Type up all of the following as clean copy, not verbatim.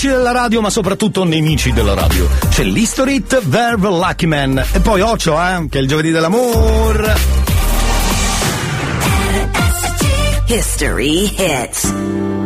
amici della radio, ma soprattutto nemici della radio. C'è l'History Hit, Verve, Lucky Man e poi Ocio, che è il giovedì dell'amore. History Hits.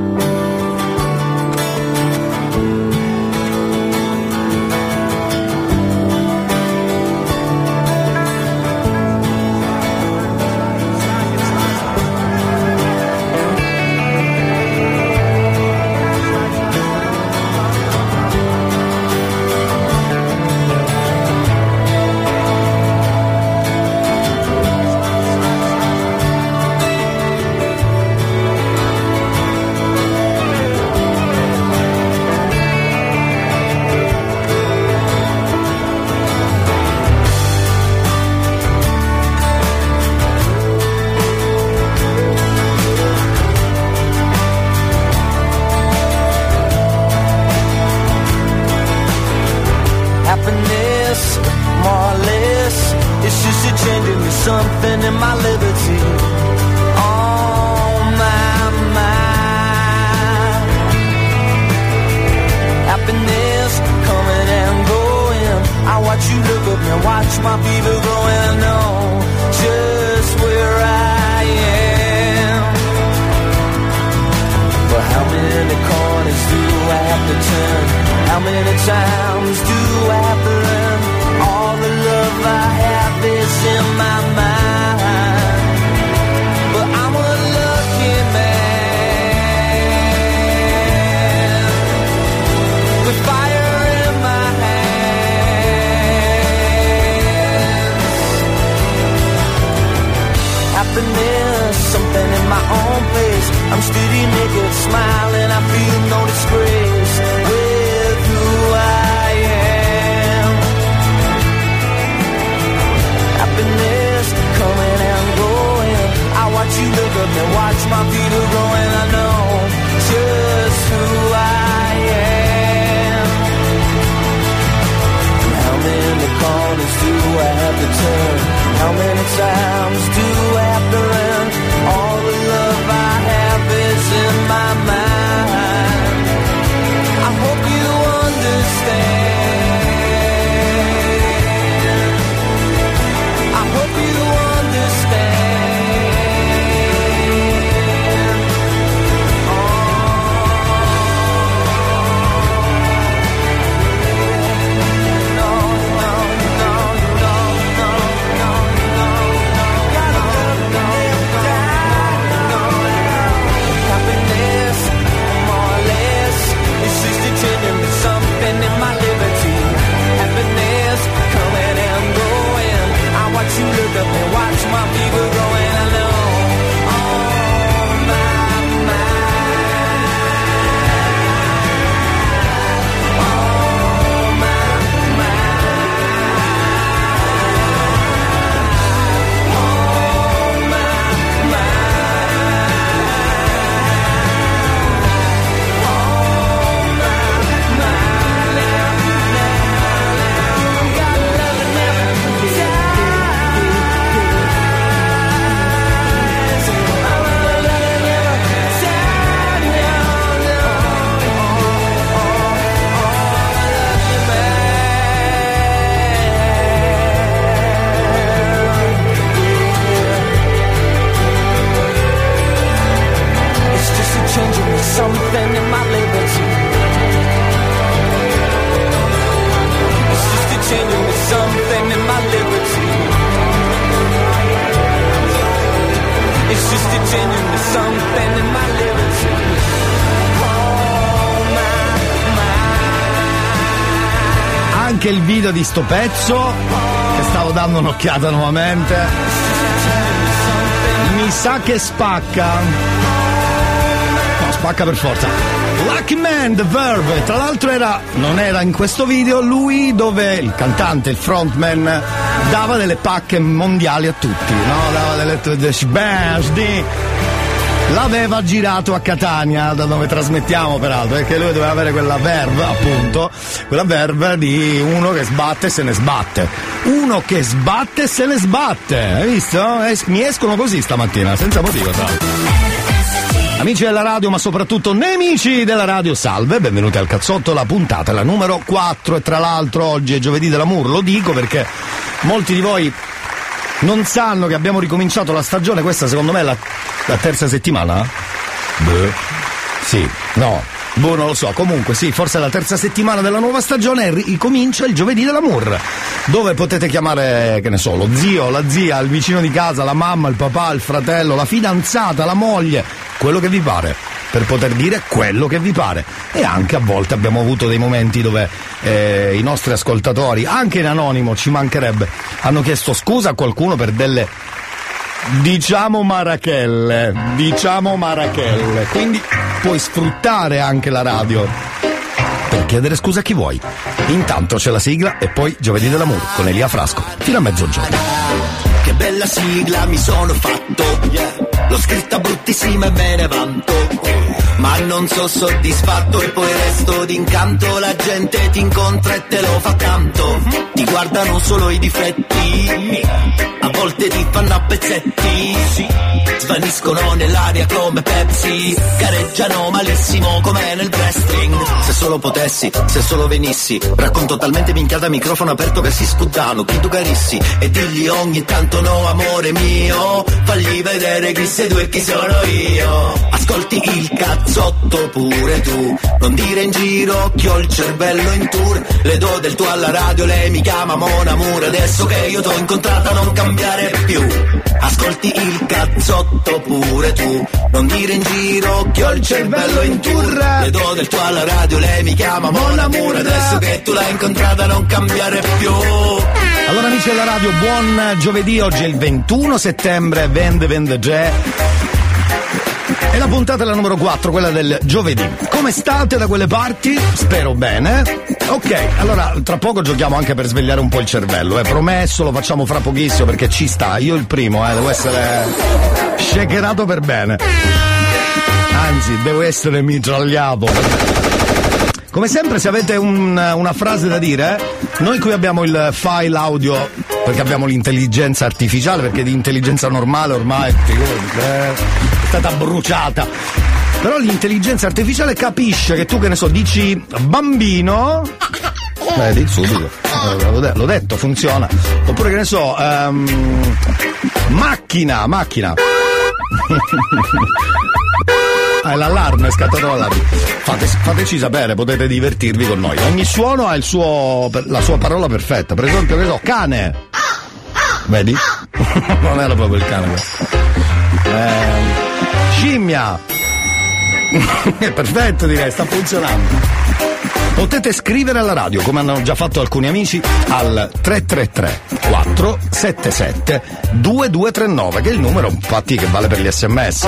Anche il video di sto pezzo, che stavo dando un'occhiata nuovamente, mi sa che spacca. No, spacca per forza. Lucky Man, The Verve. Tra l'altro non era in questo video lui dove il cantante, il frontman, dava delle pacche mondiali a tutti, no? Dava delle l'aveva girato a Catania, da dove trasmettiamo peraltro, perché lui doveva avere quella verve, appunto, quella verve di uno che sbatte e se ne sbatte. Uno che sbatte e se ne sbatte, hai visto? Mi escono così stamattina, senza motivo, tra l'altro. Amici della radio, ma soprattutto nemici della radio, salve, benvenuti al Cazzotto, la puntata, la numero 4, e tra l'altro oggi è giovedì dell'amour, lo dico perché molti di voi non sanno che abbiamo ricominciato la stagione, questa secondo me è la terza settimana? Sì, no, non lo so, comunque sì, forse è la terza settimana della nuova stagione e ricomincia il giovedì dell'amour, dove potete chiamare, che ne so, lo zio, la zia, il vicino di casa, la mamma, il papà, il fratello, la fidanzata, la moglie, quello che vi pare, per poter dire quello che vi pare. E anche a volte abbiamo avuto dei momenti dove i nostri ascoltatori, anche in anonimo, ci mancherebbe, hanno chiesto scusa a qualcuno per delle diciamo marachelle, quindi puoi sfruttare anche la radio per chiedere scusa a chi vuoi. Intanto c'è la sigla e poi giovedì dell'amour con Elia Frasco fino a mezzogiorno. Che bella sigla mi sono fatto, l'ho scritta bruttissima e me ne vanto, ma non so soddisfatto e poi resto d'incanto. La gente ti incontra e te lo fa tanto, ti guardano solo i difetti, a volte ti fanno a pezzetti, svaniscono nell'aria come Pepsi, gareggiano malissimo come nel wrestling. Se solo potessi, se solo venissi, racconto talmente minchiata a microfono aperto che si scudano chi tu carissi, e digli ogni tanto no amore mio, fagli vedere chi sei tu e chi sono io. Ascolti il cazzotto pure tu, non dire in giro che ho il cervello in tour. Le do del tuo alla radio, lei mi chiama Mon Amour, adesso che io t'ho incontrata non cambiare più. Ascolti il cazzotto pure tu, non dire in giro che ho il cervello in tour. Le do del tuo alla radio, lei mi chiama Mon Amour, adesso che tu l'hai incontrata non cambiare più. Allora amici della radio, buon giovedì, oggi è il 21 settembre, vende già. E la puntata è la numero 4, quella del giovedì. Come state da quelle parti? Spero bene. Ok, allora tra poco giochiamo anche per svegliare un po' il cervello, promesso, lo facciamo fra pochissimo perché ci sta, io il primo, devo essere shakerato per bene. Anzi, devo essere mitragliato. Come sempre, se avete una frase da dire, noi qui abbiamo il file audio perché abbiamo l'intelligenza artificiale, perché di intelligenza normale ormai è stata bruciata. Però l'intelligenza artificiale capisce che tu, che ne so, dici bambino, vedi, subito, l'ho detto, funziona. Oppure, che ne so, macchina. L'allarme, è scattato l'allarme. Fateci sapere, potete divertirvi con noi. Ogni suono ha la sua parola perfetta. Per esempio, che so, cane. Vedi? Non era proprio il cane. Scimmia. È perfetto, direi, sta funzionando. Potete scrivere alla radio, come hanno già fatto alcuni amici, al 333 477 2239, che è il numero, infatti, che vale per gli sms.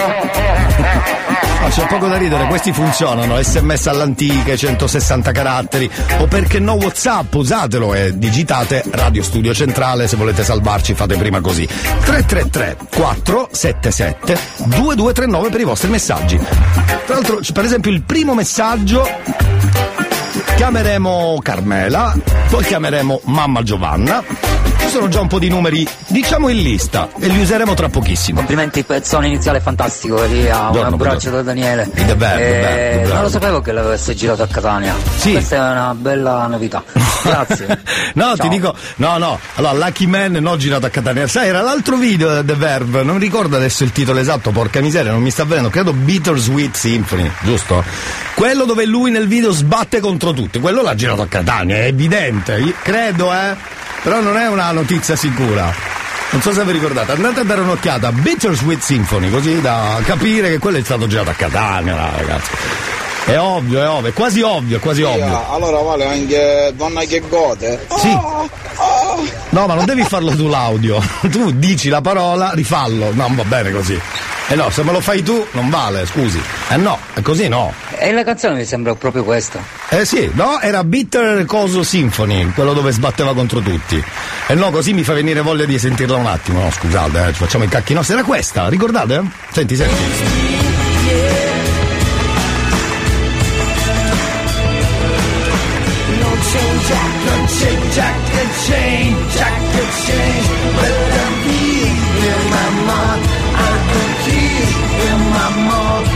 C'è poco da ridere, questi funzionano, sms all'antica, 160 caratteri, o perché no WhatsApp, usatelo e digitate Radio Studio Centrale, se volete salvarci fate prima così. 333 477 2239 per i vostri messaggi. Tra l'altro, per esempio, il primo messaggio chiameremo Carmela, poi chiameremo mamma Giovanna. Ci sono già un po' di numeri, diciamo, in lista e li useremo tra pochissimo. Complimenti, il pezzone iniziale è fantastico, Elia. Un abbraccio da Daniele. Non lo sapevo che l'avesse girato a Catania. Sì. Questa è una bella novità. Grazie. No, Ciao. ti dico, no. Allora, Lucky Man non girato a Catania. Sai, era l'altro video The Verve, non ricordo adesso il titolo esatto, porca miseria, non mi sta venendo. Credo Bittersweet Symphony, giusto? Quello dove lui nel video sbatte contro tutti. Quello l'ha girato a Catania, è evidente. Credo, però non è una notizia sicura. Non so se vi ricordate, andate a dare un'occhiata a Bittersweet Symphony, così da capire che quello è stato girato a Catania, ragazzi. È ovvio, è quasi ovvio. Allora vale anche Donna che gode? Sì. No, ma non devi farlo tu l'audio. Tu dici la parola, rifallo. No, non va bene così. No, se me lo fai tu non vale, scusi. No, è così no. E la canzone mi sembra proprio questa. Sì, no, era Bitter Coso Symphony, quello dove sbatteva contro tutti. No, così mi fa venire voglia di sentirla un attimo. No, scusate, ci facciamo i cacchi nostri. Era questa, ricordate? Senti. But the beat in my mind, I can keep in my mind.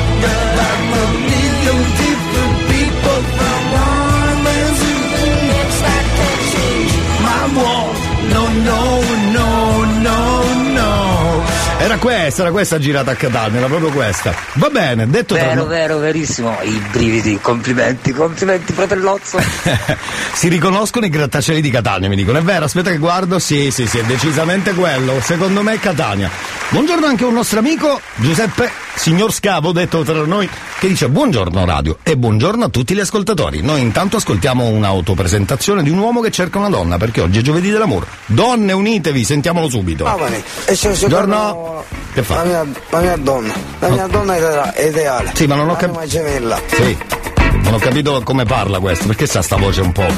Era questa girata a Catania, era proprio questa. Va bene, detto vero, verissimo. I brividi, complimenti, fratellozzo. Si riconoscono i grattacieli di Catania, mi dicono. È vero, aspetta che guardo. Sì, è decisamente quello. Secondo me è Catania. Buongiorno anche a un nostro amico, Giuseppe Signor Scavo, detto tra noi, che dice buongiorno radio e buongiorno a tutti gli ascoltatori. Noi intanto ascoltiamo un'autopresentazione di un uomo che cerca una donna, perché oggi è giovedì dell'amore. Donne, unitevi, sentiamolo subito. Buongiorno. Che fa? La mia donna. La mia donna è ideale. Sì, ma non ho capito. Gemella. Sì. Non ho capito come parla questo, perché sa sta voce un po'.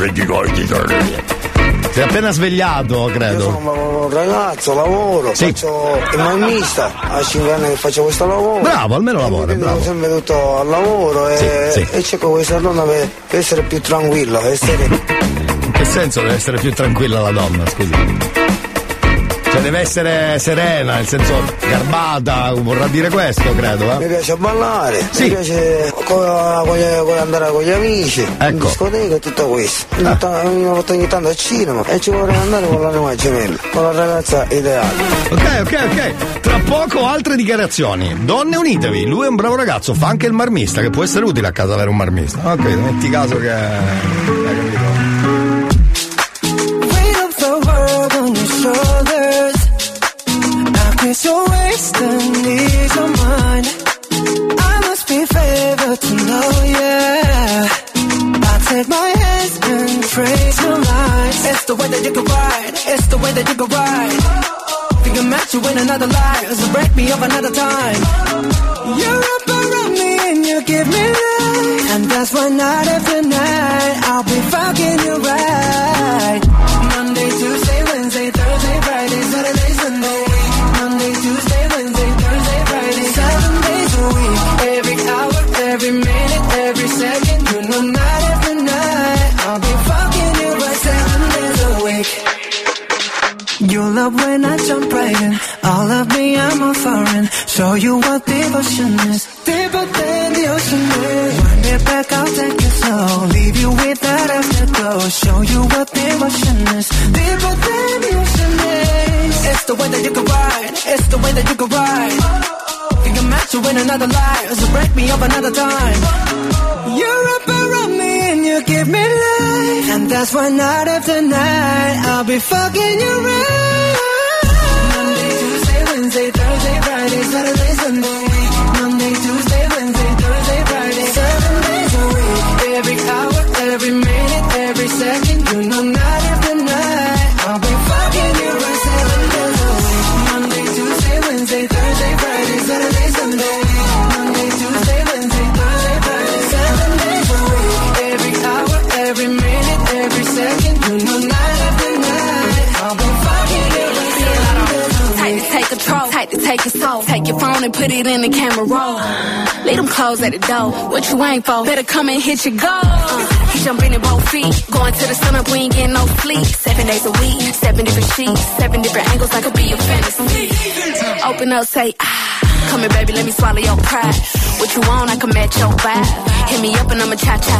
Sei appena svegliato, credo. Io sono un ragazzo, lavoro, sì. Faccio il marmista, a 5 anni che faccio questo lavoro. Bravo, almeno lavoro, bravo. Sono sempre tutto al lavoro e cerco questa donna per essere più tranquilla, In che senso deve essere più tranquilla la donna, scusi? Cioè deve essere serena, nel senso garbata, vorrà dire questo, credo. Mi piace ballare, sì. Mi piace andare con gli amici, in discoteca e tutto questo. Ogni tanto al cinema e ci vorrei andare con l'anima gemella, con la ragazza ideale. Ok. Tra poco altre dichiarazioni. Donne, unitevi, lui è un bravo ragazzo, fa anche il marmista, che può essere utile a casa avere un marmista. Ok, metti caso che... It's your waist and ease your mind. I must be favored to know, yeah. I take my hands and trace your lines. It's the way that you can ride. It's the way that you can ride. Think I'm meant to win another life, so break me up another time. You're up around me and you give me life, and that's why night after night I'll be fucking you right. Monday, Tuesday, Wednesday, Thursday, Friday, Saturday, Sunday. Tuesday, Wednesday, Thursday, Friday, 7 days a week. Every hour, every minute, every second. You know night after night I'll be fucking you right 7 days a week. You love when I jump right in. All of me, I'm a foreign. Show you what devotion is. Deeper than the ocean is. Wind it back, I'll take it slow. Leave you with that afterglow. Show you what devotion is. Deeper than the ocean is. It's the way that you can ride. It's the way that you can ride. Think I'm meant to win another life, so break me up another time. You're up around me and you give me life, and that's why night after night I'll be fucking you right. Monday, Tuesday, Wednesday, Thursday, Friday, Saturday, Sunday. Monday, Tuesday, Wednesday, Thursday, Friday, 7 days a week. Every hour, every minute, every second. You know night after night I'll be fucking you right 7 days a week. Monday, Tuesday, Wednesday, Thursday, Friday, Saturday, Sunday. Monday, Tuesday, Wednesday, Thursday, Friday, 7 days a week. Every hour, every minute, every second. You know night after night I'll be fucking you right 7 days a week. Tight to take control, tight to take your soul. Take your phone and put it in the camera roll. Leave them clothes at the door. What you ain't for? Better come and hit your goal. He jumping in both feet. Going to the sun up, we ain't getting no sleep. 7 days a week, 7 different sheets, 7 different angles, that could be a fantasy. Open up, say ah. Come here, baby, let me swallow your pride. What you want, I can match your vibe. Hit me up and I'ma cha-cha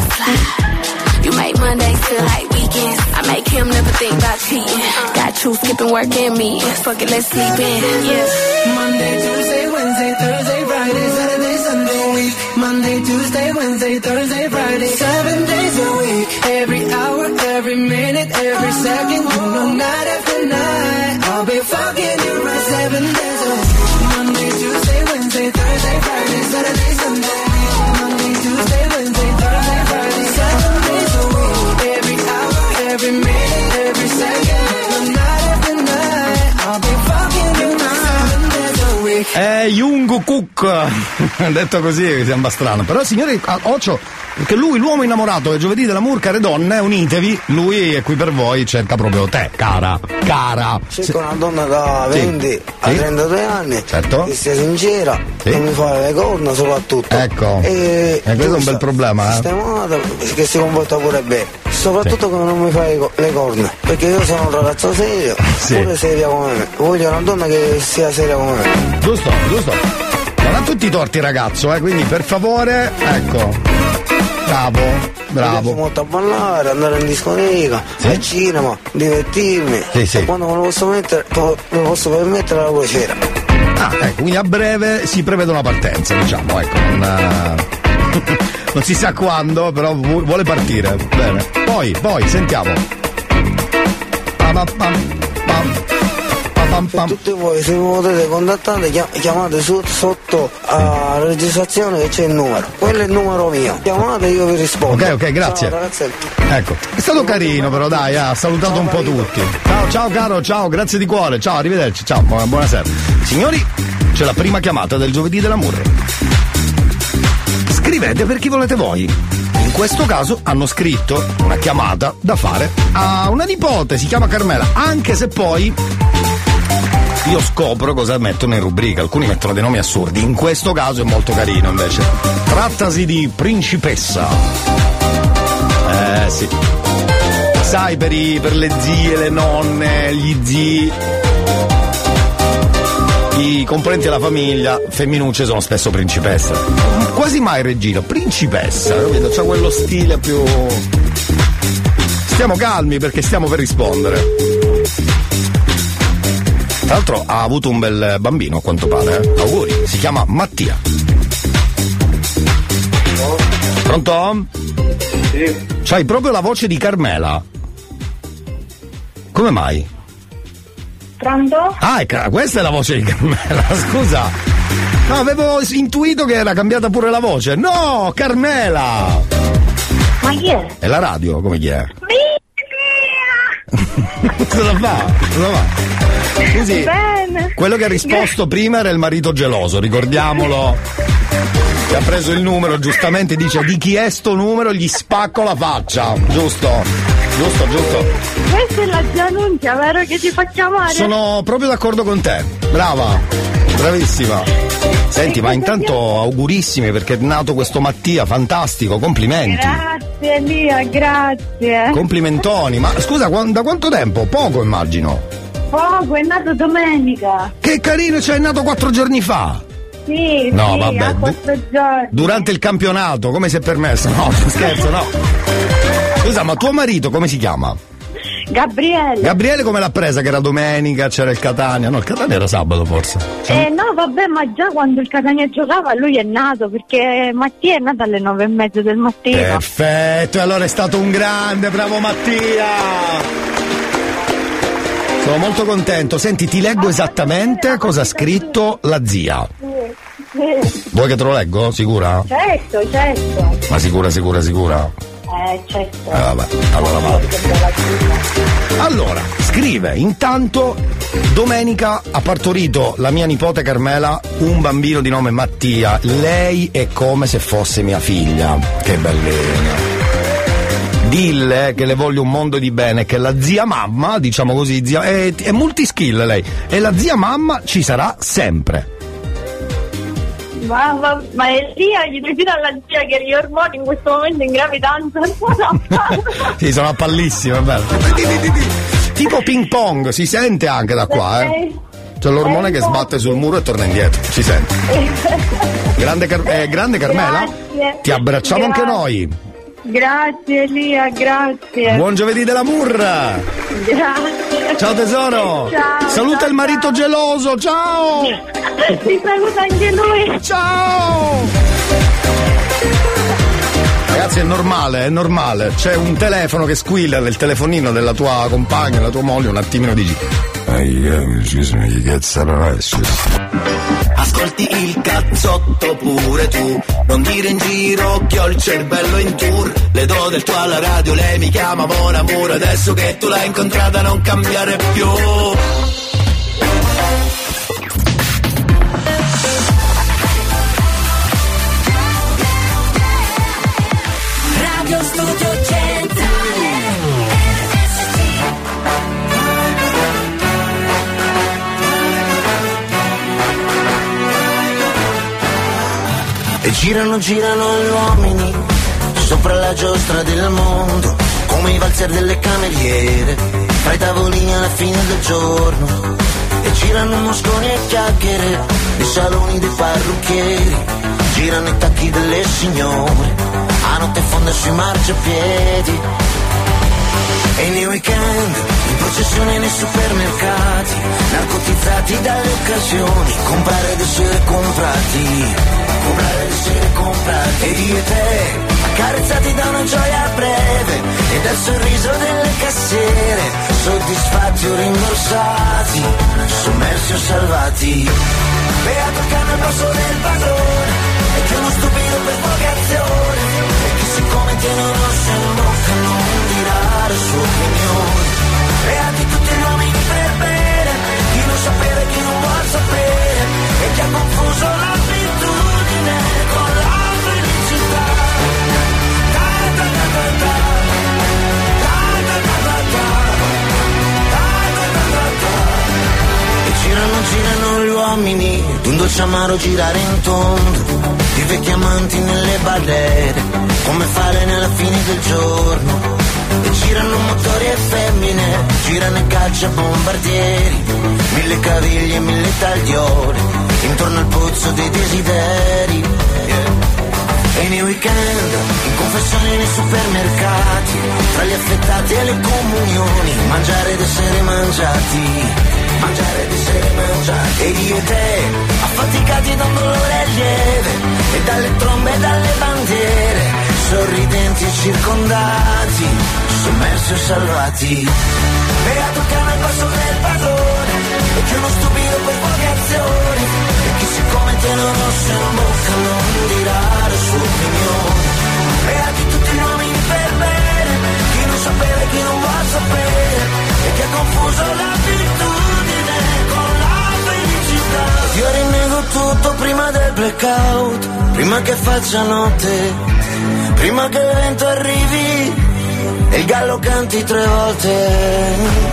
slide. You make Mondays feel like weekends. I make him never think about cheating. Got you skipping work and me. Fuck it, let's sleep in. Yeah. Monday, Tuesday, Wednesday, Thursday, Friday, Saturday, Sunday, week. Monday, Tuesday, Wednesday, Thursday, Friday, 7 days a week. Every hour, every minute, every second. You know night after night I'll be fucking you right 7 days a week. Monday, Tuesday, Wednesday, Thursday, Friday, Saturday, Sunday. Monday, Tuesday, Wednesday, Thursday, Friday, 7 days a week. Every hour, every minute, every second. You know night after night I'll be fucking you right 7 days a week. È Jung Kook, detto così sembra strano, però signori, occhio, perché lui, l'uomo innamorato del giovedì dell'amore, care donne, unitevi, lui è qui per voi, cerca proprio te, cara. Cerco una donna da 20 a 32 anni, certo, che sia sincera, sì, non mi fa le corna soprattutto. Ecco, e questo è un bel problema, sistemata, che si comporta pure bene, soprattutto che non mi fa le corna, perché io sono un ragazzo serio, pure seria come me, voglio una donna che sia seria come me. Giusto. Non ha tutti i torti ragazzo, quindi per favore, ecco. Bravo. Mi piace molto a ballare, andare in discoteca, al cinema, divertirmi. Sì. Quando me lo posso permettere la crociera. Ecco, quindi a breve si prevede una partenza, diciamo, ecco, non si sa quando, però vuole partire. Bene. Poi sentiamo. Per tutti voi, se mi potete contattare, chiamate sotto a registrazione che c'è il numero. Quello è il numero mio. Chiamate e io vi rispondo. Ok, grazie. Ciao, ecco, è stato carino però, dai, ha salutato un po' tutti. Ciao caro, ciao, grazie di cuore, ciao, arrivederci, ciao, buonasera. Signori, c'è la prima chiamata del giovedì dell'amore. Scrivete per chi volete voi. In questo caso hanno scritto una chiamata da fare a una nipote, si chiama Carmela, anche se poi io scopro cosa mettono in rubrica. Alcuni mettono dei nomi assurdi, in questo caso è molto carino invece. Trattasi di principessa. Sì. Sai, per le zie, le nonne, gli zii, i componenti della famiglia femminucce sono spesso principesse. Quasi mai regina, principessa, capito? C'ha quello stile più. Stiamo calmi perché stiamo per rispondere. Tra l'altro ha avuto un bel bambino a quanto pare, auguri, si chiama Mattia. Pronto? Sì. C'hai proprio la voce di Carmela. Come mai? Pronto? Questa è la voce di Carmela, scusa. No, avevo intuito che era cambiata pure la voce. No, Carmela! Ma chi è? È la radio, come chi è? Cosa fa? Scusi, bene. Quello che ha risposto prima era il marito geloso, ricordiamolo. Che ha preso il numero, giustamente dice: di chi è sto numero, gli spacco la faccia. Giusto. Questa è la denuncia, vero, che ti fa chiamare? Sono proprio d'accordo con te. Brava, bravissima. Senti, ma intanto augurissimi perché è nato questo Mattia, fantastico, complimenti. Grazie Elia, grazie. Complimentoni, ma scusa, da quanto tempo? Poco immagino. Poco, è nato domenica. Che carino, cioè è nato 4 giorni fa. Sì, no, sì, vabbè. 4 giorni. Durante il campionato, come si è permesso? No, scherzo, no. Scusa, ma tuo marito come si chiama? Gabriele come l'ha presa? Che era domenica, c'era il Catania. No, il Catania era sabato forse. No, vabbè, ma già quando il Catania giocava lui è nato, perché Mattia è nato alle 9:30 del mattino. Perfetto, e allora è stato un grande, bravo Mattia. Sono molto contento. Senti, ti leggo esattamente cosa ha scritto la zia. Sì. Vuoi che te lo leggo? Sicura? Certo. Ma sicura? Certo. Vabbè, allora vado. Allora, scrive, intanto domenica ha partorito la mia nipote Carmela un bambino di nome Mattia. Lei è come se fosse mia figlia. Che bellina. Dille che le voglio un mondo di bene, che la zia mamma, diciamo così, è multiskill lei, e la zia mamma ci sarà sempre. Ma Elia, gli devi dire alla zia che gli ormoni in questo momento in gravidanza Sì, sono a pallissime, bello. Tipo ping pong, si sente anche da qua, C'è l'ormone che sbatte sul muro e torna indietro, si sente. Grande Carmela? Grazie. Ti abbracciamo anche noi. Grazie Elia, grazie. Buon giovedì della Murra. Grazie. Ciao tesoro. Ciao. Saluta il marito geloso, ciao. Ti saluta anche lui. Ciao. Ragazzi, è normale. C'è un telefono che squilla nel telefonino della tua compagna, della tua moglie, un attimino dici: excuse me, che sarà? Ascolti il cazzotto pure tu, non dire in giro che ho il cervello in tour. Le do del tuo alla radio, lei mi chiama mon amore, adesso che tu l'hai incontrata non cambiare più. Radio Studio Centrale E girano gli uomini sopra la giostra del mondo, come i valzer delle cameriere, fra i tavolini alla fine del giorno. E girano mosconi e chiacchiere nei saloni dei parrucchieri, girano i tacchi delle signore a notte fonda sui marciapiedi. E nei weekend processioni nei supermercati, narcotizzati dalle occasioni, comprare ed essere comprati, comprare ed essere comprati. E io e te, accarezzati da una gioia breve e dal sorriso delle cassiere, soddisfatti o rimborsati, sommersi o salvati. Beato il cane al passo del padrone, e che uno stupido per vocazione, e chi siccome tiene un rosso in bocca non dirà la sua opinione. Beati tutti gli uomini per bene, chi non sapeva e chi non vuol sapere, e chi ha confuso l'abitudine con la felicità. Da da da da da, da da da da da, da da da da. E girano gli uomini, d'un dolce amaro girare in tondo, di vecchi amanti nelle barriere, come fare nella fine del giorno. E girano motori e femmine, girano e caccia bombardieri, mille caviglie e mille tagliole, intorno al pozzo dei desideri. E nei weekend, in confessioni nei supermercati, tra gli affettati e le comunioni, mangiare ed essere mangiati, mangiare ed essere mangiati. E io e te, affaticati da un dolore lieve, e dalle trombe e dalle bandiere, sorridenti e circondati, sommersi o salvati. Beato il cane al passo del padrone, e che uno stupido per vocazione, e chi siccome tiene un rosso in bocca non dirà la sua opinione. Beati tutti gli uomini per bene, chi non sapeva e chi non vuol sapere, e che ha confuso l'abitudine con la felicità. Io rinnego tutto prima del blackout, prima che faccia notte, prima che il vento arrivi e il gallo canti 3 volte.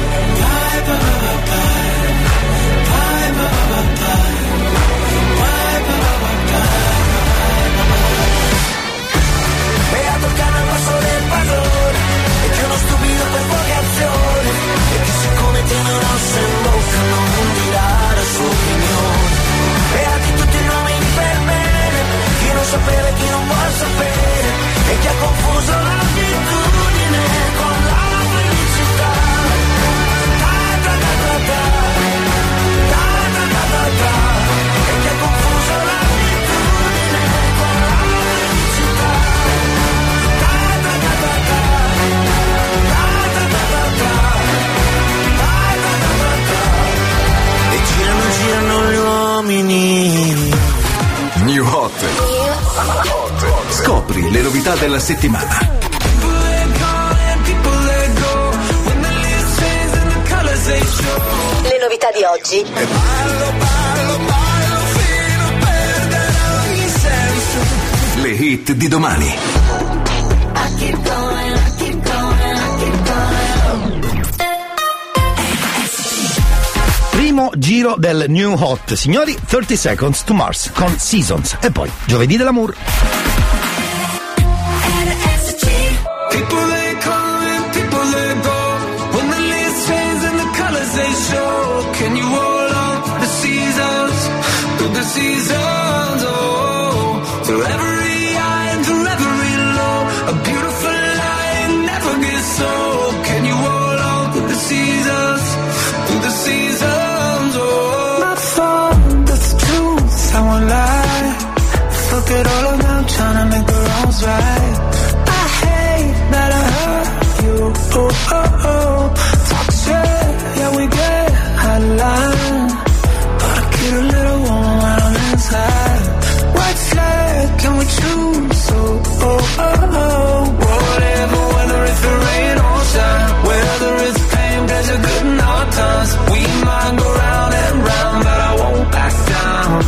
Beato il cane al passo del padrone, e che uno stupido per vocazione, e che siccome tiene un rosso in bocca non dirà la sua opinione. Beati tutti gli uomini per bene, chi non sapeva e chi non vuol sapere, e chi ha confuso l'abitudine con la felicità. Da da da da da, da da da da da, e chi ha confuso l'abitudine con la felicità. Da da da da da, da da da da da, da da da da. E girano gli uomini. New Hot. Scopri le novità della settimana. Le novità di oggi. Le hit di domani. Primo giro del New Hot, signori, 30 Seconds to Mars con Seasons, e poi giovedì dell'amour. People they come and people they go, when the leaves change and the colors they show. Can you hold on to the seasons, through the seasons, oh, through every high and through every low, a beautiful line never gets old. Can you hold on to the seasons, through the seasons, oh. My fault, that's the truth, I won't lie. Fuck it all around, trying to make the wrongs right. That I hurt you, oh, oh, oh. Talk shit, yeah, we get out of line, but I get a little warm when I'm inside. White flag, can we choose, oh, oh, oh, oh. Whatever, whether it's the rain or shine, whether it's pain, pleasure, good and hard times, we might go round and round, but I won't back down.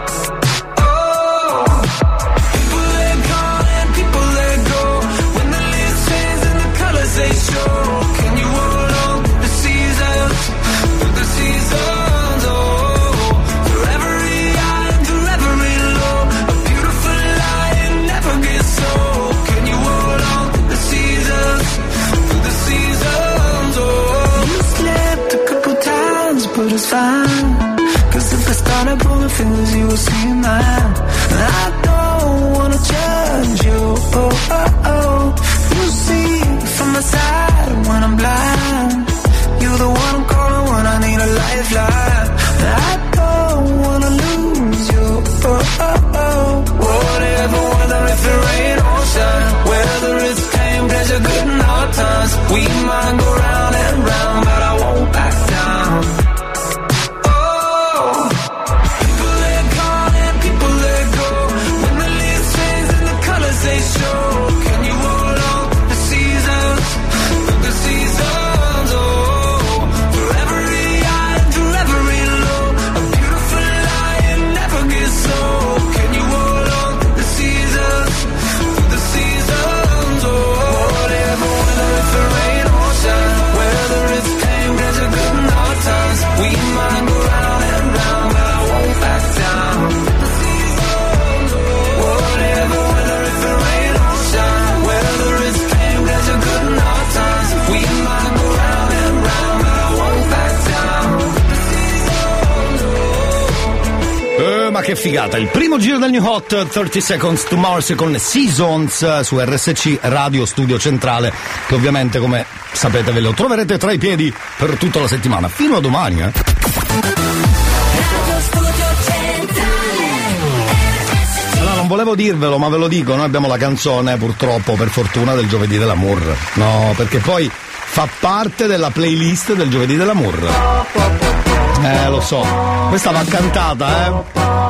They show. Can you hold on to the seasons, through the seasons, oh, through every high and through every low, a beautiful line never gets old. Can you hold on to the seasons, through the seasons, oh. You slipped a couple times, but it's fine, 'cause if I started pulling fingers, you would see mine. And I don't wanna judge you, oh, oh, oh. You see from the side when I'm blind, you're the ma che figata! Il primo giro del New Hot, 30 Seconds to Mars con Seasons su RSC Radio Studio Centrale, che ovviamente, come sapete, ve lo troverete tra i piedi per tutta la settimana, fino a domani, Allora, non volevo dirvelo, ma ve lo dico, noi abbiamo la canzone, purtroppo, per fortuna, del giovedì dell'amour. No, perché poi fa parte della playlist del giovedì dell'amour. Lo so, questa va cantata,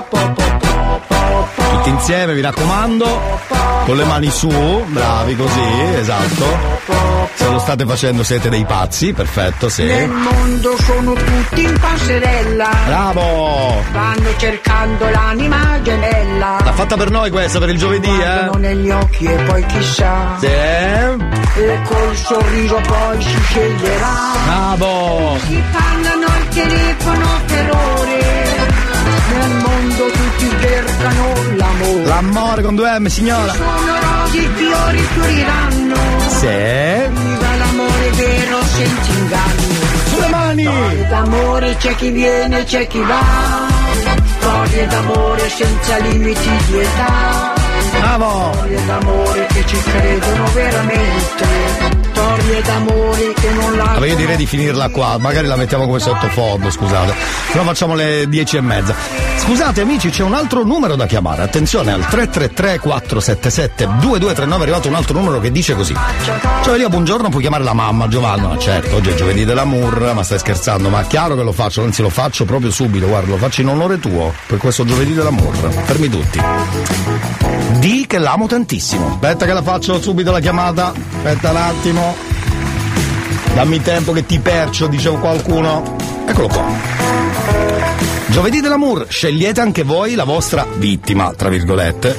tutti insieme, mi raccomando, con le mani su, bravi così, esatto. Se lo state facendo siete dei pazzi, perfetto, sì. Nel mondo sono tutti in passerella. Bravo! Vanno cercando l'anima gemella. L'ha fatta per noi questa, per il giovedì, Guardano negli occhi e poi chissà. Sì. E col sorriso poi si sceglierà. Bravo! Si parlano al telefono per ore. Nel mondo tutti cercano l'amore. L'amore con 2 M, signora. Sono rose e fiori fioriranno. Sì. Viva l'amore vero senza inganno. Sulle mani! Storie d'amore, c'è chi viene, c'è chi va. Storie d'amore senza limiti di età. Bravo! Storie d'amore che ci credono veramente. Storie d'amore che non la. Allora io direi di finirla qua, magari la mettiamo come sottofondo, scusate. Però facciamo le 10:30. Scusate amici, c'è un altro numero da chiamare, attenzione, al 333-477-2239 è arrivato un altro numero che dice così. Ciao Elia, buongiorno, puoi chiamare la mamma Giovanna? Certo, oggi è giovedì dell'amour, ma stai scherzando, ma chiaro che lo faccio, anzi lo faccio proprio subito, guarda, lo faccio in onore tuo, per questo giovedì dell'amour. Fermi tutti. Di che l'amo tantissimo. Aspetta che la faccio subito la chiamata, aspetta un attimo. Dammi tempo che ti percio, diceva qualcuno. Eccolo qua. Giovedì dell'amour, scegliete anche voi la vostra vittima, tra virgolette.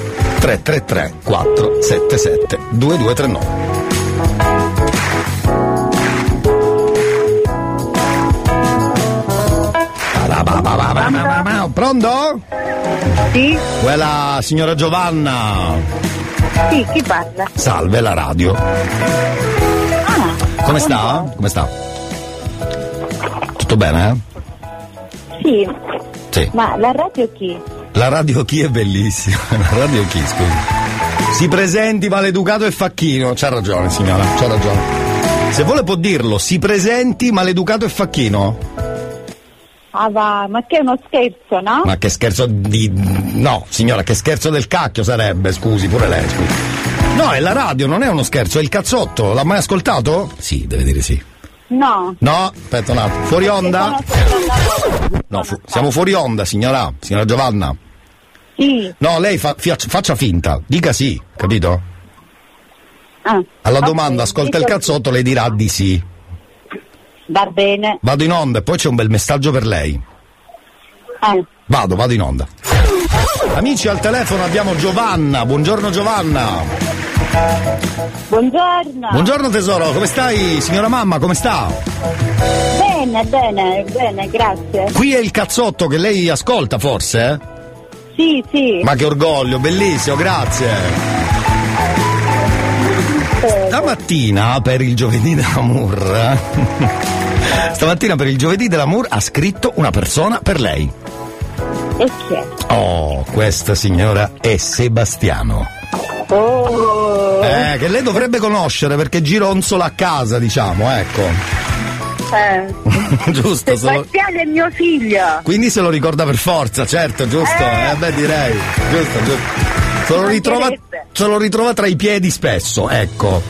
333-477-2239. Pronto? Sì. Quella signora Giovanna. Sì, chi parla? Salve, la radio. Come sta? Come sta? Tutto bene? Sì. Sì. Ma la radio chi? La radio chi è bellissima. La radio chi, scusi. Si presenti maleducato e facchino. C'ha ragione signora, c'ha ragione. Se vuole può dirlo, si presenti maleducato e facchino. Ah va, ma che è uno scherzo, no? Ma che scherzo di. No, signora, che scherzo del cacchio sarebbe, scusi, pure lei, scusi. No, è la radio, non è uno scherzo, è il cazzotto. L'ha mai ascoltato? Sì, deve dire sì. No. No, aspetta un attimo. Fuori onda? No, siamo fuori onda, signora Giovanna. Sì. No, lei faccia finta, dica sì, capito? Alla domanda ascolta il cazzotto, lei dirà di sì. Va bene. Vado in onda e poi c'è un bel messaggio per lei. Vado in onda. Amici, al telefono abbiamo Giovanna. Buongiorno Giovanna. Buongiorno. Buongiorno tesoro, come stai? Signora mamma, come sta? Bene, grazie. Qui è il cazzotto che lei ascolta forse? Sì. Ma che orgoglio, bellissimo, grazie. Stamattina per il giovedì dell'amour ha scritto una persona per lei. E chi è? Oh, questa signora è Sebastiano. Oh. Che lei dovrebbe conoscere perché gironzola a casa, diciamo, ecco. Giusto. Sebastiano è mio figlio. Quindi se lo ricorda per forza, certo, giusto? Beh, direi. Giusto. Se lo ritrova tra i piedi spesso, ecco.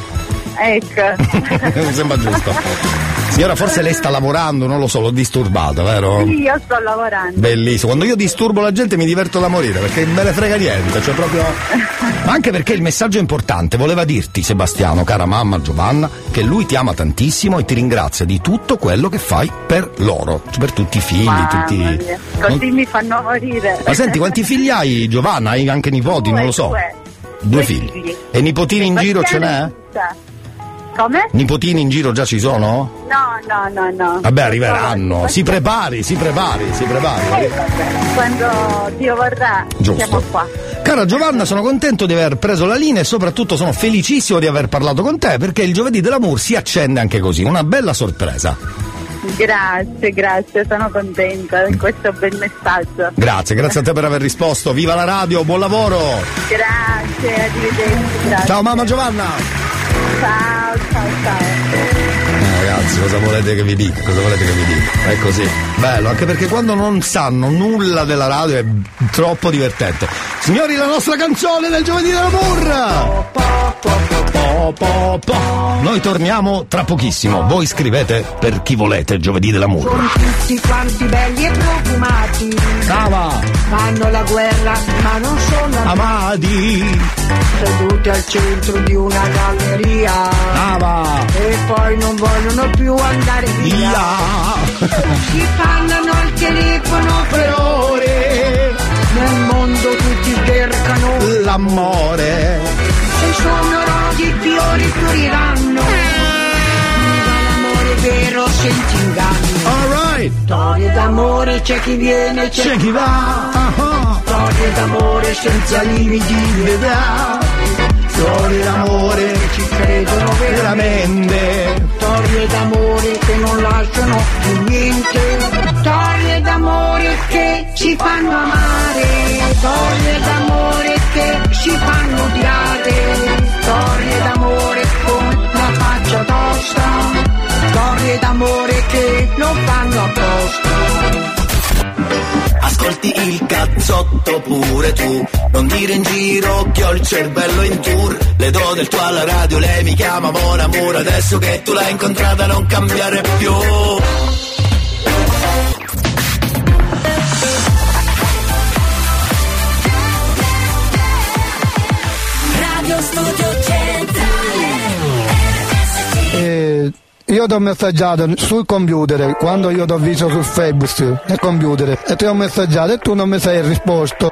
Mi sembra giusto. Signora, forse lei sta lavorando, non lo so, l'ho disturbata, vero? Sì, io sto lavorando. Bellissimo, quando io disturbo la gente mi diverto da morire, perché me ne frega niente, cioè proprio. Ma anche perché il messaggio è importante, voleva dirti, Sebastiano, cara mamma Giovanna, che lui ti ama tantissimo e ti ringrazia di tutto quello che fai per loro, cioè per tutti i figli, tutti. Così mi fanno morire. Ma senti, quanti figli hai, Giovanna? Hai anche nipoti, non lo so. Due figli. E nipotini in giro ce n'è? Come? Nipotini in giro già ci sono? No. Vabbè, arriveranno. Si prepari. Quando Dio vorrà, giusto. Siamo qua. Cara Giovanna, sono contento di aver preso la linea e soprattutto sono felicissimo di aver parlato con te perché il giovedì dell'amour si accende anche così, una bella sorpresa. Grazie, sono contenta di questo bel messaggio. Grazie a te per aver risposto. Viva la radio, buon lavoro. Grazie, arrivederci. Grazie. Ciao mamma Giovanna. Ciao. Ragazzi, cosa volete che vi dica? È così. Bello, anche perché quando non sanno nulla della radio è troppo divertente. Signori, la nostra canzone del giovedì dell'amor. Noi torniamo tra pochissimo. Voi scrivete per chi volete il giovedì dell'amor. Sono tutti quanti belli e profumati. Brava. Fanno la guerra ma non sono amati. Seduti al centro di una galleria. Brava. E poi non vogliono più andare via. Si parlano al telefono per ore. Nel mondo tutti cercano l'amore. Se sono rodi i fiori fioriranno. L'amore vero senza inganno. Alright. Storie d'amore, c'è chi viene, c'è chi va. Storie d'amore senza limiti di età. Storie d'amore che ci credono veramente. Storie d'amore che non lasciano più niente. Storie d'amore che ci fanno amare. Storie d'amore che ci fanno odiare. Storie d'amore con la faccia tosta. Storie d'amore che non fanno apposta. Ascolti il cazzotto pure tu, non dire in giro che ho il cervello in tour. Le do del tuo alla radio, lei mi chiama Mon Amour. Adesso che tu l'hai incontrata non cambiare più. Radio Studio Centrale. Io ti ho messaggiato sul computer quando io ti ho visto sul Facebook nel computer e ti ho messaggiato e tu non mi sei risposto.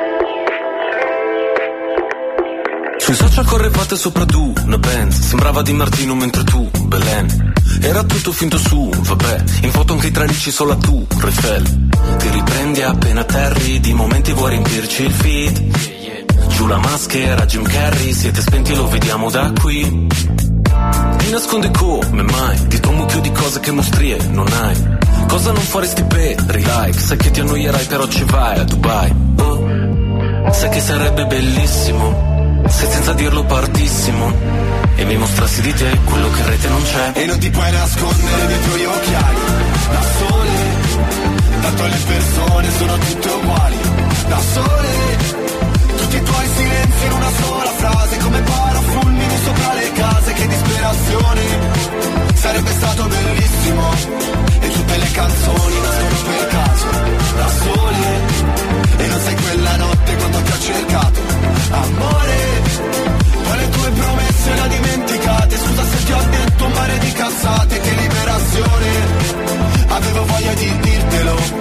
Sui social correvate sopra tu, una Benz, sembrava Di Martino mentre tu, Belen. Era tutto finto su, vabbè, in foto anche i tralicci solo a tu, Refel. Ti riprendi appena atterri, di momenti vuoi riempirci il feed. Giù la maschera, Jim Carrey, siete spenti lo vediamo da qui. Ti nascondi come mai, di tuo mucchio di cose che mostrie non hai. Cosa non faresti per like, sai che ti annoierai però ci vai a Dubai. Oh, sai che sarebbe bellissimo se senza dirlo partissimo e mi mostrassi di te quello che in rete non c'è. E non ti puoi nascondere dietro gli occhiali da sole, tanto le persone sono tutte uguali. Da sole, tutti i tuoi silenzi in una sola frase, come parafulmini sopra le case. Che disperazione, sarebbe stato bellissimo. E tutte le canzoni nascono per caso, da sole. E non sai quella notte quando ti ho cercato, amore. Poi le tue promesse le dimenticate. Scusa se ti ho detto un mare di cazzate. Che liberazione, avevo voglia di dirtelo.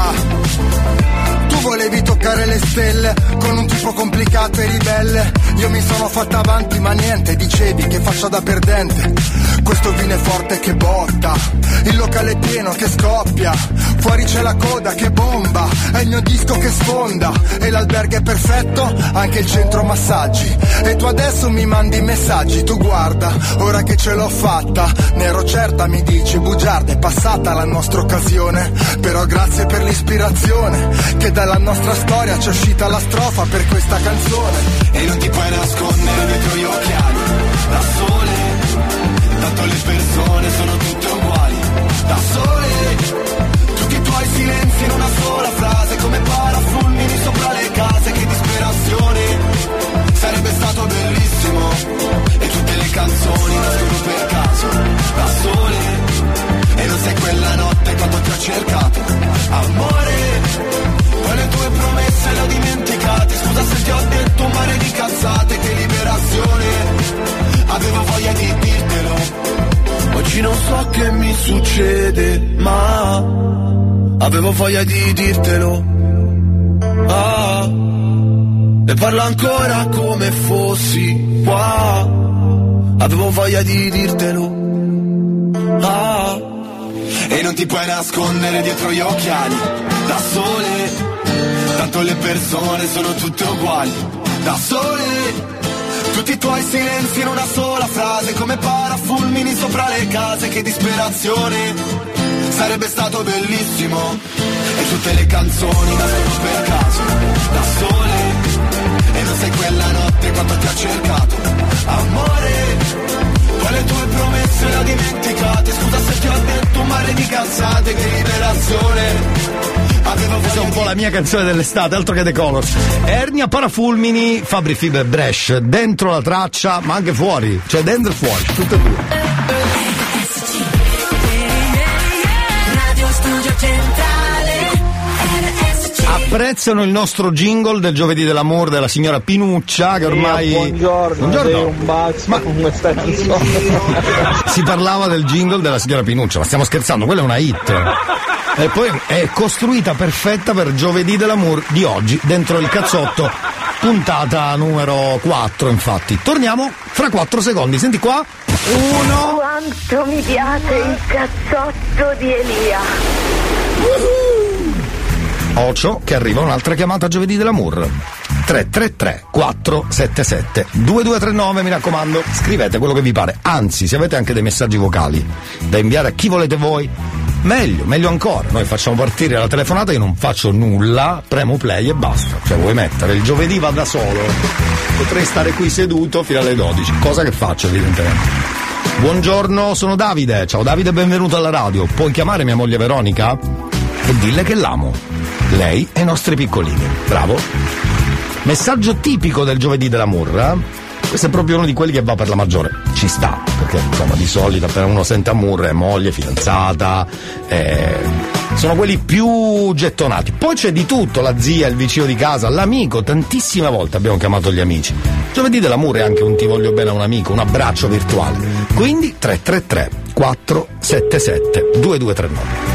Tu volevi toccare le stelle con un tipo complicato e ribelle. Io mi sono fatta avanti ma niente, dicevi che faccia da perdente. Questo vino è forte che botta, il locale è pieno che scoppia, fuori c'è la coda che bomba, è il mio disco che sfonda. E l'albergo è perfetto, anche il centro massaggi. E tu adesso mi mandi messaggi, tu guarda, ora che ce l'ho fatta. Ne ero certa, mi dici, bugiarda, è passata la nostra occasione. Però grazie per l'ispirazione, che dalla nostra storia c'è uscita la strofa per questa canzone. E non ti puoi nascondere dietro gli occhiali, da sole, tanto le persone sono tutte uguali. Da sole, tutti i tuoi silenzi in una sola frase, come parafulmini sopra le case. Che disperazione, sarebbe stato bellissimo. E tutte le canzoni nascono per caso, da sole. E non sei quella notte quando ti ho cercato, amore. Poi le tue promesse le ho dimenticate. Scusa se ti ho detto un mare di cazzate. Che liberazione, avevo voglia di dirtelo. Oggi non so che mi succede, ma avevo voglia di dirtelo. E parlo ancora come fossi qua. Avevo voglia di dirtelo. E non ti puoi nascondere dietro gli occhiali, da sole. Tanto le persone sono tutte uguali, da sole. Tutti i tuoi silenzi in una sola frase, come parafulmini sopra le case. Che disperazione, sarebbe stato bellissimo. E tutte le canzoni nascono per caso, da sole. E non sei quella notte quando ti ha cercato, amore. Poi le tue promesse le ho dimenticate. Scusa se ti ho detto un mare di cazzate, che liberazione. Questa è un po' la mia canzone dell'estate, altro che The Colors. Ernia, parafulmini, Fabri Fibra e Brescia, dentro la traccia, ma anche fuori, cioè dentro e fuori, tutte e due. Radio Studio Centrale. Apprezzano il nostro jingle del giovedì dell'amore della signora Pinuccia, che ormai. Buongiorno. Sei un bazzo con questa canzone. Si parlava del jingle della signora Pinuccia, ma stiamo scherzando, quella è una hit. E poi è costruita perfetta per giovedì dell'amore di oggi, dentro il cazzotto, puntata numero 4, infatti. Torniamo fra 4 secondi, senti qua. 1. Quanto mi piace il cazzotto di Elia. Ocio, che arriva un'altra chiamata giovedì dell'amore. 333 477 2239, mi raccomando, scrivete quello che vi pare. Anzi, se avete anche dei messaggi vocali da inviare a chi volete voi, meglio ancora. Noi facciamo partire la telefonata, io non faccio nulla, premo play e basta. Cioè, vuoi mettere il giovedì va da solo, potrei stare qui seduto fino alle 12, cosa che faccio evidentemente. Buongiorno, sono Davide. Ciao Davide, benvenuto alla radio. Puoi chiamare mia moglie Veronica e dille che l'amo, lei e i nostri piccolini. Bravo. Messaggio tipico del giovedì dell'amore. Questo è proprio uno di quelli che va per la maggiore. Ci sta, perché insomma di solito appena uno sente amore, moglie, fidanzata, sono quelli più gettonati. Poi c'è di tutto, la zia, il vicino di casa, l'amico. Tantissime volte abbiamo chiamato gli amici. Giovedì dell'amore è anche un ti voglio bene a un amico, un abbraccio virtuale. Quindi 333 477 2239.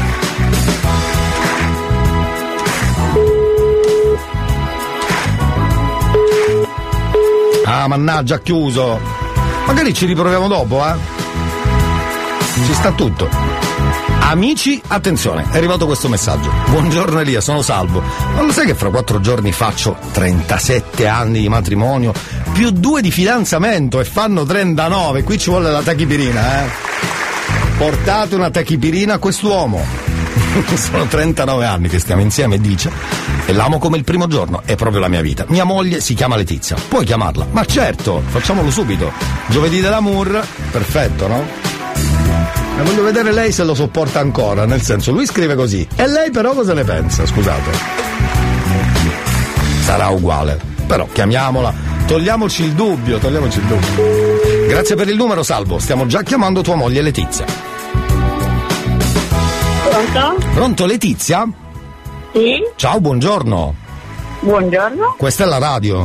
Ah, mannaggia, ha chiuso. Magari ci riproviamo dopo, Ci sta tutto. Amici, attenzione, è arrivato questo messaggio. Buongiorno Elia, sono Salvo. Ma lo sai che fra 4 giorni faccio 37 anni di matrimonio, più 2 di fidanzamento e fanno 39. Qui ci vuole la tachipirina, Portate una tachipirina a quest'uomo. Sono 39 anni che stiamo insieme, dice, e l'amo come il primo giorno, è proprio la mia vita. Mia moglie si chiama Letizia, puoi chiamarla? Ma certo, facciamolo subito. Giovedì dell'amour, perfetto, no? E voglio vedere lei se lo sopporta ancora, nel senso, lui scrive così, e lei però cosa ne pensa? Scusate. Sarà uguale, però chiamiamola, togliamoci il dubbio. Grazie per il numero, Salvo, stiamo già chiamando tua moglie Letizia. Pronto? Pronto, Letizia? Sì. Ciao, buongiorno. Buongiorno. Questa è la radio.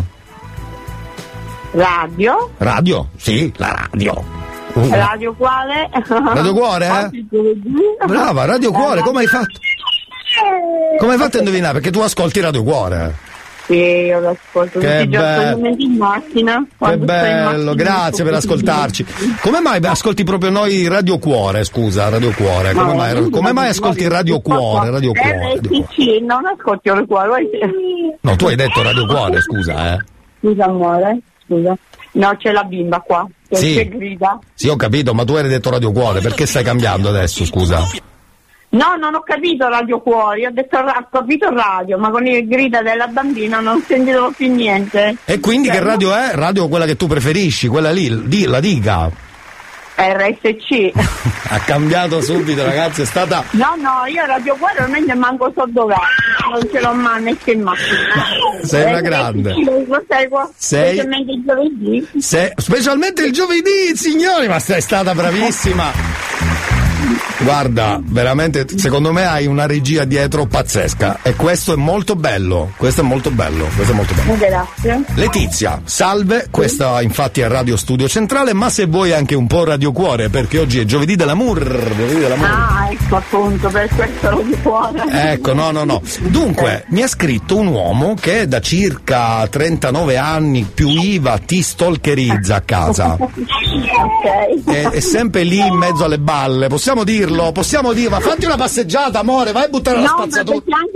Radio? Radio? Sì, la radio. Radio quale? Radio Cuore, Brava, Radio Cuore, come hai fatto? Come hai fatto a indovinare? Perché tu ascolti Radio Cuore. Sì, io lo ascolto tutti i giorni in macchina. Che bello, grazie per ascoltarci. Come mai ascolti proprio noi Radio Cuore, scusa, Radio Cuore? Come mai ascolti Radio Cuore? Radio Cuore? Sì, non ascolti Radio Cuore. No, tu hai detto Radio Cuore, scusa, Scusa amore, scusa. No, c'è la bimba qua, che grida. Sì, ho capito, ma tu hai detto Radio Cuore, perché stai cambiando adesso, scusa? No, non ho capito Radio Cuore, ho capito radio, ma con il grida della bambina non ho sentito più niente. E quindi che radio è? Radio quella che tu preferisci, quella lì, la dica. RSC. Ha cambiato subito, ragazzi, è stata. No, io Radio Cuore non ne manco so dove, non ce l'ho mai messo in macchina. Sei una grande. Specialmente il giovedì. Specialmente il giovedì, signori, ma sei stata bravissima. Guarda, veramente, secondo me hai una regia dietro pazzesca e questo è molto bello. Questo è molto bello. Grazie. Letizia, salve, questa infatti è Radio Studio Centrale, ma se vuoi anche un po' Radio Cuore, perché oggi è giovedì dell'amore. Ah, ecco appunto, per questo Radio Cuore. Ecco, no. Dunque, mi ha scritto un uomo che da circa 39 anni più IVA ti stalkerizza a casa. Ok. È sempre lì in mezzo alle balle, possiamo dirlo, fatti una passeggiata, amore, vai a buttare la spazzatura. No, perché anche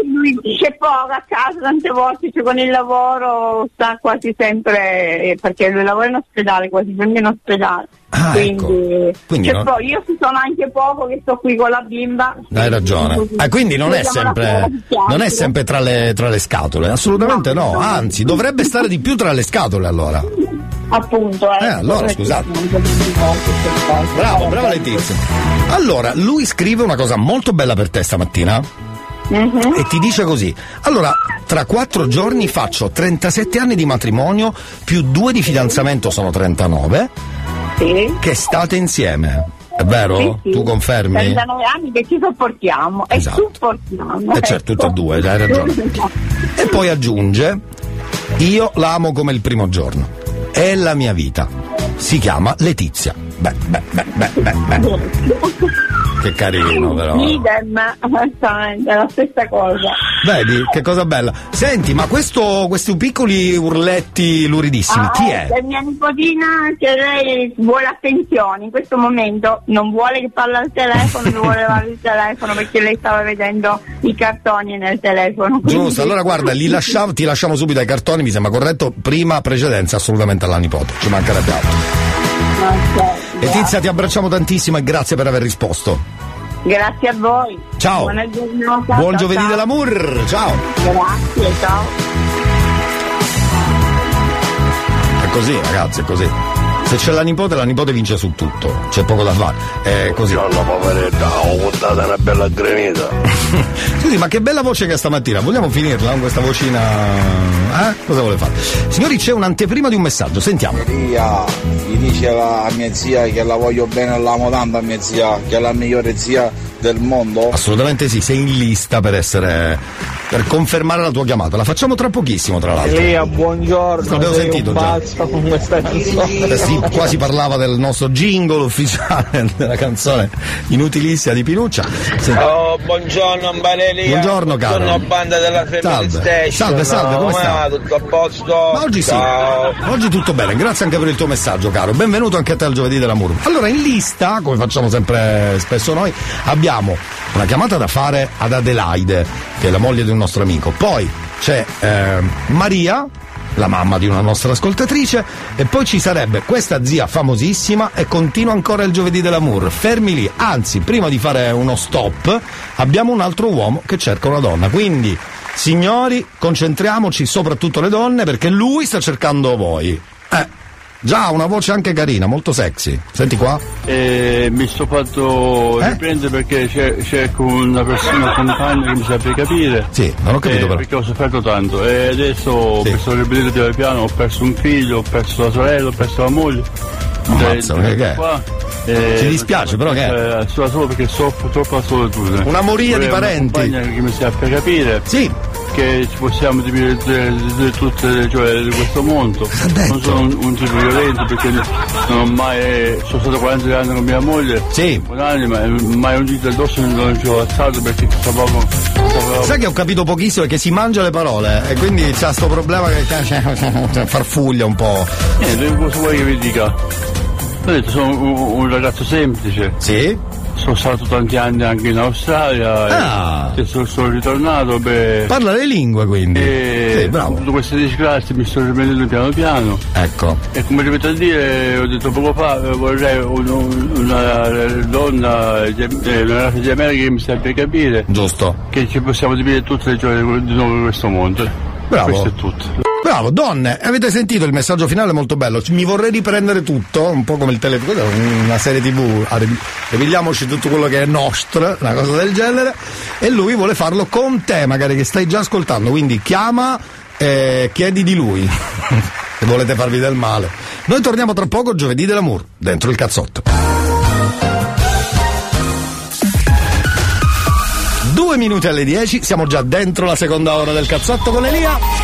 lui c'è poco a casa, tante volte con il lavoro sta quasi sempre, perché lui lavora in ospedale, quasi sempre in ospedale. Quindi non... poi io ci sono anche poco che sto qui con la bimba. Hai ragione. Quindi non è sempre tra le scatole, assolutamente no, anzi dovrebbe stare di più tra le scatole allora. Appunto, allora scusate. Brava Letizia. Allora, lui scrive una cosa molto bella per te stamattina. E ti dice così: allora, tra 4 giorni faccio 37 anni di matrimonio più 2 di fidanzamento, sono 39. Sì. Che state insieme, è vero? Sì. Tu confermi? 39 anni che ci sopportiamo, esatto. E supportiamo. Certo, tutte e due, hai ragione. E poi aggiunge: io la amo come il primo giorno, è la mia vita, si chiama Letizia. Beh. Che carino, però. Idem, esattamente, la stessa cosa. Vedi, che cosa bella. Senti, ma questi piccoli urletti luridissimi, chi è? È mia nipotina, che lei vuole attenzione. In questo momento non vuole che parli al telefono, non vuole levare il telefono perché lei stava vedendo i cartoni nel telefono. Quindi... Giusto, allora guarda, ti lasciamo subito ai cartoni, mi sembra corretto, prima precedenza assolutamente alla nipote, ci mancherebbe altro. Letizia, ti abbracciamo tantissimo e grazie per aver risposto. Grazie a voi. Ciao. Buona giornata. Buon giovedì dell'amour. Ciao. Grazie, ciao. È così, ragazzi, è così. Se c'è la nipote vince su tutto, c'è poco da fare. È così. Buongiorno, poveretta, ho buttato una bella gremita. Scusi, ma che bella voce che è stamattina. Vogliamo finirla con questa vocina? Cosa vuole fare? Signori, c'è un'anteprima di un messaggio, sentiamo. Gli dice la mia zia che la voglio bene e l'amo tanto a mia zia, che è la migliore zia del mondo? Assolutamente sì, sei in lista per confermare la tua chiamata. La facciamo tra pochissimo, tra l'altro. Elia, buongiorno. L'abbiamo sentito già. Con questa canzone. Sì, qua si parlava del nostro jingle ufficiale della canzone inutilissima di Pinuccia. Oh, buongiorno Valeria. Buongiorno caro. Sono banda della Family Station. Salve, come sta? Tutto a posto? Ma oggi ciao. Sì. Oggi tutto bene, grazie anche per il tuo messaggio, caro. Benvenuto anche a te al giovedì dell'amour. Allora, in lista, come facciamo sempre spesso noi, abbiamo una chiamata da fare ad Adelaide, che è la moglie di un nostro amico. Poi c'è Maria, la mamma di una nostra ascoltatrice, e poi ci sarebbe questa zia famosissima, e continua ancora il giovedì dell'amour. Fermi lì, anzi, prima di fare uno stop abbiamo un altro uomo che cerca una donna, quindi signori, concentriamoci, soprattutto le donne, perché lui sta cercando voi. Già, una voce anche carina, molto sexy. Senti qua. Mi sto fatto riprendere perché cerco una persona compagna che mi sappia capire. Sì, non ho capito però. Perché ho sofferto tanto e adesso ho perso le abilità piano piano, ho perso un figlio, ho perso la sorella, ho perso la moglie. Mazza, che è? Ci dispiace però che è? Solo perché soffro troppo la solitudine. Una moria di parenti. Una compagna che mi sappia capire. Sì. Che ci possiamo dividere tutte le gioie di questo mondo. Non sono un tipo violento perché non ho mai. Sono stato 40 anni con mia moglie. Sì. Con anni, ma mai un dito addosso non ci ho alzato perché stavamo. Sai che ho capito pochissimo, che si mangia le parole e quindi c'ha sto problema che farfuglia un po'. Cosa vuoi che vi dica? Ho detto, sono un ragazzo semplice. Sì. Sono stato tanti anni anche in Australia e sono ritornato. Parla le lingue quindi. Sì, bravo. Tutte queste disgrazie mi sto riprendendo piano piano. Ecco. E come ripeto a dire, ho detto poco fa, vorrei una donna, una razza di America che mi sappia capire. Giusto. Che ci possiamo dividere tutte le gioie di nuovo in questo mondo. Bravo. Questo è tutto. Bravo, donne, avete sentito il messaggio finale molto bello. Mi vorrei riprendere tutto, un po' come il telefono, una serie TV, ripigliamoci tutto quello che è nostro, una cosa del genere, e lui vuole farlo con te, magari che stai già ascoltando, quindi chiama e chiedi di lui se volete farvi del male. Noi torniamo tra poco, giovedì dell'amour, dentro il cazzotto. 2 minuti alle 10, siamo già dentro la seconda ora del cazzotto con Elia.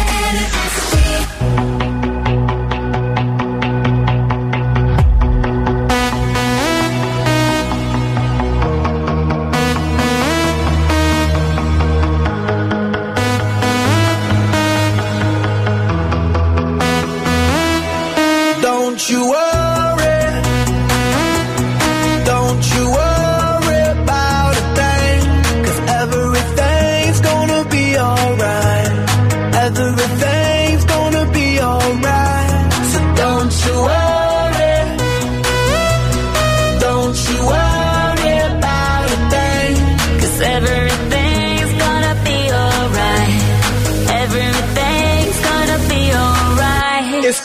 Be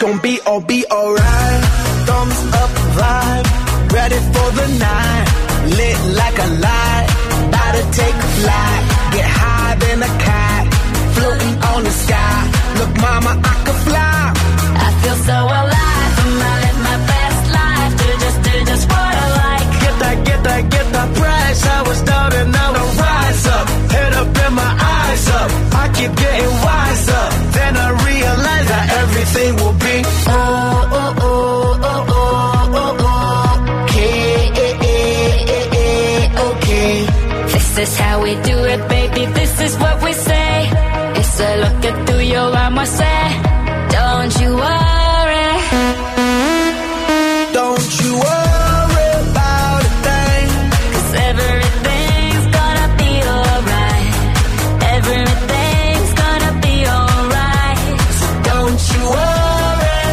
gonna be alright. Thumbs up vibe, ready for the night. Lit like a light, about to take a flight. Get higher than a kite, floating on the sky. Look mama, I can fly. I feel so alive, I'm living my best life. Do just what I like. Get that price. I was down and now I rise up. Head up and my eyes up. I keep getting wiser. Then I realize that everything will be okay. This is how we do it, baby. This is what we say. It's a look at through your arm, I say. Don't you worry. Don't you worry. Everything's gonna be alright. Everything's gonna be alright. So don't you worry.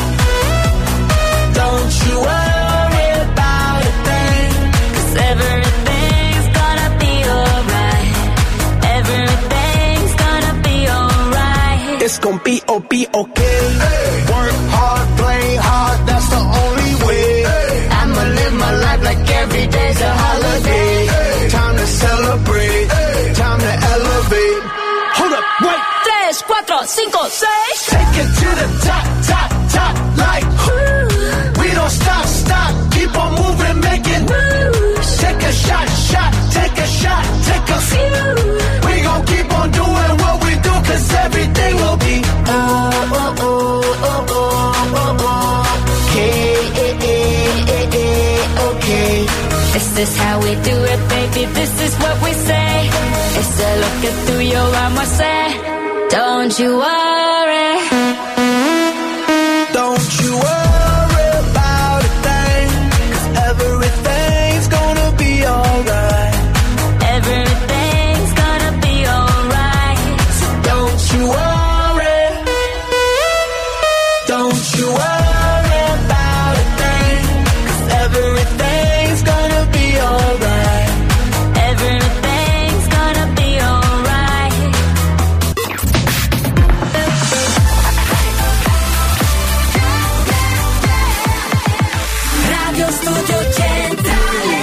Don't you worry about a thing. 'Cause everything's gonna be alright. Everything's gonna be alright. It's gonna be okay. Hey. Work hard, play hard, that's the only way. Hey. I'ma live my life like every day's a holiday. Hey. Time to celebrate, hey. Time to elevate. Hold up, wait. 3, 4, 5, 6. Take it to the top, like we don't stop. Keep on moving, making moves. Take a shot, take a shot, take a few. We gon' keep on doing what we do, 'cause everything will be okay. This is how we do it, baby. This is what we say. It's a look at through your arm, I say. Don't you worry. Don't you worry about a thing, 'cause everything's gonna be alright. Everything's gonna be alright. So don't you worry. Don't you worry about a thing, 'cause everything's gonna be alright. Everything's gonna be alright. Radio Studio Centrale.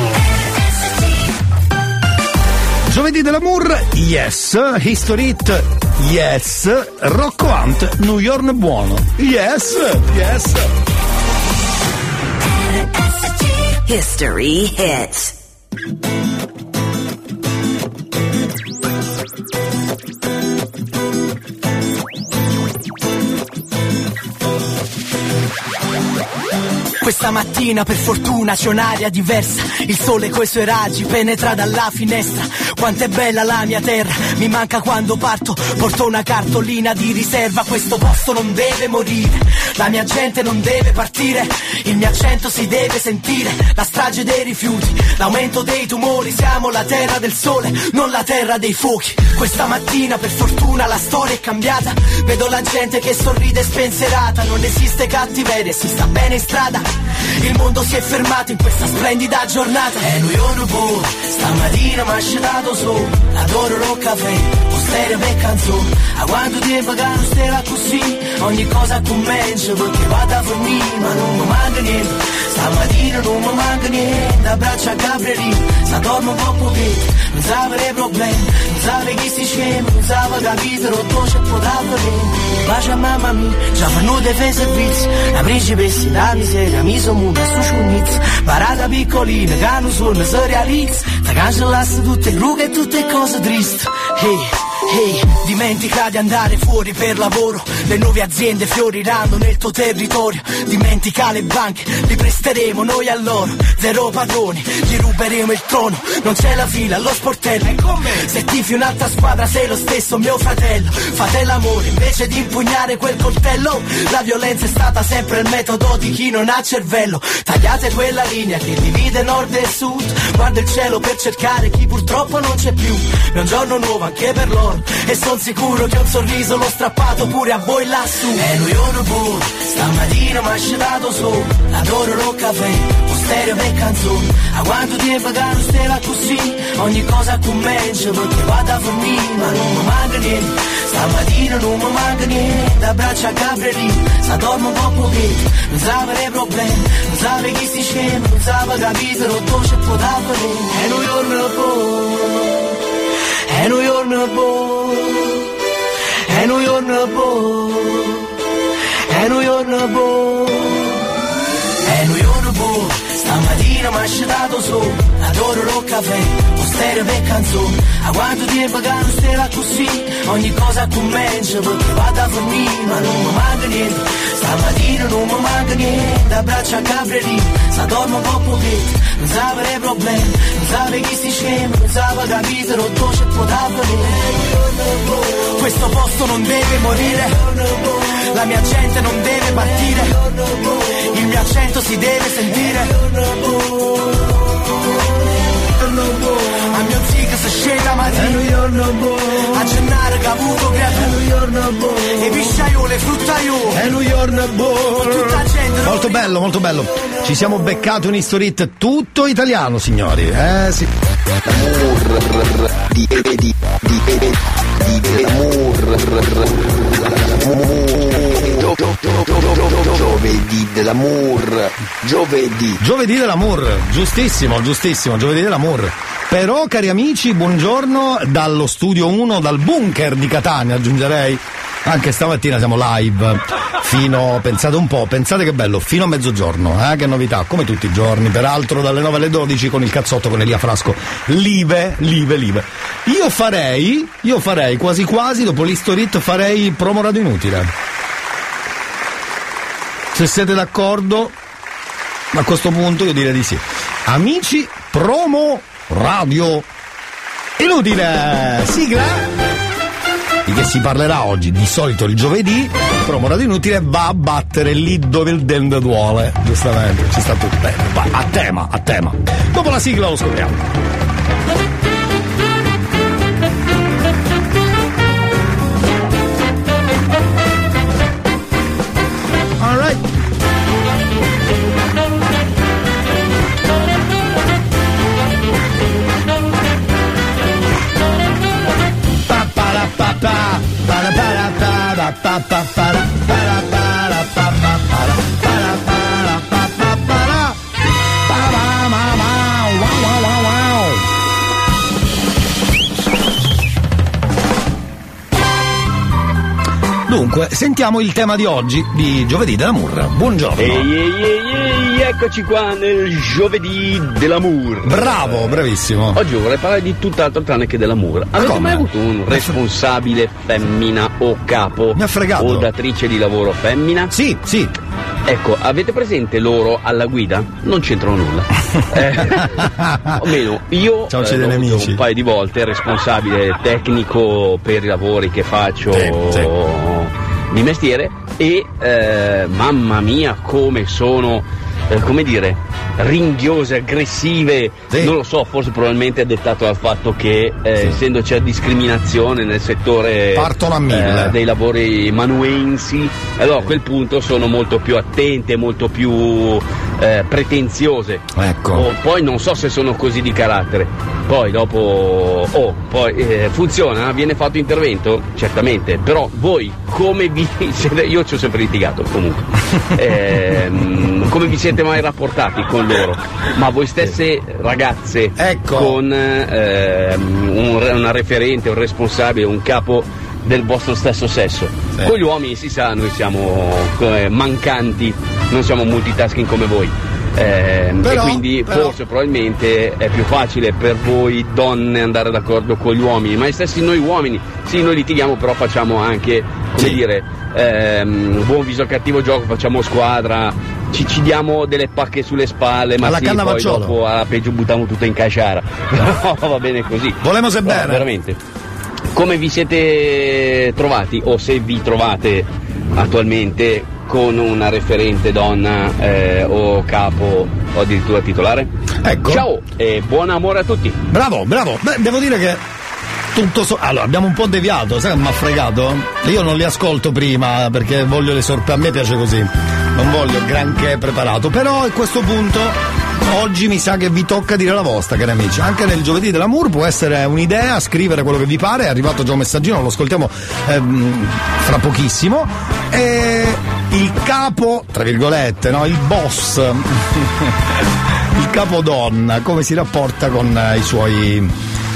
Giovedì dell'amour, yes. History Hit, yes. Rocco Hunt, New York buono, yes. History Hits. Questa mattina per fortuna c'è un'aria diversa. Il sole coi suoi raggi penetra dalla finestra. Quanto è bella la mia terra, mi manca quando parto. Porto una cartolina di riserva. Questo posto non deve morire, la mia gente non deve partire. Il mio accento si deve sentire. La strage dei rifiuti, l'aumento dei tumori. Siamo la terra del sole, non la terra dei fuochi. Questa mattina per fortuna la storia è cambiata. Vedo la gente che sorride spensierata. Non esiste cattiveria, si sta bene in strada. Il mondo si è fermato in questa splendida giornata. E noi non può, stamattina m'ha scedato su. Adoro lo caffè, o stereo per canzone. A quanto tempo che non stava così. Ogni cosa comincia perché vado a dormire. Ma non mi manca niente, stamattina non mi manca niente. Abbraccio a Gabrielino, sta dormo un po' pochino. Non sapere i problemi, non sapere chi si scema. Non sapere capire, rotto c'è poteva venire. Bacia a mamma mia, già fanno dei fai servizi. La principessa da miseria, mi sono muta su sciunizza. Parata piccolina, che non sono si realizza. Da cancellasse tutte rughe e tutte cose tristi. Hey, dimentica di andare fuori per lavoro. Le nuove aziende fioriranno nel tuo territorio. Dimentica le banche, li presteremo noi a loro. Zero padroni, gli ruberemo il trono. Non c'è la fila allo sportello. Se tifi un'altra squadra sei lo stesso mio fratello. Fate l'amore invece di impugnare quel coltello. La violenza è stata sempre il metodo di chi non ha cervello. Tagliate quella linea che divide nord e sud. Guarda il cielo per cercare chi purtroppo non c'è più. È un giorno nuovo anche per loro. E son sicuro che un sorriso l'ho strappato pure a voi lassù. E lui io non può, stamattina m'ha scedato su. Adoro lo caffè, o stereo per canzone. A quanto tempo che non stava così. ogni cosa commence perché vado a dormire ma non mi manca niente, stamattina non mi manca niente, abbraccia a Gabriele, sta dormo un po' pochino, non sapere problemi, non sapere chi sti scemi, non sapere capire rotto c'è può da venire, e New York no boh, e New York no boh, e New York no boh, e New York no boh, e New York no boh, stamattina mi ha asciugato su, adoro lo caffè, lo stereo per canzone, a quanto tempo che non stava così, ogni cosa commence perché vado a dormire ma non mi manca niente, stamattina non mi manca niente, abbraccia a Gabriele, sta dormo un po' pochino, non sapere problemi, non sapere chi sti scemi, non sapere capire rotto c'è può da venire, questo posto non deve morire, la mia gente non deve partire, il mio accento si deve sentire, a mio zio che si scende la mattina, a Gennaro che ha avuto creatura, e pisciaiole, fruttaiole, tutta gente. Molto bello, molto bello. Ci siamo beccati un history hit tutto italiano, signori. Sì. Giovedì dell'amour, giustissimo, giovedì dell'amour. Però, cari amici, buongiorno dallo studio 1, dal bunker di Catania, aggiungerei. Anche stamattina siamo live fino, pensate un po', pensate che bello, fino a mezzogiorno, che novità, come tutti i giorni, peraltro dalle 9 alle 12 con il cazzotto con Elia Frasco, live. Io farei quasi quasi, dopo l'history hit, farei promo radio inutile. Se siete d'accordo, a questo punto io direi di sì. Amici, promo radio inutile, sigla. Di che si parlerà oggi? Di solito il giovedì, promo radio inutile va a battere lì dove il dente duole, giustamente, ci sta tutto bene, va a tema. Dopo la sigla lo scopriamo. Dunque, sentiamo il tema di oggi, di giovedì dell'amour. Buongiorno. Ehi, eccoci qua nel giovedì dell'amour. Bravo, bravissimo. Oggi vorrei parlare di tutt'altro tranne che dell'amour. Avete mai avuto un responsabile femmina o capo? Mi ha fregato. O datrice di lavoro femmina? Sì. Ecco, avete presente loro alla guida? Non c'entrano nulla. O meno, io ho avuto un paio di volte responsabile tecnico per i lavori che faccio di mestiere e mamma mia come sono, come dire, ringhiose, aggressive, non lo so, forse probabilmente è dettato dal fatto che essendoci a discriminazione nel settore partono a mille dei lavori manuensi, allora a quel punto sono molto più attente, molto più pretenziose. Ecco. Poi non so se sono così di carattere. Poi dopo funziona, viene fatto intervento? Certamente, però voi come vi siete, io ci ho sempre litigato comunque, come vi siete mai rapportati con loro? Ma voi stesse ragazze, con una referente, un responsabile, un capo del vostro stesso sesso? Con gli uomini si sa, noi siamo mancanti, non siamo multitasking come voi. E quindi forse probabilmente è più facile per voi donne andare d'accordo con gli uomini, ma stessi noi uomini, sì, noi litighiamo, però facciamo anche, come dire, buon viso cattivo gioco, facciamo squadra, ci diamo delle pacche sulle spalle, ma sì, poi dopo a peggio buttiamo tutto in caciara. No, va bene così. Volemo se bene. Veramente. Come vi siete trovati, o se vi trovate attualmente con una referente donna o capo o addirittura titolare? Ecco. Ciao e buon amore a tutti. Bravo. Beh, devo dire che allora abbiamo un po' deviato, sai che mi ha fregato? Io non li ascolto prima perché voglio le sorprese, a me piace così, non voglio granché preparato, però a questo punto oggi mi sa che vi tocca dire la vostra, cari amici. Anche nel giovedì dell'amour può essere un'idea, scrivere quello che vi pare. È arrivato già un messaggino, lo ascoltiamo fra pochissimo. E il capo, tra virgolette, no? Il boss, il capodonna, come si rapporta con i suoi...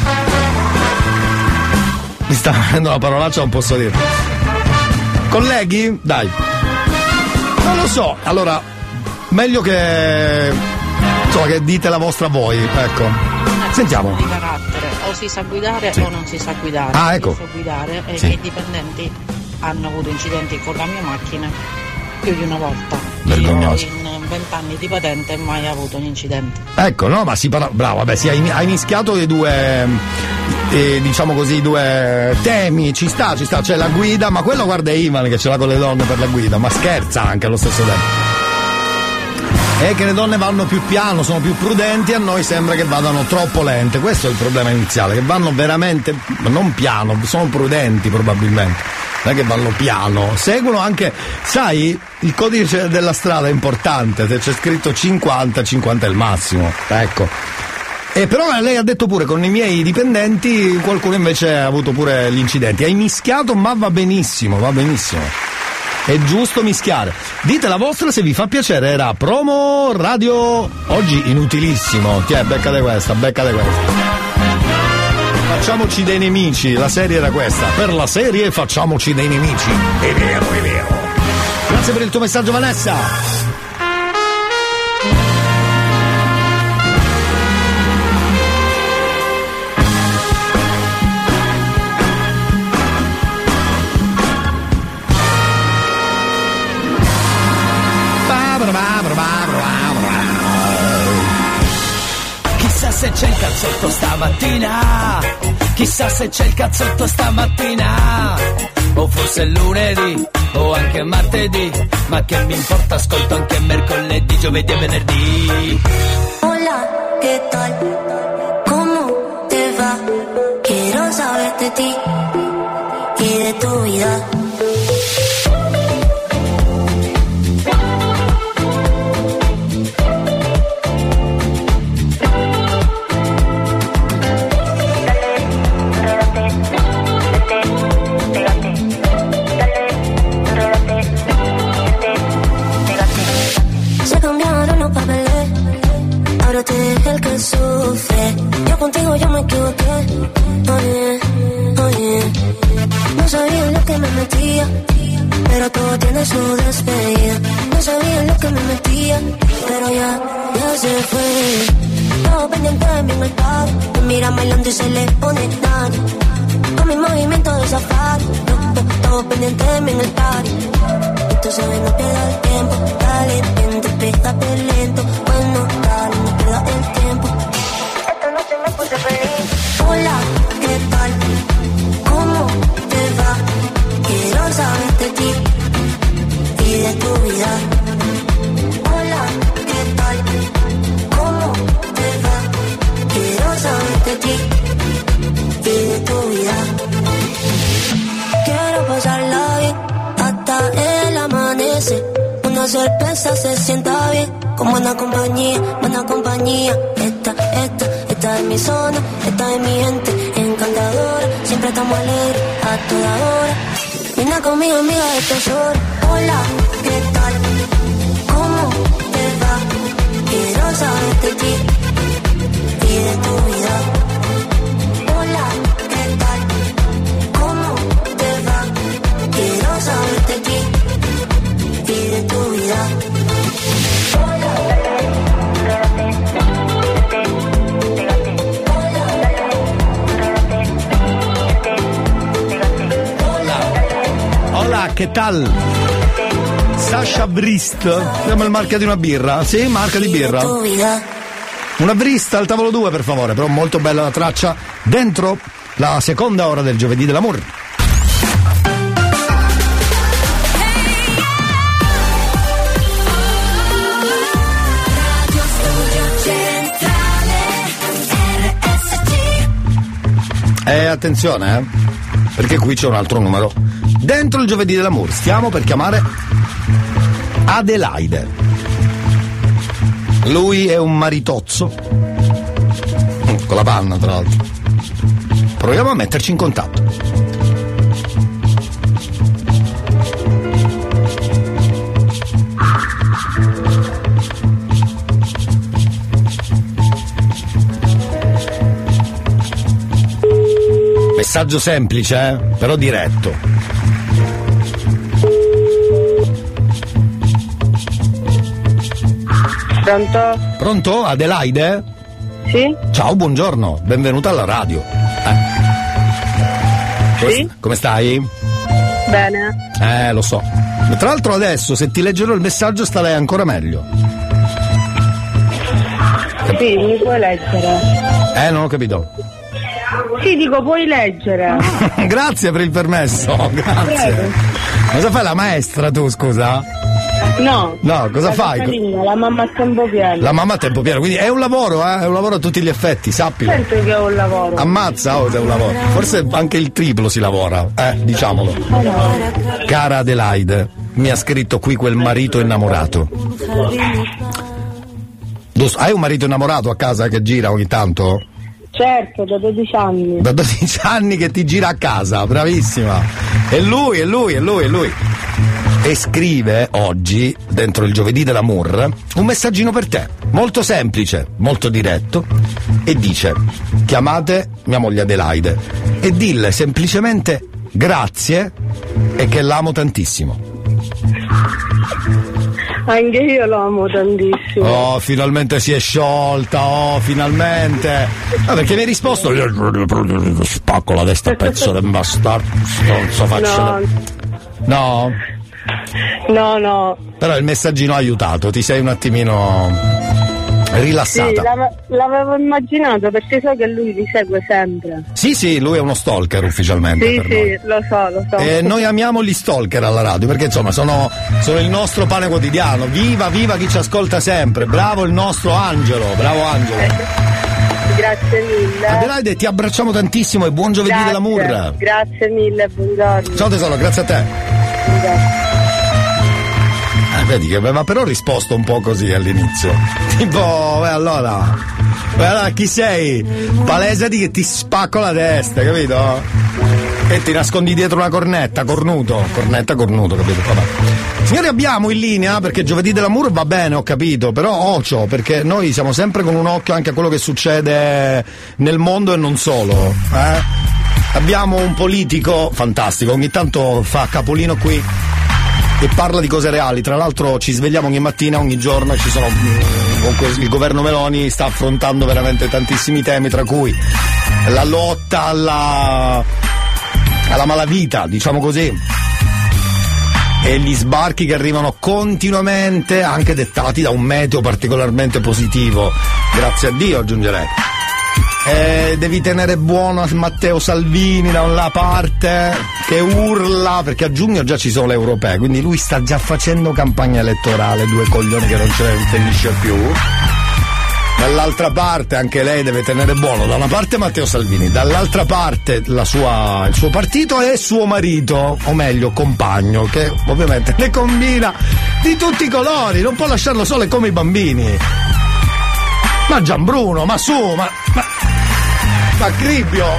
Mi sta venendo una parolaccia, non posso dire. Colleghi? Dai. Non lo so. Allora, meglio che... insomma, che dite la vostra voi, ecco. Sentiamo. Di carattere, o si sa guidare o non si sa guidare. Ah, ecco. Si sa guidare e Sì. i dipendenti hanno avuto incidenti con la mia macchina più di una volta. Vergognoso. Io in 20 anni di patente mai avuto un incidente. Ecco, no, ma si parla. Bravo, vabbè, sì, hai mischiato i due. Diciamo così, i due temi, ci sta, c'è la guida, ma quello guarda Ivan che ce l'ha con le donne per la guida, ma scherza anche allo stesso tempo. È che le donne vanno più piano, sono più prudenti, a noi sembra che vadano troppo lente, questo è il problema iniziale, che vanno veramente, non piano, sono prudenti probabilmente, non è che vanno piano, seguono anche, sai, il codice della strada è importante, se c'è scritto 50 è il massimo, ecco. E però lei ha detto pure con i miei dipendenti qualcuno invece ha avuto pure gli incidenti. Hai mischiato, ma va benissimo. È giusto mischiare. Dite la vostra se vi fa piacere. Era promo radio oggi inutilissimo. Beccate questa. Facciamoci dei nemici. La serie era questa. Per la serie facciamoci dei nemici. È vero. Grazie per il tuo messaggio, Vanessa. Chissà se c'è il cazzotto stamattina, chissà se c'è il cazzotto stamattina, o forse lunedì o anche martedì, ma che mi importa, ascolto anche mercoledì, giovedì e venerdì. Hola, ¿qué tal? ¿Cómo te va? Quiero saber de ti y de tu vida. Ahora te deja el que sufre. Yo contigo yo me equivoqué. Oye. No sabía lo que me metía, pero todo tiene su despedida. No sabía lo que me metía, pero ya se fue. Todo pendiente de mí en el party. Me mira bailando y se le pone daño. Con mi movimiento de safari. Todo pendiente de mí en el party. Esto se ve, no pierda el tiempo. Dale, vente, pégate lento. Bueno, dale, no pierda el tiempo. Esta noche me puse feliz. Hola, ¿qué tal? ¿Cómo te va? Quiero saber de ti y de tu vida. Hola, ¿qué tal? ¿Cómo te va? Quiero saber de ti y de tu vida. Quiero pasarla bien hasta el amanecer. Una sorpresa se sienta bien, con buena compañía. Esta es mi zona, esta es mi gente encantadora. Siempre estamos alegres a toda hora. Vine conmigo, amiga de tesoro. Hola, ¿qué tal? ¿Cómo te va? Quiero saber de ti y de tu vida. Hola, ¿qué tal? ¿Cómo te va? Quiero saber de ti y de tu vida. Hola, che tal? Sasha Brist, sembra il marchio di una birra. Sì, marca di birra. Una Brist al tavolo 2 per favore, però molto bella la traccia dentro la seconda ora del giovedì dell'amore. Attenzione, perché qui c'è un altro numero. Dentro il giovedì dell'amore stiamo per chiamare Adelaide. Lui è un maritozzo, con la panna tra l'altro. Proviamo a metterci in contatto. Messaggio semplice, però diretto. Pronto? Pronto? Adelaide? Sì? Ciao, buongiorno, benvenuta alla radio. Sì? Come stai? Bene. Lo so. Tra l'altro adesso, se ti leggerò il messaggio, starei ancora meglio. Sì, mi puoi leggere. Non ho capito. Sì, dico, puoi leggere. Grazie per il permesso, grazie. Prego. Cosa fai, la maestra tu, scusa? No. No, cosa fai? La mamma a tempo pieno. La mamma a tempo pieno, quindi è un lavoro, è un lavoro a tutti gli effetti, sappilo. Sento che è un lavoro. Ammazza, se è un lavoro. Forse anche il triplo si lavora, diciamolo. Cara Adelaide, mi ha scritto qui quel marito innamorato. Hai un marito innamorato a casa che gira ogni tanto? Certo, da 12 anni. Da 12 anni che ti gira a casa, bravissima. E lui. E scrive oggi, dentro il giovedì dell'amour, un messaggino per te, molto semplice, molto diretto, e dice: chiamate mia moglie Adelaide e dille semplicemente grazie e che l'amo tantissimo. Anche io lo amo tantissimo. Oh, finalmente si è sciolta, finalmente. Perché mi hai risposto: spacco la testa a pezzo del bastardo, stronzo faccio. No? No. Però il messaggino ha aiutato, ti sei un attimino rilassata. Sì, l'avevo immaginato perché so che lui li segue sempre. Sì, lui è uno stalker ufficialmente. Sì, lo so. E noi amiamo gli stalker alla radio perché insomma sono il nostro pane quotidiano. Viva chi ci ascolta sempre. Bravo il nostro Angelo, bravo Angelo. Grazie mille. Adelaide, ti abbracciamo tantissimo e buon giovedì dell'amour. Grazie mille, buongiorno. Ciao tesoro, grazie a te. Vedi che aveva però risposto un po' così all'inizio. Tipo, allora chi sei? Palesati che ti spacco la testa, capito? E ti nascondi dietro una cornetta, cornuto, capito? Vabbè. Signori, abbiamo in linea, perché giovedì dell'amour va bene, ho capito, però ocio, perché noi siamo sempre con un occhio anche a quello che succede nel mondo e non solo, Abbiamo un politico fantastico, ogni tanto fa capolino qui e parla di cose reali. Tra l'altro ci svegliamo ogni mattina, ogni giorno, ci sono il governo Meloni sta affrontando veramente tantissimi temi, tra cui la lotta alla malavita, diciamo così, e gli sbarchi che arrivano continuamente, anche dettati da un meteo particolarmente positivo, grazie a Dio aggiungerei. Devi tenere buono Matteo Salvini da una parte che urla, perché a giugno già ci sono le europee, quindi lui sta già facendo campagna elettorale, due coglioni che non ce ne finisce più. Dall'altra parte anche lei deve tenere buono, da una parte Matteo Salvini, dall'altra parte il suo partito e suo marito, o meglio compagno, che ovviamente ne combina di tutti i colori, non può lasciarlo solo, è come i bambini. Ma Gianbruno, ma su, ma Cribio,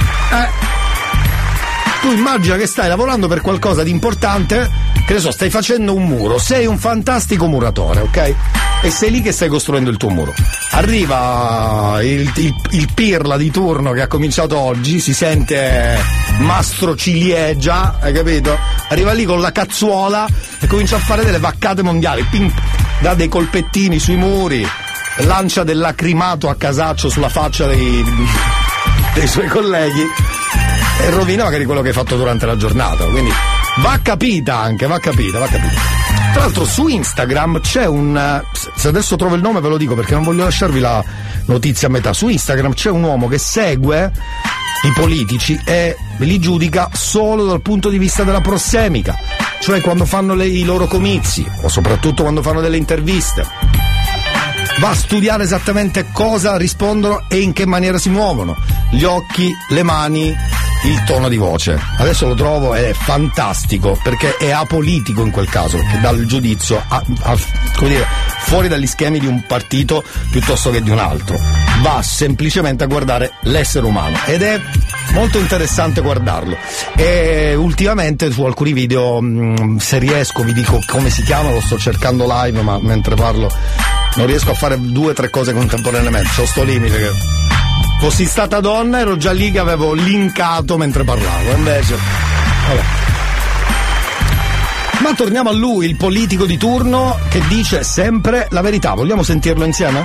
tu immagina che stai lavorando per qualcosa di importante, che ne so, stai facendo un muro, sei un fantastico muratore, ok? E sei lì che stai costruendo il tuo muro. Arriva il pirla di turno che ha cominciato oggi, si sente mastro ciliegia, hai capito? Arriva lì con la cazzuola e comincia a fare delle vaccate mondiali, ping, dà dei colpettini sui muri, lancia del lacrimato a casaccio sulla faccia dei suoi colleghi e rovina magari quello che hai fatto durante la giornata, quindi va capita. Tra l'altro su Instagram c'è se adesso trovo il nome ve lo dico perché non voglio lasciarvi la notizia a metà. Su Instagram c'è un uomo che segue i politici e li giudica solo dal punto di vista della prossemica, cioè quando fanno i loro comizi o soprattutto quando fanno delle interviste. Va a studiare esattamente cosa rispondono e in che maniera si muovono, gli occhi, le mani, il tono di voce. Adesso lo trovo ed è fantastico perché è apolitico in quel caso, che dà il giudizio come dire, fuori dagli schemi di un partito piuttosto che di un altro. Va semplicemente a guardare l'essere umano ed è molto interessante guardarlo. E ultimamente su alcuni video, se riesco vi dico come si chiama, lo sto cercando live, ma mentre parlo non riesco a fare 2 o 3 cose contemporaneamente, c'ho sto limite che fossi stata donna ero già lì che avevo linkato mentre parlavo, invece vabbè. Ma torniamo a lui, il politico di turno che dice sempre la verità. Vogliamo sentirlo insieme?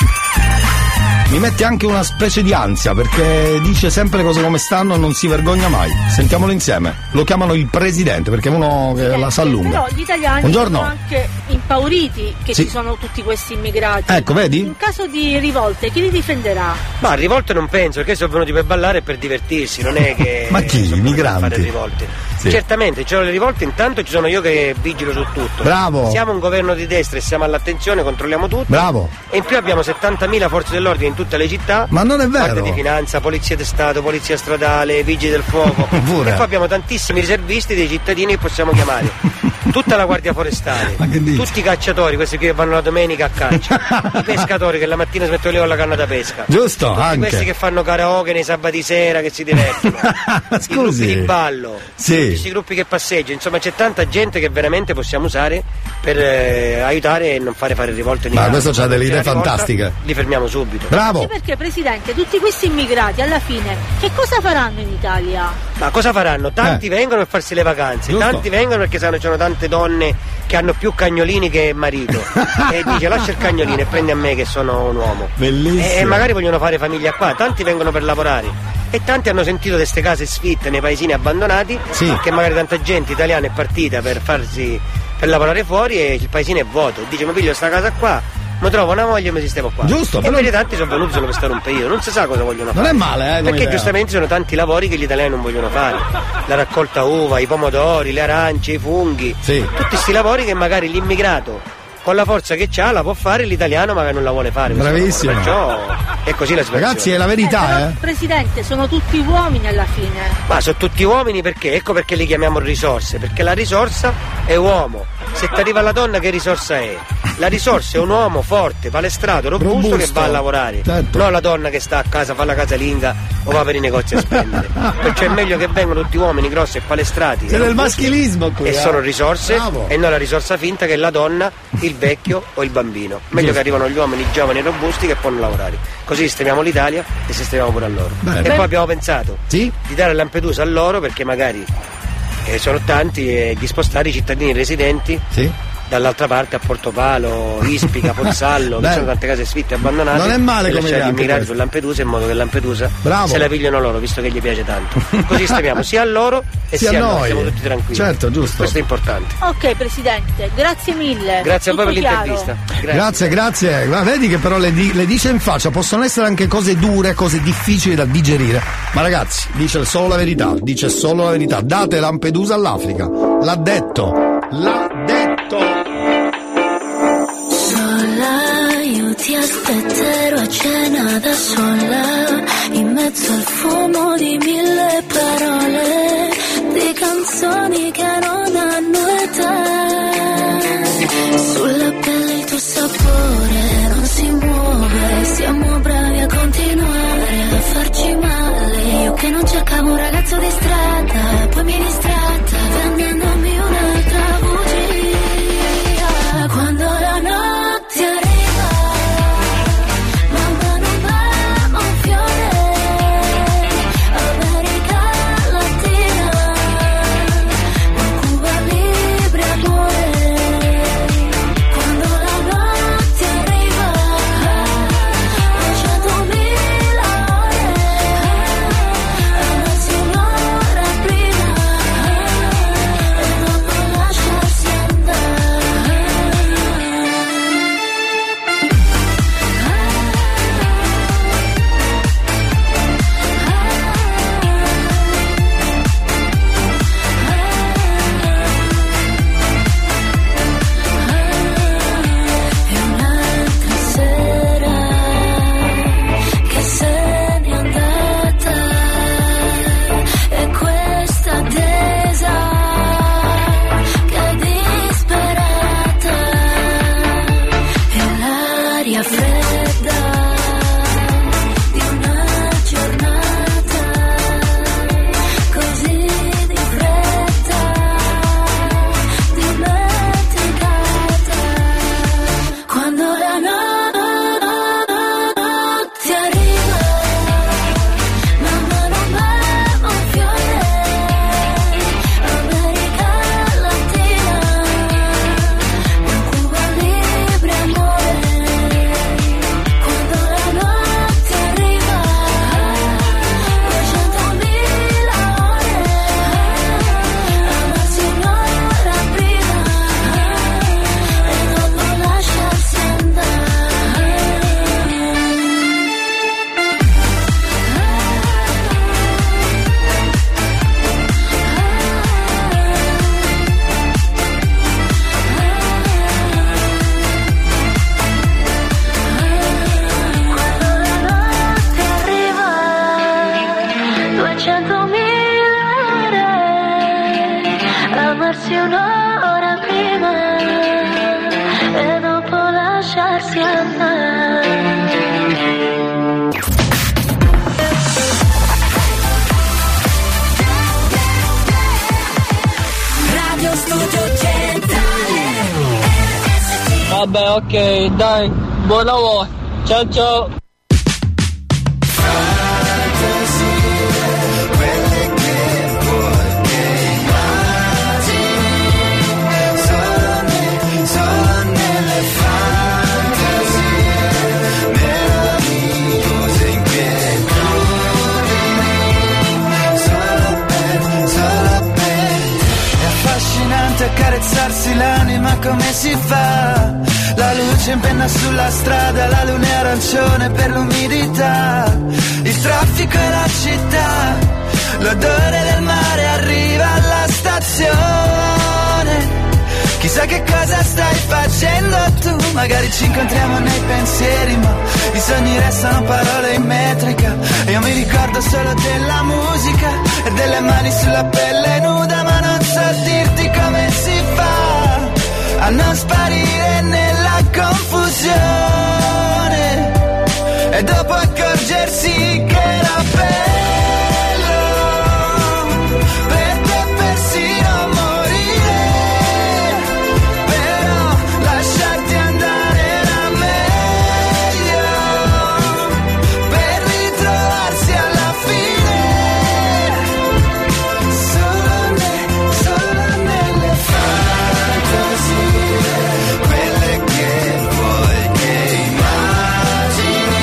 Mi mette anche una specie di ansia perché dice sempre le cose come stanno e non si vergogna mai. Sentiamolo insieme. Lo chiamano il presidente perché è uno che la sa lunga. Però gli italiani Buongiorno. sono anche impauriti che Sì. ci sono tutti questi immigrati. Ecco, vedi? In caso di rivolte, chi li difenderà? Ma rivolte non penso, perché sono venuti per ballare e per divertirsi, non è che Ma chi? sono I venuti per migranti? fare rivolte. Sì. Certamente, ci sono le rivolte, intanto ci sono io che vigilo su tutto. Bravo. Siamo un governo di destra e siamo all'attenzione, controlliamo tutto. Bravo. E in più abbiamo 70.000 forze dell'ordine in tutte le città. Ma non è vero. Guardia di finanza, polizia di stato, polizia stradale, vigili del fuoco. Pure. E poi abbiamo tantissimi riservisti dei cittadini che possiamo chiamare. Tutta la guardia forestale, tutti i cacciatori, questi qui che vanno la domenica a caccia, i pescatori che la mattina smettono lì con la canna da pesca. Giusto, tutti anche. questi che fanno karaoke nei sabati sera, che si divertono. I gruppi di ballo, Sì. tutti questi gruppi che passeggiano, insomma c'è tanta gente che veramente possiamo usare per aiutare e non fare rivolte. Ma questo c'ha delle idee fantastiche. Li fermiamo subito. Bravo. Sì, perché Presidente, tutti questi immigrati alla fine che cosa faranno in Italia? Ma cosa faranno? Tanti vengono per farsi le vacanze, Giusto. tanti vengono perché sanno c'erano tante donne che hanno più cagnolini che marito e dice lascia il cagnolino e prendi a me che sono un uomo. Bellissimo. E magari vogliono fare famiglia qua, tanti vengono per lavorare e tanti hanno sentito di queste case sfitte nei paesini abbandonati, Sì. che magari tanta gente italiana è partita per lavorare fuori e il paesino è vuoto, dice ma piglio sta casa qua, mi trovo una moglie e mi sistemo qua. Giusto, e però- invece tanti sono venuti solo per stare un periodo, non si sa cosa vogliono fare. Non è male, come Perché idea. giustamente sono tanti lavori che gli italiani non vogliono fare. La raccolta uva, i pomodori, le arance, i funghi. Sì. Tutti questi lavori che magari l'immigrato con la forza che ha la può fare, l'italiano magari non la vuole fare. Bravissimo. Perciò è così la situazione. Ragazzi, è la verità, Presidente, sono tutti uomini alla fine. Ma sono tutti uomini perché? Ecco perché li chiamiamo risorse, perché la risorsa è uomo. Se ti arriva la donna che risorsa è? La risorsa è un uomo forte, palestrato, robusto che va a lavorare. Certo. Non la donna che sta a casa, fa la casalinga o va per i negozi a spendere. Perciò è meglio che vengano tutti uomini grossi e palestrati. C'è e del robusti, maschilismo qui, e sono risorse Bravo. e non la risorsa finta che è la donna, il vecchio o il bambino. Meglio Giusto. che arrivano gli uomini giovani e robusti che possono lavorare. Così sistemiamo l'Italia e sistemiamo pure a loro. Bene. E Bene. poi abbiamo pensato di dare a Lampedusa a loro perché magari sono tanti e di spostare i cittadini residenti dall'altra parte a Portopalo, Ispica, Pozzallo, che Beh. sono tante case sfitte abbandonate. Non è male e come lasciare idea gli anche immigrati questo. su Lampedusa in modo che Lampedusa Bravo. se la pigliano loro, visto che gli piace tanto. Così stiamo sia a loro e Sia sia, a a noi. noi, siamo tutti tranquilli. Certo, giusto. Questo è importante. Ok Presidente, grazie mille. Grazie a voi per Tutto chiaro. l'intervista. Grazie. Ma vedi che però le dice in faccia, possono essere anche cose dure, cose difficili da digerire. Ma ragazzi, dice solo la verità, Date Lampedusa all'Africa. L'ha detto. Sola, io ti aspetterò a cena da sola, in mezzo al fumo di 1000 parole, di canzoni che non hanno età. Sulla pelle il tuo sapore non si muove, siamo bravi a continuare a farci male. Io che non cercavo un ragazzo di strada, poi mi distratta vendendomi un'altra bugia. Quando la notte arriva, mamma non va un fiore, America Latina, Cuba Libre amore. Quando la notte arriva, a 100.000 ore, amarsi un'ora prima. 100.000 ore, amarsi un'ora prima e dopo lasciarsi andare. Radio Studio Centrale. Vabbè, ok, dai, buon lavoro. Ciao ciao. Accarezzarsi l'anima come si fa? La luce in penna sulla strada, la luna è arancione per l'umidità. Il traffico e la città, l'odore del mare arriva alla stazione. Chissà che cosa stai facendo tu, magari ci incontriamo nei pensieri, ma i sogni restano parole in metrica. E io mi ricordo solo della musica e delle mani sulla pelle nuda, ma non so dirti come si fa a non sparire nella confusione e dopo accorgersi che era bello per te persino morire, però lasciarti andare era meglio per ritrovarsi alla fine solo nelle fantasie, quelle che vuoi che immagini,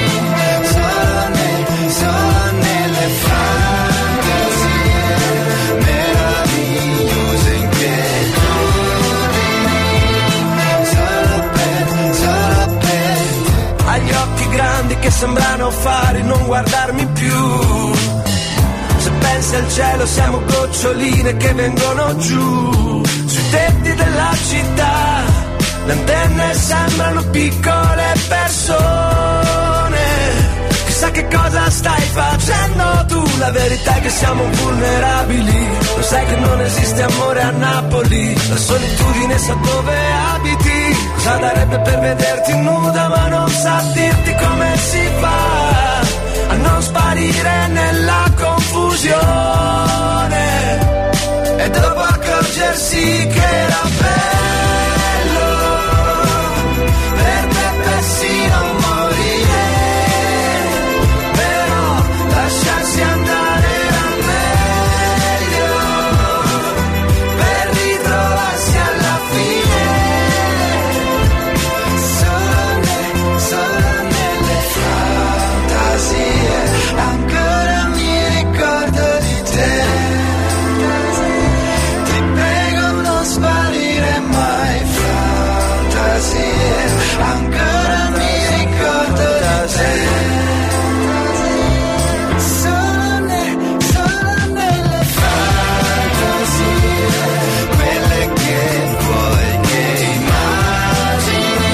solo nelle fantasie meravigliose, inquietudini, solo per te. Hai gli occhi grandi che sembrano fari, non guardarmi più. Se pensi al cielo siamo goccioline che vengono giù. Sui tetti della città le antenne sembrano piccole persone. Chissà che cosa stai facendo tu, la verità è che siamo vulnerabili. Lo sai che non esiste amore a Napoli, la solitudine sa dove abiti. Cosa darebbe per vederti nuda, ma non sa dirti come si fa a non sparire nella confusione e dopo accorgersi che era bello per te persino morire, però lasciarsi andare era meglio per ritrovarsi alla fine solo nelle fantasie. Ancora mi ricordo di te, ti prego non sparire mai, fantasie. Ancora mi ricordo di te, solo nelle fantasie, quelle che vuoi che immagini,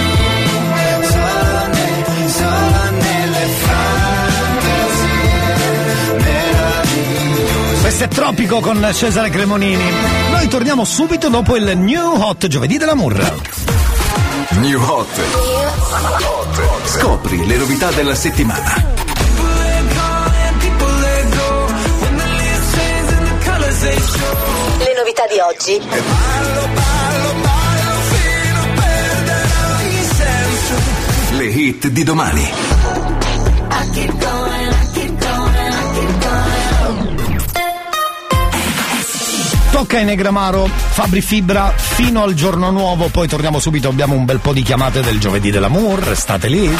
solo nelle fantasie meravigliose. Questo è Tropico con Cesare Cremonini. Noi torniamo subito dopo il New Hot giovedì dell'amour. New Hot. Scopri le novità della settimana. Le novità di oggi. Le hit di domani. Tocca in Negramaro, Fabri Fibra fino al giorno nuovo, poi torniamo subito, abbiamo un bel po' di chiamate del giovedì dell'amour, restate lì.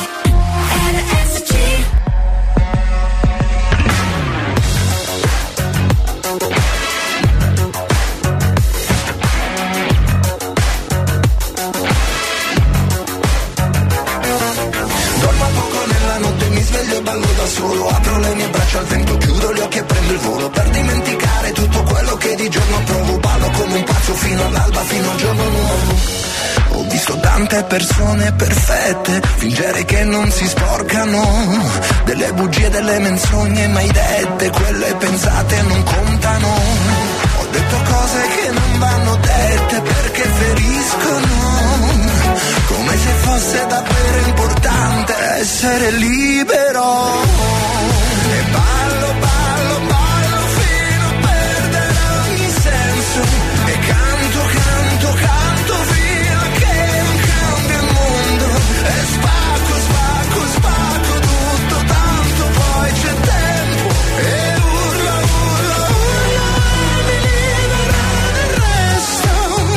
Dormo poco nella notte, mi sveglio e ballo da solo. Apro le mie braccia al vento, chiudo gli occhi e prendo il volo per dimenticare tutto quello che di giorno provo. Ballo come un pazzo fino all'alba, fino al giorno nuovo. Ho visto tanto tante persone perfette, fingere che non si sporcano, delle bugie, delle menzogne mai dette, quelle pensate non contano. Ho detto cose che non vanno dette perché feriscono, come se fosse davvero importante essere libero. E ballo, ballo, ballo fino a perdere ogni senso, e canto, canto, canto fino a che non cambia il mondo, e spacco, spacco, spacco tutto, tanto poi c'è tempo, e urla, urla, urla, mi libera del resto.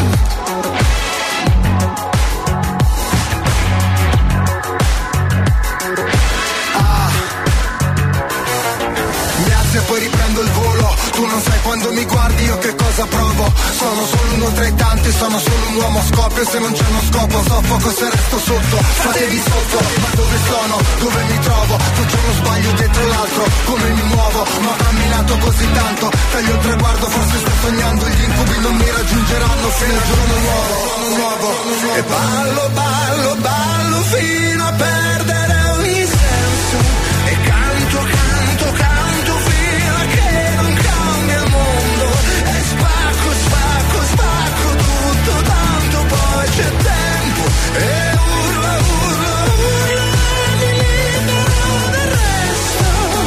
E poi riprendo il volo, tu non sai quando mi guardi io che cosa provo. Sono solo uno tra i tanti, sono solo un uomo a scoppio, se non c'è uno scopo soffoco se resto sotto. Fatevi sotto, ma dove sono, dove mi trovo? Faccio uno sbaglio dietro l'altro, come mi muovo? Ma ho camminato così tanto, taglio il traguardo, forse sto sognando, gli incubi non mi raggiungeranno fino al giorno nuovo. E ballo, ballo, ballo fino a perdere ogni senso, e canto, canto, canto fino a che non cambia il mondo, e spacco, spacco, spacco tutto, tanto poi c'è tempo, e urla, urla, urla, mi libero del resto,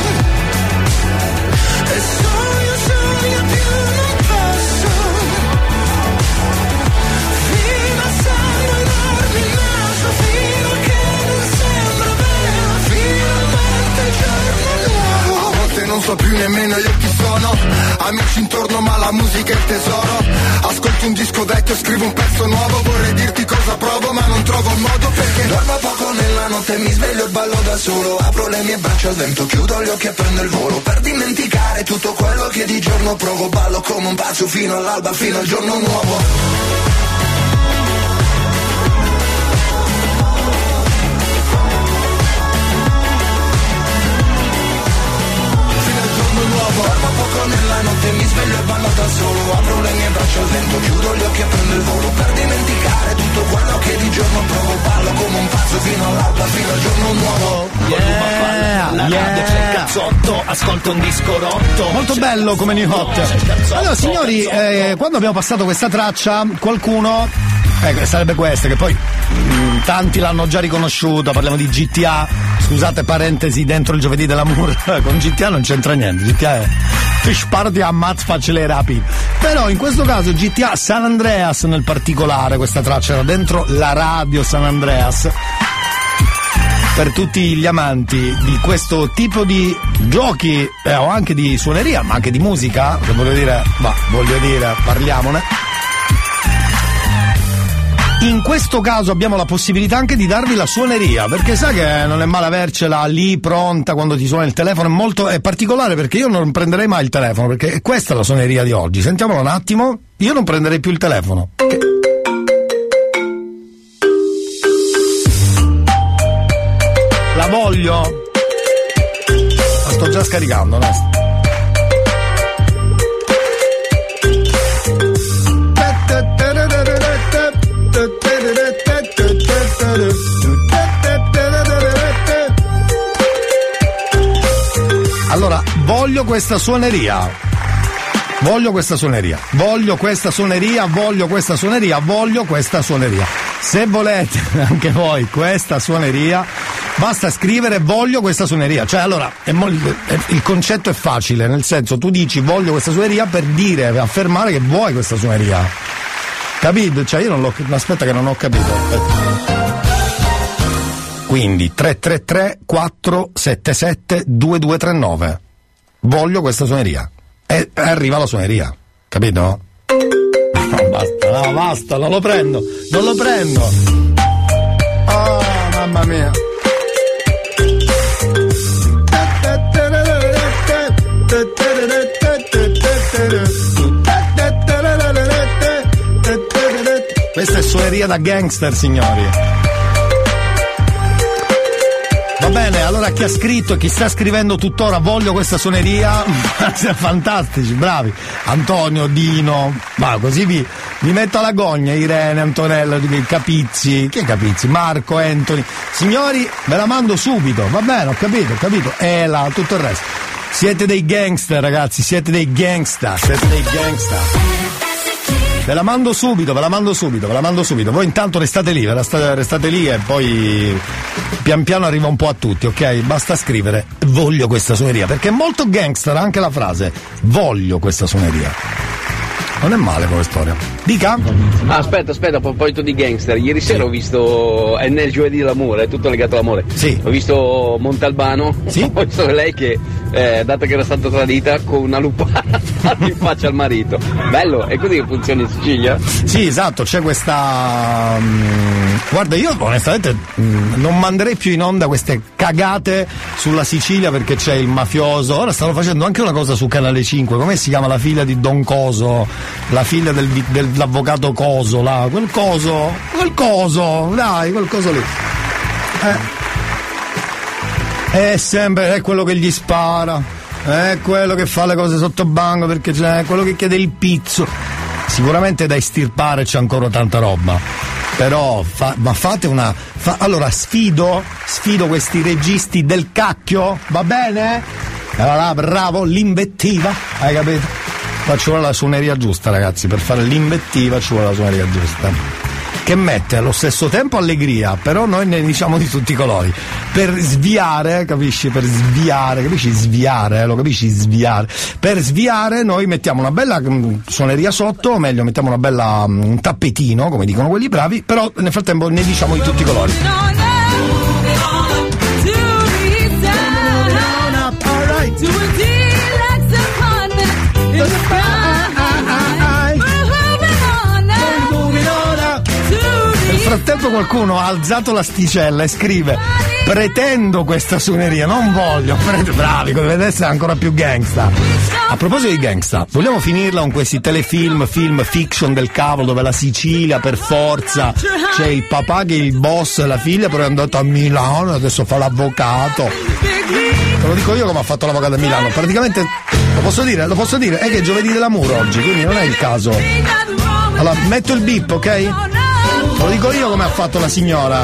e sogno, sogno più non posso, fino a sanguinarmi il naso, fino a che non sembra vero, finalmente il giorno nuovo. A volte non so più nemmeno io chi sono, amici intorno ma la musica è il tesoro. Ascolto un disco vecchio, scrivo un pezzo nuovo, vorrei dirti cosa provo ma non trovo un modo, perché dormo poco nella notte, mi sveglio e ballo da solo, apro le mie braccia al vento, chiudo gli occhi e prendo il volo, per dimenticare tutto quello che di giorno provo, ballo come un pazzo fino all'alba, fino al giorno nuovo. Dormo poco nella notte, mi sveglio e ballo da solo, apro le mie braccia al vento, chiudo gli occhi e prendo il volo, per dimenticare tutto quello che di giorno provo, ballo come un pazzo fino all'alba, fino al giorno nuovo. La radio c'è il cazzotto, ascolto un disco rotto. Molto bello come New Hot. Allora signori, quando abbiamo passato questa traccia, qualcuno, sarebbe questa, che poi tanti l'hanno già riconosciuta, parliamo di GTA, scusate parentesi dentro il giovedì dell'amore, con GTA non c'entra niente, GTA è Fish Party ammazza facile rapido, però in questo caso GTA San Andreas nel particolare, questa traccia era dentro la radio San Andreas, per tutti gli amanti di questo tipo di giochi o anche di suoneria, ma anche di musica, che voglio dire, parliamone. In questo caso abbiamo la possibilità anche di darvi la suoneria, perché sai che non è male avercela lì pronta quando ti suona il telefono, è particolare, perché io non prenderei mai il telefono, perché questa è la suoneria di oggi. Sentiamola un attimo, io non prenderei più il telefono. La voglio? La sto già scaricando, no? Allora, voglio questa suoneria. Se volete anche voi questa suoneria, basta scrivere voglio questa suoneria. Cioè, allora, il concetto è facile, nel senso, tu dici voglio questa suoneria per dire, per affermare che vuoi questa suoneria. Capito? Cioè, io non l'ho, aspetta che non ho capito. Quindi 333-477-2239. Voglio questa suoneria. E arriva la suoneria. Capito? Basta, non lo prendo. Oh, mamma mia. Questa è suoneria da gangster, signori. Va bene, allora chi ha scritto e chi sta scrivendo tuttora voglio questa suoneria, siete fantastici, bravi. Antonio, Dino, ma così vi metto alla gogna, Irene, Antonella, Capizzi, che Capizzi? Marco, Anthony. Signori, ve la mando subito, va bene, ho capito. Ela, tutto il resto. Siete dei gangster, ragazzi, siete dei gangster. Ve la mando subito. Voi intanto restate lì e poi pian piano arriva un po' a tutti, ok? Basta scrivere voglio questa suoneria, perché è molto gangster anche la frase voglio questa suoneria. Non è male come storia. Dica? Aspetta, a proposito di gangster, ieri sera ho visto, è nel giovedì dell'amore, è tutto legato all'amore. Sì. Ho visto Montalbano, sì. Ho visto lei che, data che era stata tradita, con una lupara fatta in faccia al marito. Bello, è così che funziona in Sicilia? Sì, esatto, c'è questa... Guarda, io onestamente non manderei più in onda queste cagate sulla Sicilia perché c'è il mafioso. Ora stanno facendo anche una cosa su Canale 5, come si chiama la figlia di Don Coso? La figlia dell'avvocato Coso, là, quel coso, dai, quel coso lì. È sempre, è quello che gli spara, è quello che fa le cose sotto banco perché c'è quello che chiede il pizzo. Sicuramente da estirpare c'è ancora tanta roba. Però fate una. Allora sfido questi registi del cacchio, va bene? Allora là, bravo, l'invettiva, hai capito? Ma ci vuole la suoneria giusta, ragazzi, per fare l'invettiva ci vuole la suoneria giusta. Che mette allo stesso tempo allegria, però noi ne diciamo di tutti i colori. Per sviare, capisci? Per sviare, capisci? Sviare, lo capisci? Sviare. Per sviare noi mettiamo una bella suoneria sotto, o meglio mettiamo una bella un tappetino, come dicono quelli bravi, però nel frattempo ne diciamo di tutti i colori. Nel frattempo qualcuno ha alzato l'asticella e scrive pretendo questa suoneria, non voglio, bravi, deve essere ancora più gangsta. A proposito di gangsta, vogliamo finirla con questi telefilm, fiction del cavolo dove la Sicilia per forza c'è il papà che è il boss e la figlia però è andato a Milano e adesso fa l'avvocato. Te lo dico io come ha fatto l'avvocato a Milano, praticamente lo posso dire, è che è giovedì dell'amore oggi, quindi non è il caso. Allora metto il bip, ok? Lo dico io come ha fatto la signora.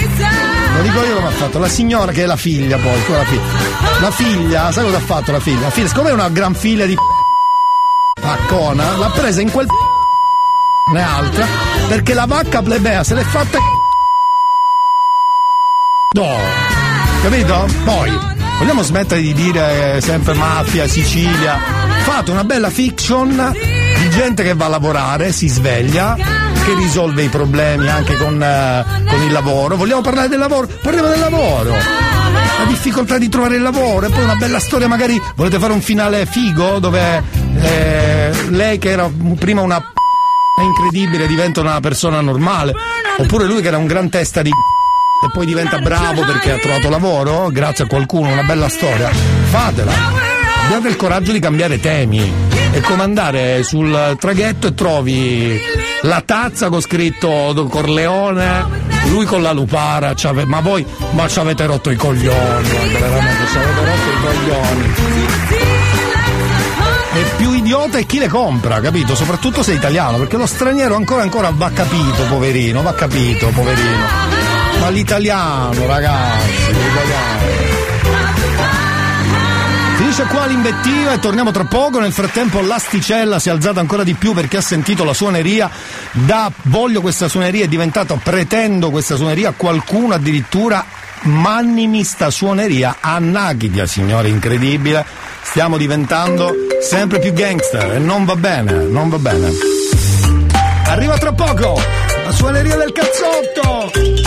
La signora che è la figlia poi. La figlia, sai cosa ha fatto la figlia? La figlia, siccome è una gran figlia di paccona, l'ha presa in quel ne altra, perché la vacca plebea se l'è fatta no, capito? Poi vogliamo smettere di dire sempre mafia, Sicilia. Fate una bella fiction di gente che va a lavorare, si sveglia, che risolve i problemi anche con il lavoro. Vogliamo parlare del lavoro? Parliamo del lavoro. La difficoltà di trovare il lavoro e poi una bella storia, magari volete fare un finale figo dove lei che era prima una incredibile diventa una persona normale, oppure lui che era un gran testa di e poi diventa bravo perché ha trovato lavoro grazie a qualcuno, una bella storia. Fatela, abbiate il coraggio di cambiare temi. È come andare sul traghetto e trovi la tazza con scritto Corleone, lui con la lupara, ma ci avete rotto i coglioni, veramente ci avete rotto i coglioni. E più idiota è chi le compra, capito? Soprattutto se è italiano, perché lo straniero ancora va capito, poverino. Ma l'italiano, ragazzi, l'italiano. Finisce qua l'invettiva e torniamo tra poco. Nel frattempo l'asticella si è alzata ancora di più perché ha sentito la suoneria. Da voglio questa suoneria è diventato pretendo questa suoneria. Qualcuno addirittura mannimi sta suoneria a Nachidia, signore, incredibile. Stiamo diventando sempre più gangster e non va bene. Arriva tra poco la suoneria del cazzotto.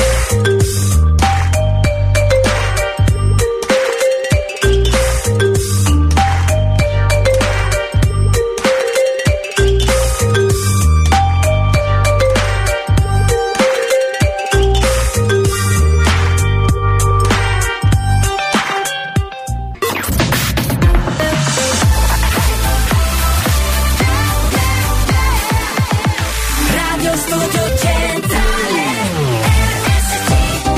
Radio Studio Centrale RSC.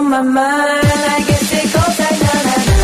my mind. I guess it goes like na na na.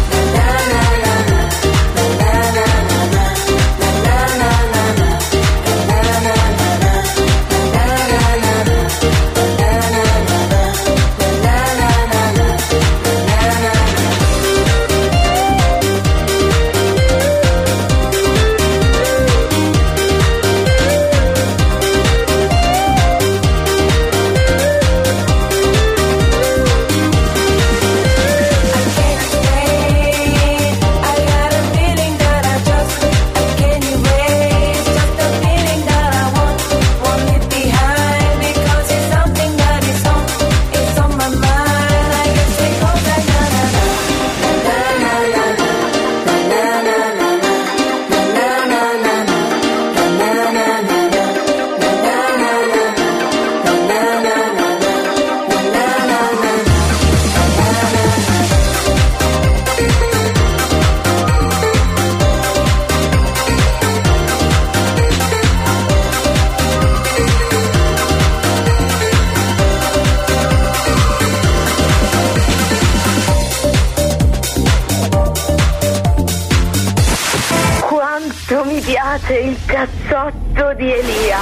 Mi piace il cazzotto di Elia.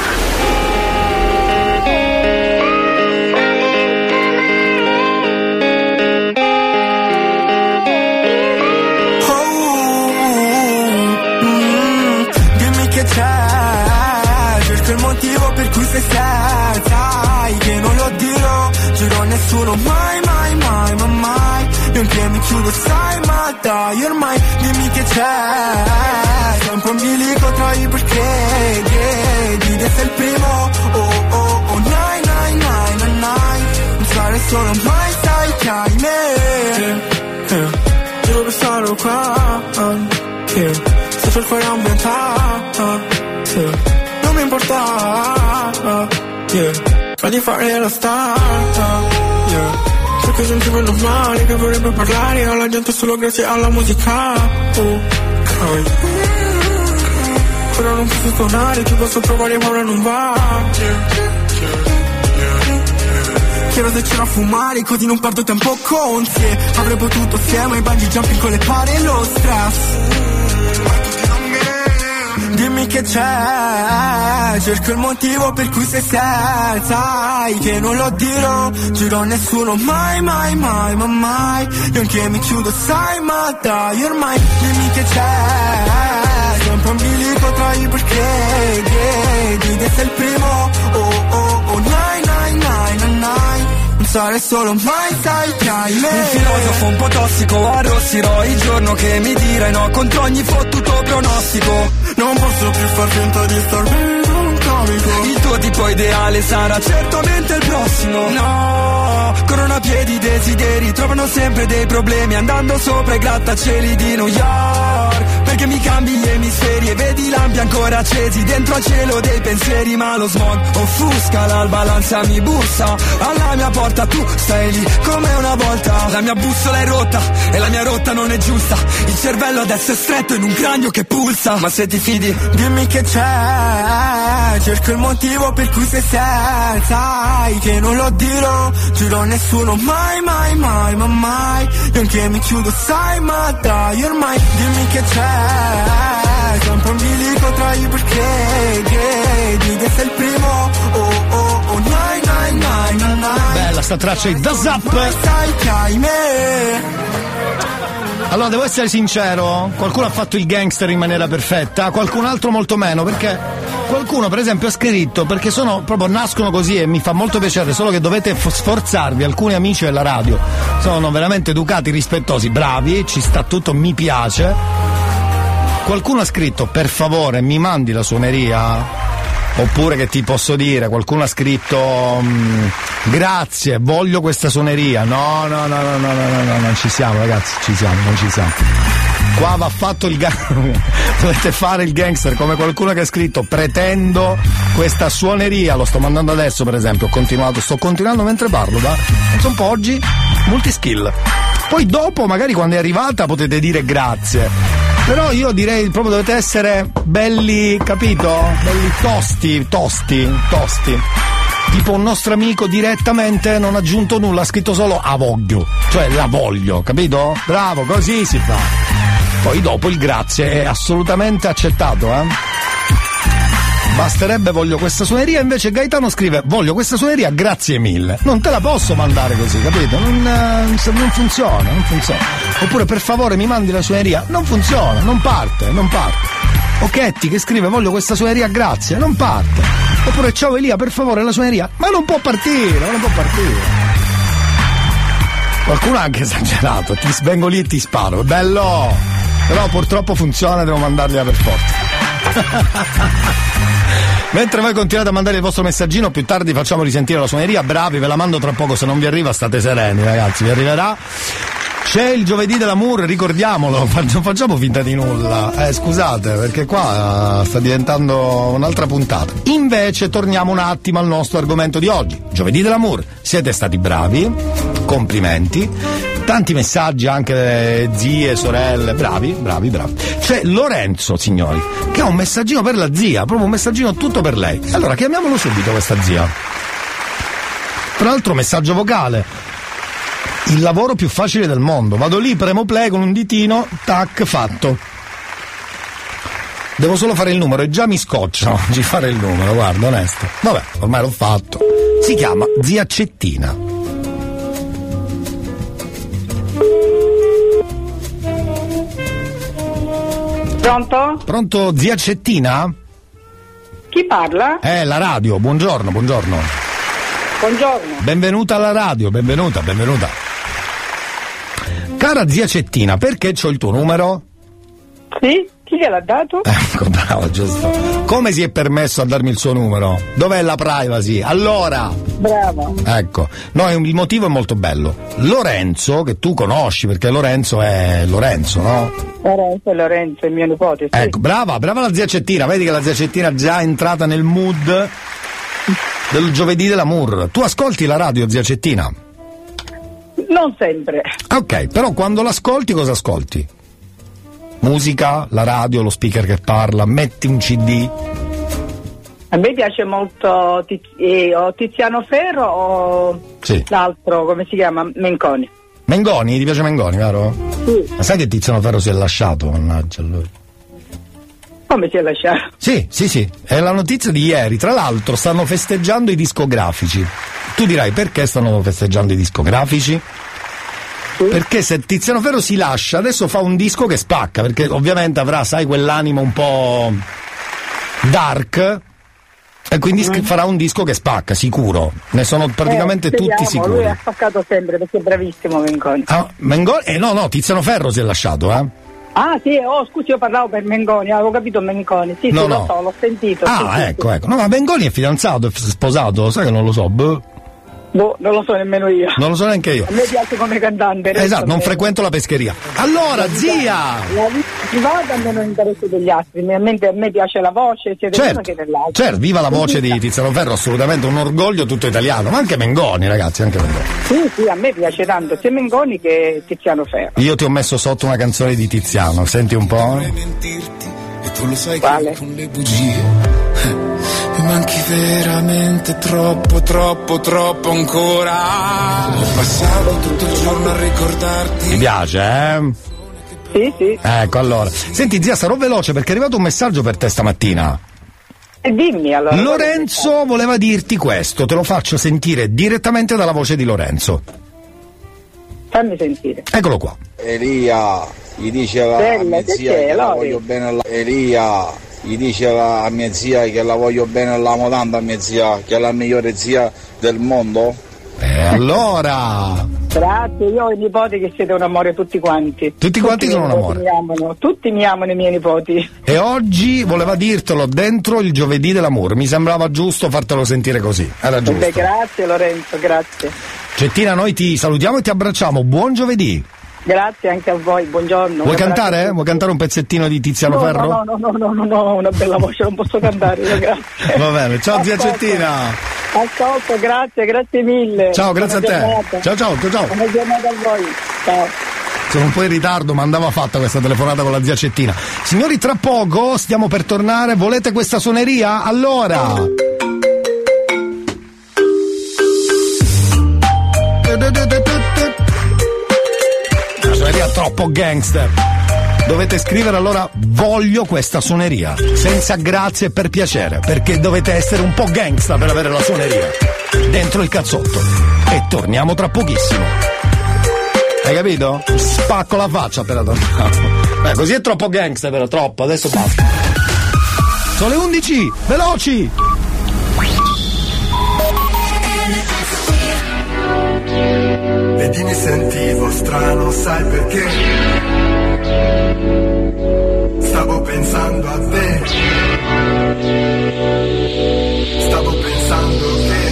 Dimmi che c'è, cerco il motivo per cui sei sai che non lo dirò, giuro a nessuno mai, mai, mai, ma mai. Io anche mi chiudo, sai, ma dai ormai. Dimmi che c'è, sempre un bilico tra i perché di te sei il primo, oh, nai, nai, nai, nai, nai. Non sarei solo mai, sai che hai me. Giuro per stare qua, se c'è il cuore ambientato, non mi importa, fagli fare la star, so che sono più normali che vorrebbe parlare alla gente solo grazie alla musica, ok. Però non posso suonare, ci posso provare ma ora non va. Chiedo se c'era a fumare, così non perdo tempo con te. Avrei potuto assieme ai bungee jumping con le pare e lo stress. Dimmi che c'è, cerco il motivo per cui sei sai che non lo dirò, giuro a nessuno mai, mai, mai, ma mai. Io anche mi chiudo, sai, ma dai ormai. Dimmi che c'è, sempre un bilico tra i perché di te sei il primo, oh, nai, nai, nai, nai, nai. Non sarei solo mai, sai che hai me. Un filosofo un po' tossico, arrossirò il giorno che mi dirai no contro ogni fottuto pronostico. Non posso più far finta di star bene un comico. Il tuo tipo ideale sarà certamente il prossimo. No, corrono a piedi i desideri, trovano sempre dei problemi andando sopra i grattacieli di New York. Perché mi cambi gli emisferi e vedi lampi ancora accesi dentro al cielo dei pensieri. Ma lo smog offusca l'alba, l'ansia mi bussa alla mia porta, tu stai lì come una volta. La mia bussola è rotta e la mia rotta non è giusta. Il cervello adesso è stretto in un cranio che pulsa. Ma se ti fidi, dimmi che c'è, cerco il motivo per cui sei sai che non lo dirò, giuro a nessuno mai, mai, mai, ma mai. Io anche mi chiudo, sai, ma dai ormai. Dimmi che c'è, sempre un bilico tra i perché di te sei il primo, oh, nai, nai, nai, nai, nai. Bella sta traccia di Da Zap. Sai che hai me. Allora devo essere sincero, qualcuno ha fatto il gangster in maniera perfetta, qualcun altro molto meno, perché qualcuno per esempio ha scritto, perché sono proprio nascono così e mi fa molto piacere, solo che dovete sforzarvi, alcuni amici della radio sono veramente educati, rispettosi, bravi, ci sta tutto, mi piace. Qualcuno ha scritto per favore mi mandi la suoneria? Oppure che ti posso dire, qualcuno ha scritto grazie, voglio questa suoneria. No, non ci siamo ragazzi, non ci siamo. Qua va fatto il dovete fare il gangster come qualcuno che ha scritto pretendo questa suoneria, lo sto mandando adesso per esempio, sto continuando mentre parlo, penso un po' oggi, multiskill. Poi dopo magari quando è arrivata potete dire grazie. Però io direi proprio dovete essere belli, capito? Belli tosti. Tipo un nostro amico direttamente non ha aggiunto nulla, ha scritto solo a voglio, cioè la voglio, capito? Bravo, così si fa. Poi dopo il grazie è assolutamente accettato, Basterebbe voglio questa suoneria, invece Gaetano scrive voglio questa suoneria, grazie mille. Non te la posso mandare così, capito? Non funziona. Oppure per favore mi mandi la suoneria, non funziona, non parte. Occhetti che scrive voglio questa suoneria, grazie, non parte. Oppure ciao Elia, per favore la suoneria, ma non può partire. Qualcuno ha anche esagerato, ti vengo lì e ti sparo, è bello, però purtroppo funziona, devo mandargliela per forza. Mentre voi continuate a mandare il vostro messaggino, più tardi facciamo risentire la suoneria, bravi, ve la mando tra poco, se non vi arriva state sereni ragazzi, vi arriverà. C'è il giovedì dell'amour, ricordiamolo, non facciamo finta di nulla, scusate, perché qua sta diventando un'altra puntata. Invece torniamo un attimo al nostro argomento di oggi, giovedì dell'amour, siete stati bravi, complimenti, tanti messaggi anche zie, sorelle, bravi. C'è Lorenzo, signori, che ha un messaggino per la zia, proprio un messaggino tutto per lei. Allora chiamiamolo subito questa zia. Tra l'altro messaggio vocale. Il lavoro più facile del mondo. Vado lì, premo play con un ditino, tac, fatto. Devo solo fare il numero e già mi scoccia oggi fare il numero, guarda, onesto. Vabbè, ormai l'ho fatto. Si chiama zia Cettina. Pronto? Pronto, zia Cettina? Chi parla? La radio, buongiorno. Buongiorno. Benvenuta alla radio, benvenuta. Cara zia Cettina, perché c'ho il tuo numero? Sì, chi gliel'ha dato? Ecco, bravo, giusto. Come si è permesso a darmi il suo numero? Dov'è la privacy? Allora! Bravo. Ecco, no, il motivo è molto bello. Lorenzo, che tu conosci, perché Lorenzo è Lorenzo, no? Lorenzo è mio nipote, sì. Ecco, brava la zia Cettina, vedi che la zia Cettina è già entrata nel mood del giovedì dell'amour. Tu ascolti la radio, zia Cettina? Non sempre. Ok, però quando l'ascolti cosa ascolti? Musica, la radio, lo speaker che parla, metti un CD? A me piace molto Tiziano Ferro o sì. L'altro, come si chiama? Mengoni. Mengoni? Ti piace Mengoni, vero? Sì. Ma sai che Tiziano Ferro si è lasciato, mannaggia lui? Come si è lasciato? Sì, è la notizia di ieri. Tra l'altro stanno festeggiando i discografici. Tu dirai perché stanno festeggiando i discografici? Sì. Perché se Tiziano Ferro si lascia, adesso fa un disco che spacca, perché ovviamente avrà, sai, quell'animo un po' dark, e quindi farà un disco che spacca, sicuro. Ne sono praticamente tutti sicuri. Lui ha spaccato sempre perché è bravissimo Mengoni. Mengoni? No, Tiziano Ferro si è lasciato, Ah sì, scusi, io parlavo per Mengoni, avevo capito Mengoni, sì, no. Lo so, l'ho sentito. Ecco. No, ma Mengoni è fidanzato, è sposato, sai che non lo so, non lo so nemmeno io. Non lo so neanche io. A me piace come cantante. Esatto, non frequento la pescheria. Allora, zia! La vita privata non ho interesse degli altri, a me piace la voce sia dell'uno che dell'altro. Certo, viva la voce di Tiziano Ferro, assolutamente un orgoglio tutto italiano, ma anche Mengoni, ragazzi, anche Mengoni. Sì, a me piace tanto sia Mengoni che Tiziano Ferro. Io ti ho messo sotto una canzone di Tiziano, senti un po'. E tu lo sai che con le bugie mi manchi veramente troppo ancora. Ho passato tutto il giorno a ricordarti. Ti piace, Sì. Ecco, allora. Senti, zia, sarò veloce perché è arrivato un messaggio per te stamattina. Dimmi allora. Lorenzo voleva dirti questo, te lo faccio sentire direttamente dalla voce di Lorenzo. Fammi sentire. Eccolo qua. Elia, gli dice a mia zia che la voglio bene. Elia, gli dice a mia zia che la voglio bene e l'amo tanto a mia zia, che è la migliore zia del mondo. Allora. Grazie, io ho i nipoti che siete un amore tutti quanti. Tutti quanti sono un amore. Tutti mi amano i miei nipoti. E oggi voleva dirtelo dentro il giovedì dell'amore, mi sembrava giusto fartelo sentire così. Era giusto. Grazie Lorenzo, grazie. Cettina, noi ti salutiamo e ti abbracciamo. Buon giovedì. Anche a voi, buongiorno. Vuoi cantare? Vuoi cantare un pezzettino di Tiziano Ferro? No, una bella voce, non posso cantare, grazie. Va bene, ciao zia Cettina. Ascolto, grazie mille. Ciao, grazie a te. Ciao. Buona giornata a voi. Ciao. Sono un po' in ritardo, ma andava fatta questa telefonata con la zia Cettina. Signori, tra poco stiamo per tornare. Volete questa suoneria? Allora. troppo gangster. Dovete scrivere allora voglio questa suoneria, senza grazie e per piacere, perché dovete essere un po' gangsta per avere la suoneria dentro il cazzotto. E torniamo tra pochissimo. Hai capito? Spacco la faccia appena torniamo. Beh, così è troppo gangsta, però troppo, adesso basta. Sono le 11, veloci! Vedi, mi sentivo strano, sai perché? Stavo pensando a te. Stavo pensando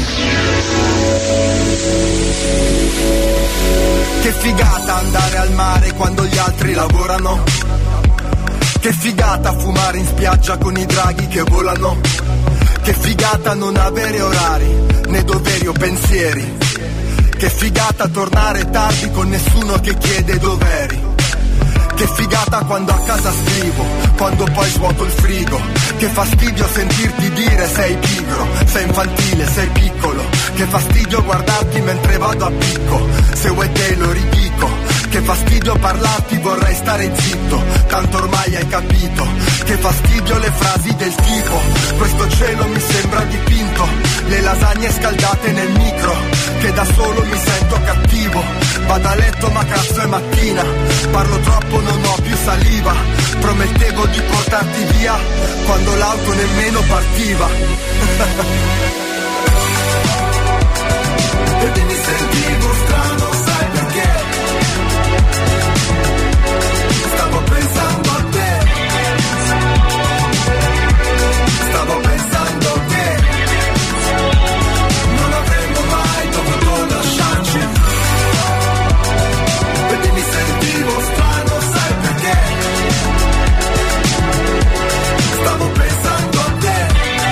che figata andare al mare quando gli altri lavorano. Che figata fumare in spiaggia con i draghi che volano. Che figata non avere orari, né doveri o pensieri. Che figata tornare tardi con nessuno che chiede dov'eri. Che figata quando a casa scrivo, quando poi svuoto il frigo. Che fastidio sentirti dire sei pigro, sei infantile, sei piccolo. Che fastidio guardarti mentre vado a picco, se vuoi te lo ridico. Che fastidio parlarti, vorrei stare zitto, tanto ormai hai capito. Che fastidio le frasi del tipo questo cielo mi sembra dipinto. Le lasagne scaldate nel micro, che da solo mi sento cattivo. Vado a letto ma cazzo è mattina, parlo troppo non ho più saliva. Promettevo di portarti via quando l'auto nemmeno partiva. E mi sentivo strano, sai perché? Stavo pensando a te. Stavo pensando che non avremmo mai dovuto lasciarci. E mi sentivo strano, sai perché? Stavo pensando a te.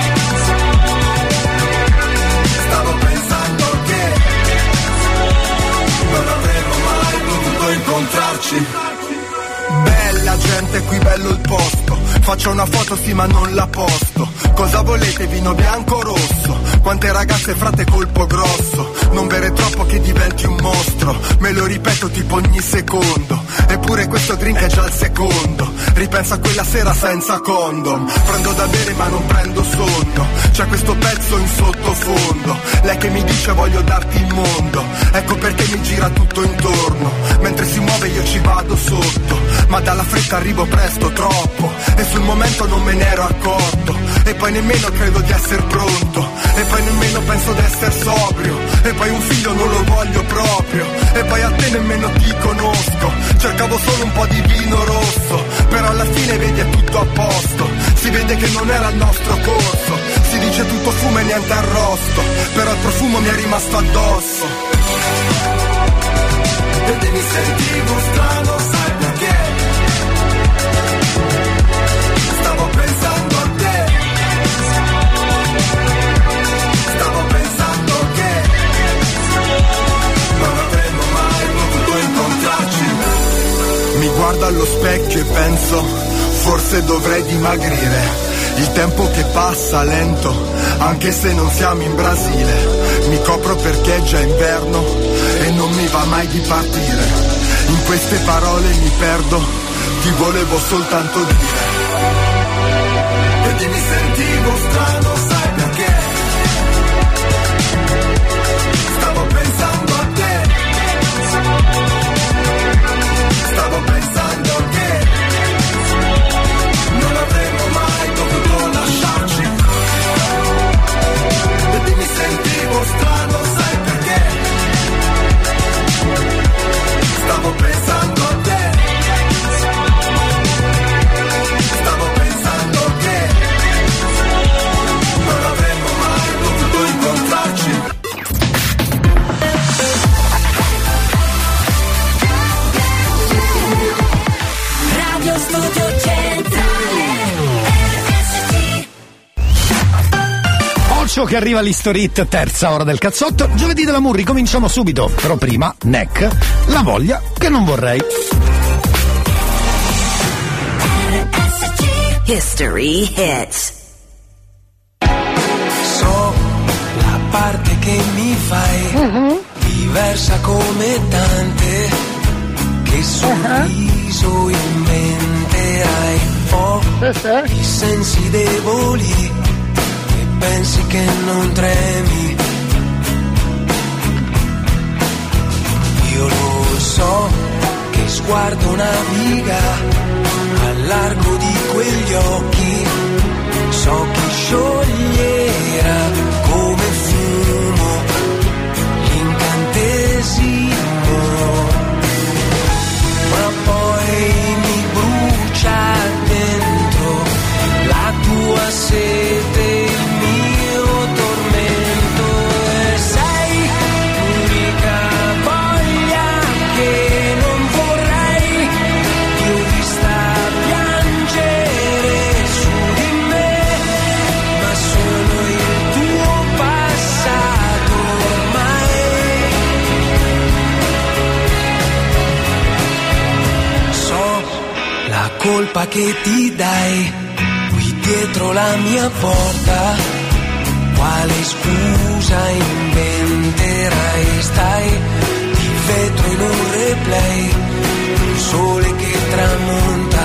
Stavo pensando che non avremmo mai dovuto incontrarci. Bella gente, qui bello il posto. Faccio una foto sì ma non la posto. Cosa volete, vino bianco o rosso? Quante ragazze frate colpo grosso. Non bere troppo che diventi un mostro. Me lo ripeto tipo ogni secondo. Eppure questo drink è già il secondo. Ripenso a quella sera senza condom. Prendo da bere ma non prendo sonno. C'è questo pezzo in sottofondo. Lei che mi dice voglio darti il mondo. Ecco perché mi gira tutto intorno. Mentre si muove io ci vado sotto. Ma dalla fretta arrivo presto, troppo. E sul momento non me ne ero accorto. E poi nemmeno credo di essere pronto. E poi nemmeno penso di essere sobrio. E poi un figlio non lo voglio proprio. E poi a te nemmeno ti conosco. Cercavo solo un po' di vino rosso. Però alla fine vedi è tutto a posto. Si vede che non era il nostro corso. Si dice tutto fumo e niente arrosto. Però il profumo mi è rimasto addosso. E mi sentivo strano, sai perché? Stavo pensando a te. Stavo pensando che non avremmo mai potuto incontrarci. Mi guardo allo specchio e penso, forse dovrei dimagrire. Il tempo che passa lento, anche se non siamo in Brasile. Mi copro perché è già inverno e non mi va mai di partire. In queste parole mi perdo, ti volevo soltanto dire. E mi sentivo strano, sai perché? Stavo pensando a te. Stavo pensando che non avremmo mai dovuto lasciarci. E mi sentivo strano, sai perché? Stavo pensando a te. Stavo pensando che non avremmo mai potuto incontrarci. Radio Studio Centrale RSC. Occhio che arriva l'History Hit, terza ora del cazzotto. Giovedì della Murri, cominciamo subito. Però prima, Neck, la voglia che non vorrei. History Hits. So la parte che mi fai diversa come tante che sorriso inventerai. Ho i sensi deboli e pensi che non tremi. Io lo so che sguardo naviga al largo di quegli occhi, so che scioglierà come fumo l'incantesimo, ma poi mi brucia dentro la tua sete, il mio tormento, e sei l'unica voglia che non vorrei, ti ho vista piangere su di me, ma sono il tuo passato ormai. So la colpa che ti dai qui dietro la mia porta, quale scusa inventerai? Stai di vetro in un replay, un sole che tramonta,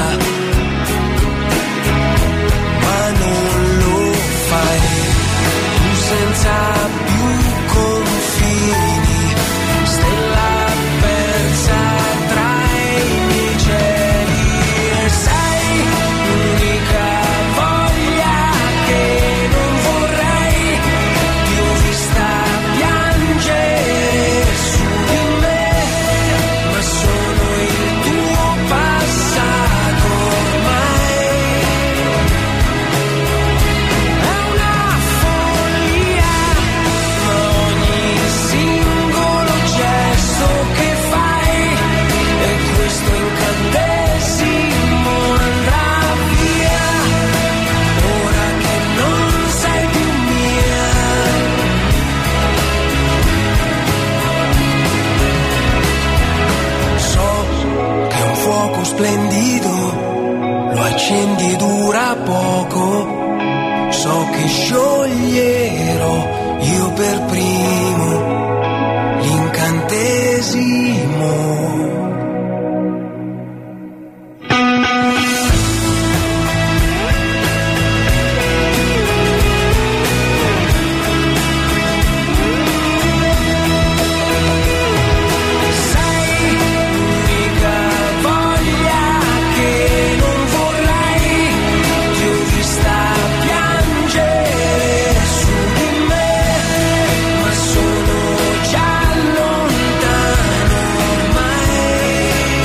ma non lo fai, tu senza più confini, stella persa tra i miei cieli, e sei l'unica voglia che non vorrei, ti ho vista piangere su di me, ma sono il tuo passato ormai. È una follia, ma ogni singolo gesto che fai, e questo incantesimo andrà via, ora che non sei più mia. So che è un fuoco splendido, lo accendi e dura poco, so che scioglierò io per primo l'incantesimo. Sei l'unica voglia che non vorrei, ti ho vista piangere su di me, ma sono già lontano ormai.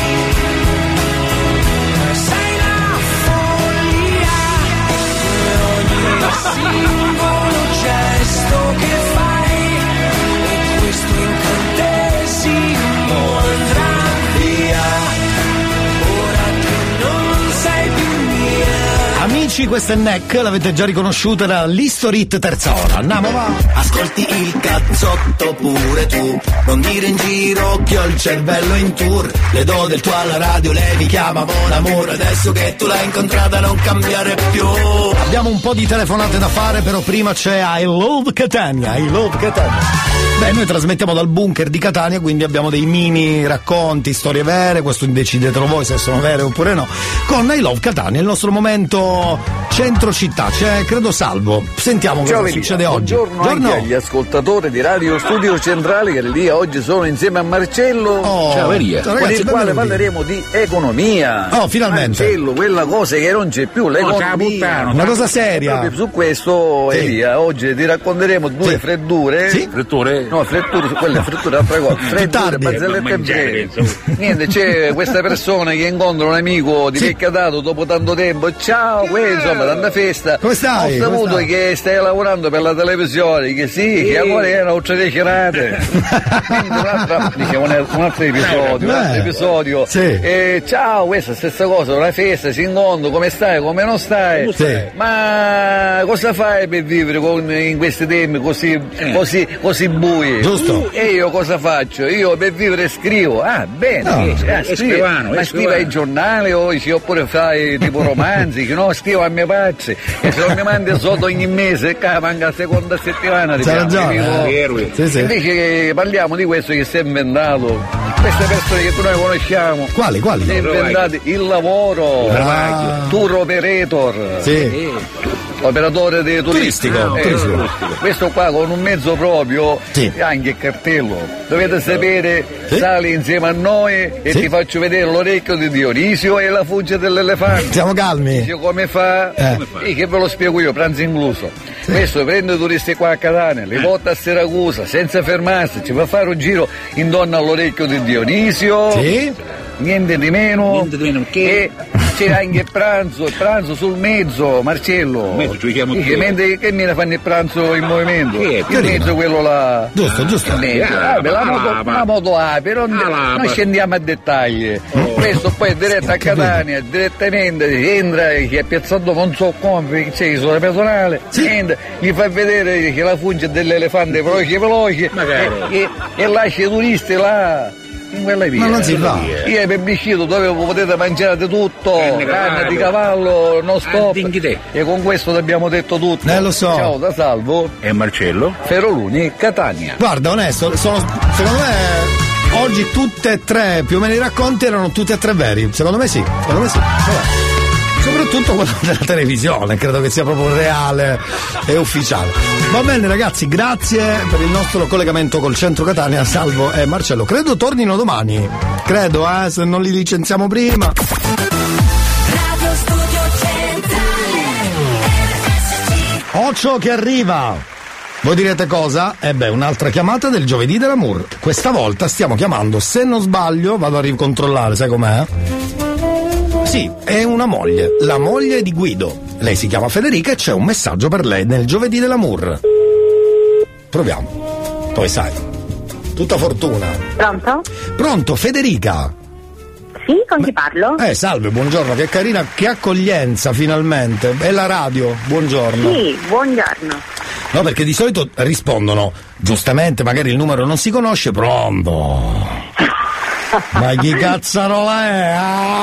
Sei la follia, ogni singolo gesto che fai, e questo incantesimo andrà via, ora che non sei più mia. Amici, questo è Neck, l'avete già riconosciuto, era l'History Hit terza ora. Andiamo, va! Ascolti il cazzotto pure tu, non dire in giro che ho il cervello in tour. Le do del tuo alla radio, lei mi chiama mon amore, adesso che tu l'hai incontrata non cambiare più. Abbiamo un po' di telefonate da fare, però prima c'è I Love Catania, I Love Catania. Beh, noi trasmettiamo dal bunker di Catania, quindi abbiamo dei mini racconti, storie vere, questo decidetelo voi se sono vere oppure no, con I Love Catania, il nostro momento centro città. C'è, credo, Salvo. Sentiamo cosa succede oggi. Buongiorno anche agli ascoltatori di Radio Studio Centrale, che lì oggi sono insieme a Marcello, ciao Elia, con ragazzi, il quale parleremo di economia. Oh, finalmente. Marcello, quella cosa che non c'è più, l'economia. Una cosa seria. Proprio su questo, sì. Elia, oggi ti racconteremo due freddure. Sì? Fretture? No, fretture, quelle fretture altra cosa. Freddure, barzellette brevi. Niente, c'è questa persona che incontra un amico di vecchia data dopo tanto tempo. Ciao, insomma, tanta festa. Come stai? Ho saputo che stai lavorando per la televisione, che sì, che amore era 8 cerate. Un altro episodio. Sì. Ciao, questa stessa cosa, una festa, si incontra, come stai, come non stai? Sì. Ma cosa fai per vivere in questi tempi così bui? Giusto. E io cosa faccio? Io per vivere scrivo. Ah, bene, ma scrivo ai giornali oppure fai tipo romanzi, che no, scrivo a mie pazze, e se non mi mandi sotto ogni mese, manca la seconda settimana. C'ha ragione. Invece parliamo di questo che si è inventato queste persone che noi conosciamo. Quali? Inventate il lavoro, tour operator. Sì. Operatore di turistico. Questo qua con un mezzo proprio, anche il cartello. Dovete sapere, sali insieme a noi e ti faccio vedere l'orecchio di Dionisio e la fugge dell'elefante. Siamo calmi. Dice come fa? Che ve lo spiego io, pranzo incluso. Questo prende i turisti qua a Catania, li porta a Siracusa senza fermarsi, ci fa fare un giro intorno all'orecchio di Dionisio. Niente di meno che c'è anche il pranzo sul mezzo, Marcello. Che mi fanno il pranzo in movimento? Il mezzo quello là. Giusto. La moto A, però noi scendiamo a dettagli. Questo poi è diretto a Catania, direttamente entra che è piazzato non so come, c'è il suo personale, entra, gli fa vedere che la funge dell'elefante veloce e lascia i turisti là. In quella via. Ma non si va. Io per Biscito dove potete mangiare di tutto, carne di cavallo, non stop. E con questo ti abbiamo detto tutto. Lo so. Ciao da Salvo e Marcello. Feroluni, Catania. Guarda, onesto, secondo me oggi tutte e tre più o meno i racconti erano tutti e tre veri. Secondo me sì. Vabbè. Soprattutto quello della televisione, credo che sia proprio reale e ufficiale. Va bene ragazzi, grazie per il nostro collegamento col centro Catania, Salvo e Marcello. Credo tornino domani, se non li licenziamo prima. Radio Studio Centrale. Ocio che arriva. Voi direte cosa? Un'altra chiamata del giovedì dell'amour. Questa volta stiamo chiamando, se non sbaglio, vado a ricontrollare, sai com'è? Sì, è una moglie, la moglie di Guido. Lei si chiama Federica e c'è un messaggio per lei nel giovedì dell'amour. Proviamo. Poi sai, tutta fortuna. Pronto, Federica? Sì, con chi parlo? Salve, buongiorno, che carina, che accoglienza finalmente. È la radio, buongiorno. Sì, buongiorno. No, perché di solito rispondono, giustamente, magari il numero non si conosce, pronto. Ma chi cazzarola è?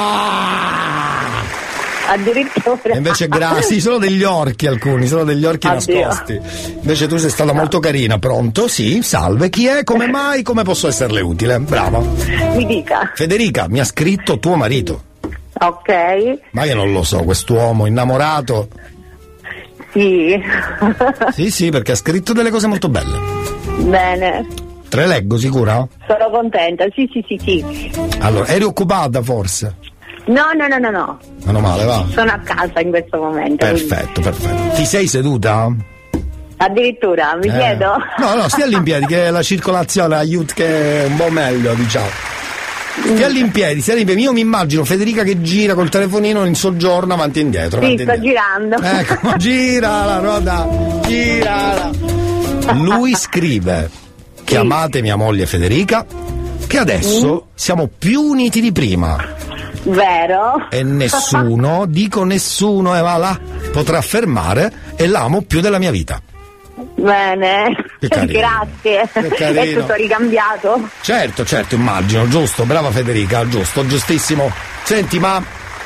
Addirittura. Invece sì, sono degli orchi alcuni, sono degli orchi nascosti. Invece tu sei stata molto carina. Pronto? Sì, salve, chi è? Come mai? Come posso esserle utile? Brava. Mi dica. Federica, mi ha scritto tuo marito. Ok. Ma io non lo so, quest'uomo innamorato. Sì. Sì, perché ha scritto delle cose molto belle. Bene. Te le leggo, sicura? Sono contenta, sì. Allora, eri occupata forse? No. Meno male, va. Sono a casa in questo momento. Perfetto. Ti sei seduta? Addirittura, mi chiedo? No, stia all'impiedi che la circolazione aiuta che un po' meglio, diciamo. Stia all'impiedi. Io mi immagino Federica che gira col telefonino in soggiorno avanti e indietro. Sì, sto girando. Ecco, gira la ruota, girala. Lui scrive: chiamate mia moglie Federica, che adesso siamo più uniti di prima. Vero? E nessuno va là, potrà affermare e l'amo più della mia vita. Bene, grazie. È tutto ricambiato. Certo, immagino, giusto, brava Federica, giustissimo. Senti, ma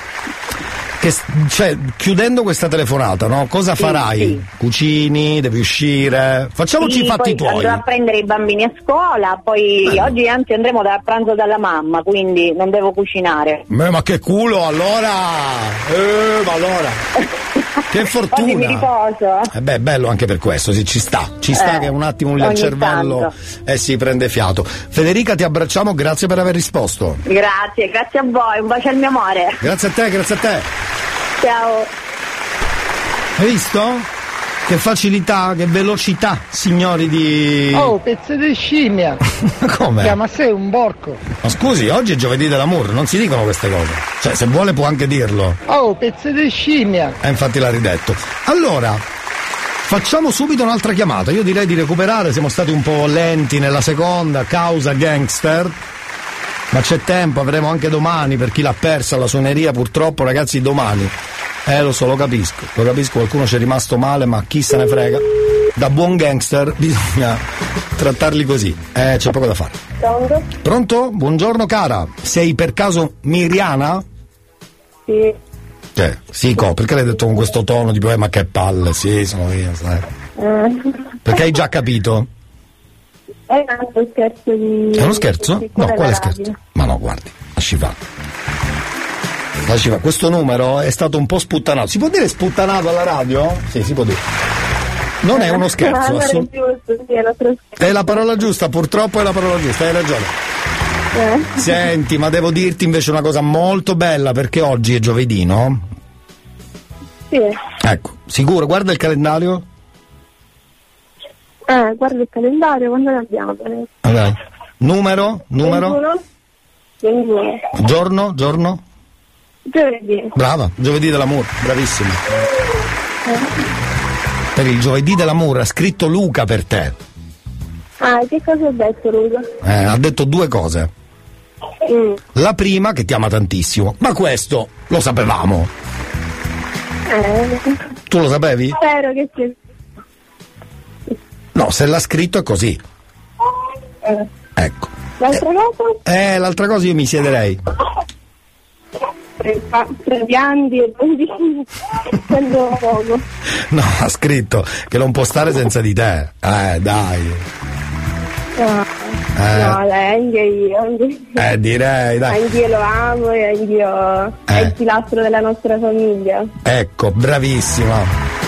chiudendo questa telefonata, no? Cosa farai? Sì. Cucini, devi uscire? Facciamoci i fatti tuoi. Andrò a prendere i bambini a scuola, poi oggi anzi andremo a pranzo dalla mamma, quindi non devo cucinare. Ma che culo, allora! Ma allora! Che fortuna! Oggi mi riposo. Bello anche per questo, sì, ci sta che un attimo il cervello si prende fiato. Federica, ti abbracciamo, grazie per aver risposto. Grazie a voi, un bacio al mio amore. Grazie a te. Ciao. Hai visto? Che facilità, che velocità, signori di... Oh, pezzo di scimmia. Come? Ma sei un porco. Ma scusi, oggi è giovedì dell'amour, non si dicono queste cose. Cioè, se vuole può anche dirlo. Oh, pezzo di scimmia. Infatti l'ha ridetto. Allora, facciamo subito un'altra chiamata. Io direi di recuperare, siamo stati un po' lenti nella seconda, causa gangster. Ma c'è tempo, avremo anche domani, per chi l'ha persa la suoneria, purtroppo ragazzi, domani. Lo so, lo capisco, qualcuno ci è rimasto male, ma chi se ne frega. Da buon gangster bisogna trattarli così, c'è poco da fare. Pronto? Buongiorno cara, sei per caso Miriana? Sì. Sì, perché l'hai detto con questo tono tipo, ma che palle, sì, sono io, sai. Perché hai già capito? È un altro scherzo di... È uno scherzo? No, quale scherzo? Ma no, guardi, lasci fare. Questo numero è stato un po' sputtanato. Si può dire sputtanato alla radio? Sì, si può dire. Non è uno scherzo. È la parola giusta, purtroppo è la parola giusta, hai ragione. Senti, ma devo dirti invece una cosa molto bella, perché oggi è giovedì, no? Sì. Ecco, sicuro, guarda il calendario. Guarda il calendario, quando ne abbiamo? Okay. Numero? 21. Giorno? Giovedì. Brava, giovedì dell'amore, bravissima. Per il giovedì dell'amore ha scritto Luca per te. Che cosa ha detto Luca? Ha detto due cose. La prima, che ti ama tantissimo, ma questo lo sapevamo. Tu lo sapevi? Spero che sia. No, se l'ha scritto è così. Ecco. L'altra cosa? L'altra cosa io mi siederei. Tre pianti e bambini. Prendo poco. No, ha scritto che non può stare senza di te. Dai. No, dai, anche io. Direi, dai. Anch'io lo amo e anch'io è il pilastro della nostra famiglia. Ecco, bravissima.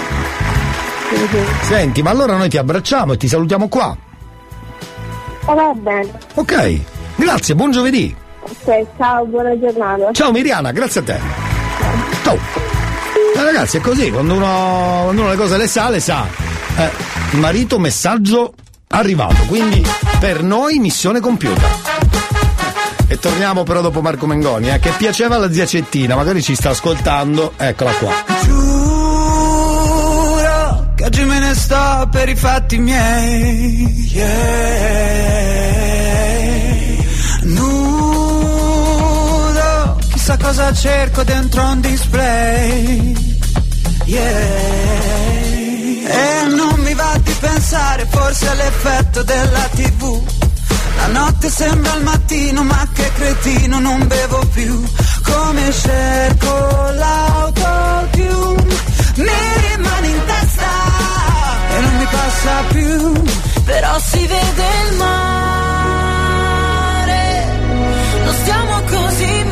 Senti, ma allora noi ti abbracciamo e ti salutiamo qua. Va bene. Ok, grazie, buon giovedì. Ok, ciao, buona giornata. Ciao Miriana, grazie a te. Ciao. Ragazzi, è così, quando uno le cose le sa. Il marito, messaggio arrivato, quindi per noi missione compiuta. E torniamo però dopo Marco Mengoni, che piaceva alla zia Cettina, magari ci sta ascoltando, eccola qua. Giuro che oggi me ne sto per i fatti miei, nudo, chissà cosa cerco dentro un display, e non mi va di pensare, forse è l'effetto della TV. La notte sembra il mattino, ma che cretino, non bevo più. Come cerco l'autotune, mi rimane in testa e non mi passa più. Però si vede il mare, non stiamo così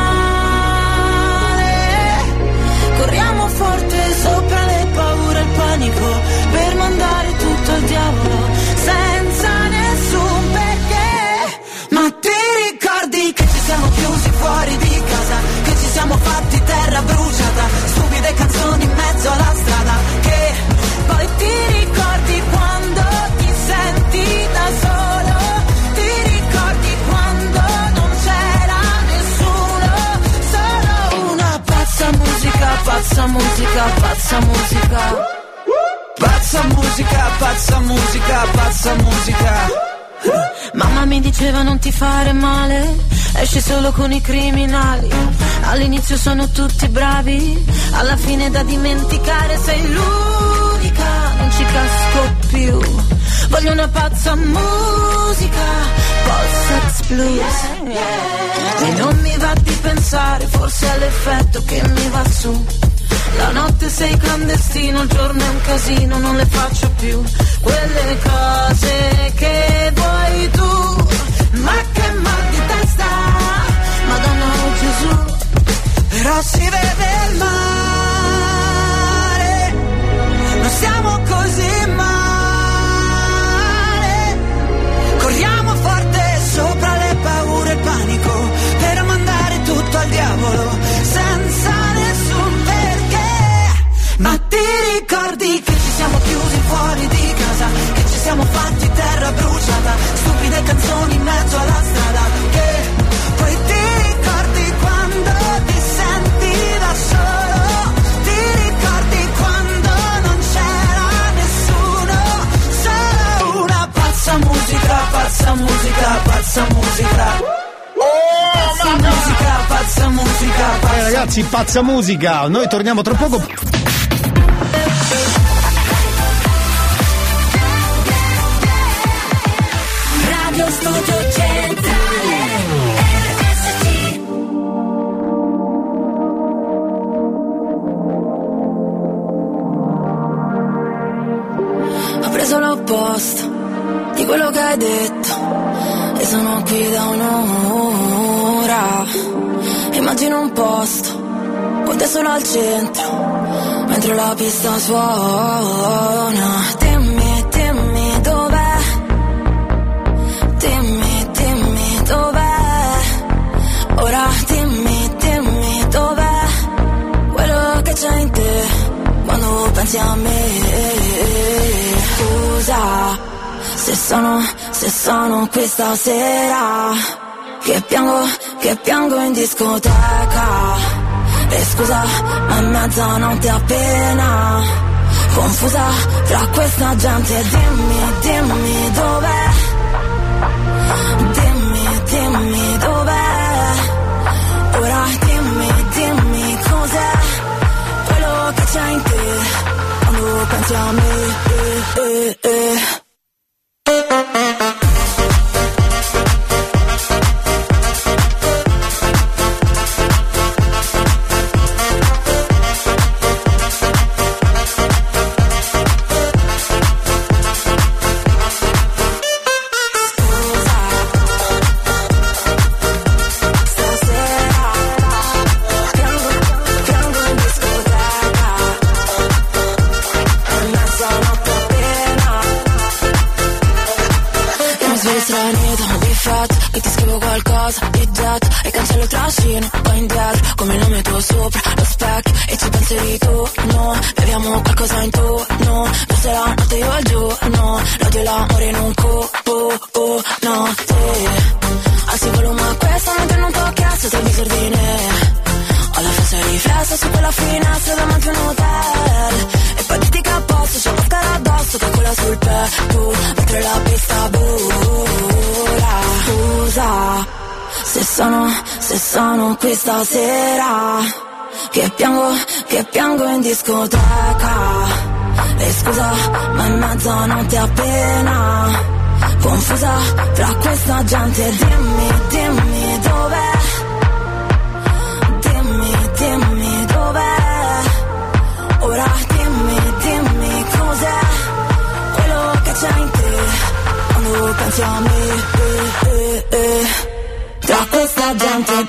male. Corriamo forte sopra le paure e il panico, per mandare tutto al diavolo senza nessun perché. Ma ti ricordi che ci siamo chiusi fuori di casa, che ci siamo fatti terra bruciata, stupide canzoni in mezzo alla strada, che poi ti ricordi quando ti senti da solo, ti ricordi quando non c'era nessuno, solo una pazza musica, pazza musica, pazza musica. Pazza musica, pazza musica, pazza musica. Mamma mi diceva non ti fare male, esci solo con i criminali. All'inizio sono tutti bravi, alla fine da dimenticare sei l'unica, non ci casco più. Voglio una pazza musica, post-sex blues. E non mi va di pensare, forse è l'effetto che mi va su. La notte sei clandestino, il giorno è un casino, non le faccio più quelle cose che vuoi tu. Ma che mal di testa, Madonna o Gesù. Però si vede il mare, non siamo così male. Corriamo forte sopra le paure e il panico, per mandare tutto al diavolo senza nessun perché. Ma ti ricordi che ci siamo chiusi fuori di casa, che ci siamo fatti terra bruciata, stupide canzoni in mezzo alla strada, che poi ti ricordi quando ti senti da solo, ti ricordi quando non c'era nessuno, solo una pazza musica, pazza musica, pazza musica. Pazza musica, pazza musica, pazza. Ragazzi, pazza musica, noi torniamo tra poco. Radio Studio Centrale RSC. Ho preso l'opposto di quello che hai detto. E sono qui da un'ora. Immagino un posto con te solo al centro, mentre la pista suona. Dimmi, dimmi dov'è. Dimmi, dimmi dov'è. Ora dimmi, dimmi dov'è quello che c'è in te quando pensi a me. Scusa se sono qui stasera che piango in discoteca. E scusa, ma è mezzanotte appena confusa tra questa gente. Dimmi, dimmi dov'è. Dimmi, dimmi dov'è. Ora dimmi, dimmi cos'è quello che c'è in te quando pensi a me. E ti scrivo qualcosa di jet e cancello il trascino, poi indietro come il nome tuo sopra lo specchio e ci pensi tu, no, beviamo qualcosa intorno, questa è la notte io al giorno, l'odio e l'amore in un cubo, no, te alzi il volume a questa mentre non t'ho chiesto del disordine, ho la faccia riflessa su quella finestra davanti a un hotel e poi ti dico a posto, c'è mascara addosso che cola sul petto mentre la pista vola. Scusa se sono qui stasera che piango in discoteca. E scusa, ma è mezzanotte appena confusa tra questa gente. Dimmi, dimmi dov'è. Dimmi, dimmi dov'è. Ora dimmi, dimmi cos'è quello che c'è in te quando pensi a me. Tra questa gente.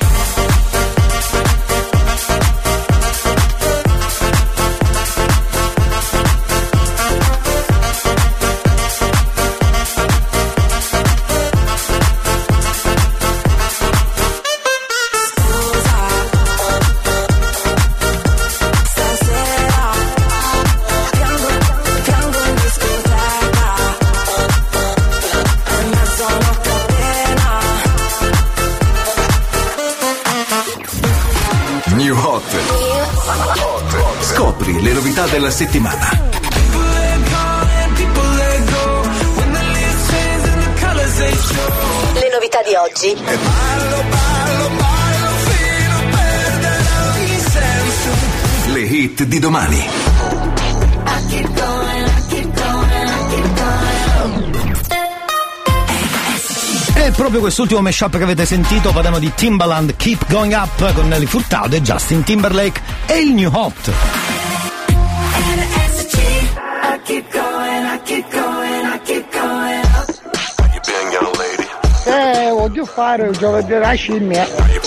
Scopri le novità della settimana. Le novità di oggi. Le hit di domani. E proprio quest'ultimo mashup che avete sentito, parliamo di Timbaland, Keep Going Up con Nelly Furtado e Justin Timberlake e il New Hot. Voglio fare il gioco della scimmia. I've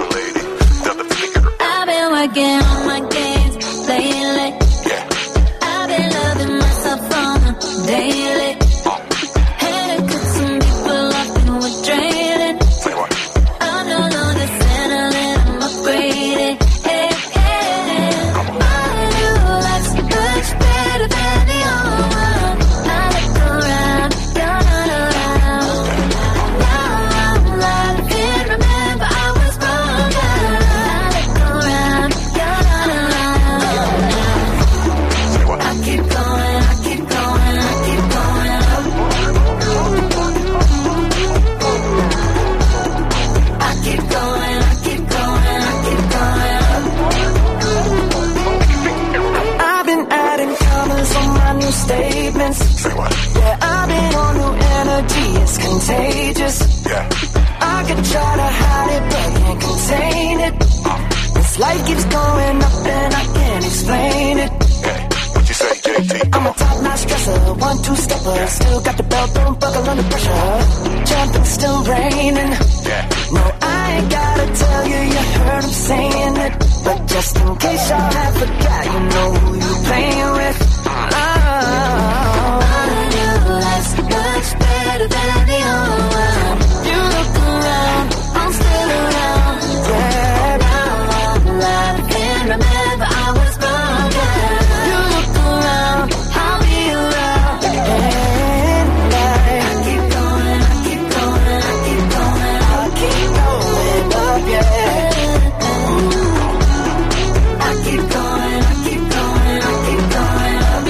been working on my games lately. I've been loving myself from the daily. Had to cut some people off and we're draining. I'm no longer settling, I'm upgraded. Hey, hey. My new life's much better than the old one. I look around, turn around. Now I'm laughing, remember I was wrong. I look around, turn around. I keep going, I keep going, I keep going up. I keep going, I keep going, I keep going up. I've been adding colors on my new statements. Yeah, I've been on new energy, it's contagious. I could try to hide it, but can't contain it. This life keeps going up and I can't explain it. What you say, JT? I'm a top-notch dresser, 1-2 step but still got the belt, don't buckle under pressure. Jumping, still raining. No, I ain't gotta tell you, you heard him saying it. But just in case y'all have forgot, you know who you playing with. Life's much better than the old one. You look around, I'm still around. Yeah, I can't remember I was born. Yeah. You look around, I'll be around. And I keep going, I keep going, I keep going, I keep going up, yeah. I keep going, I keep going, I keep going, I'll be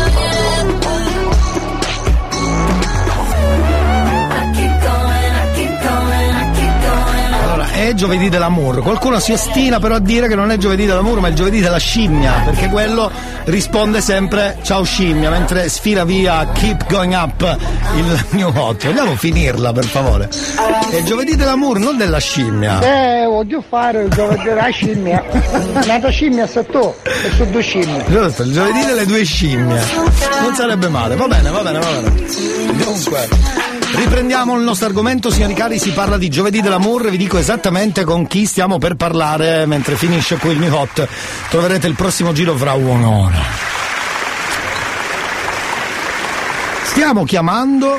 è giovedì dell'amour. Qualcuno si ostina però a dire che non è giovedì dell'amour ma è il giovedì della scimmia, perché quello risponde sempre ciao scimmia mentre sfila via Keep Going Up il New Hot. Vogliamo finirla per favore? È giovedì dell'amour, non della scimmia. Voglio fare il giovedì della scimmia. Nata scimmia sei tu e sono due scimmie. Giusto, il giovedì delle due scimmie. Non sarebbe male, va bene. Dunque, riprendiamo il nostro argomento, signori cari, si parla di giovedì dell'amour, vi dico esattamente con chi stiamo per parlare mentre finisce qui il New Hot. Troverete il prossimo giro fra un'ora. Stiamo chiamando...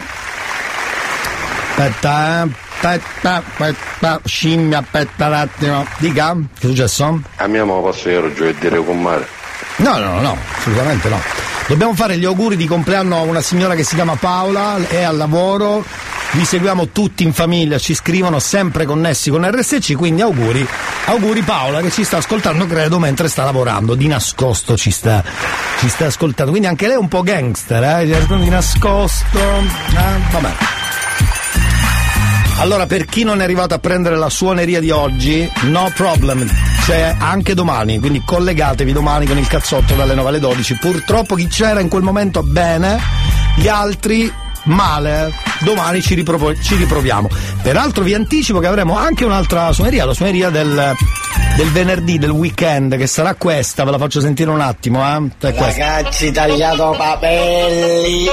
Aspetta, scimmia, aspetta un attimo. Dica, che è successo? A mia mamma posso io giovedì con mare? No, assolutamente no. Dobbiamo fare gli auguri di compleanno a una signora che si chiama Paola, è al lavoro, vi seguiamo tutti in famiglia, ci scrivono sempre connessi con RSC, quindi auguri Paola che ci sta ascoltando credo mentre sta lavorando, di nascosto ci sta ascoltando, quindi anche lei è un po' gangster, di nascosto, vabbè. Allora, per chi non è arrivato a prendere la suoneria di oggi, no problem, c'è anche domani, quindi collegatevi domani con il cazzotto dalle 9 alle 12. Purtroppo chi c'era in quel momento bene, gli altri male, domani ci riproviamo. Peraltro vi anticipo che avremo anche un'altra suoneria, la suoneria del venerdì, del weekend, che sarà questa, ve la faccio sentire un attimo, è questa. Ragazzi, tagliato papelli.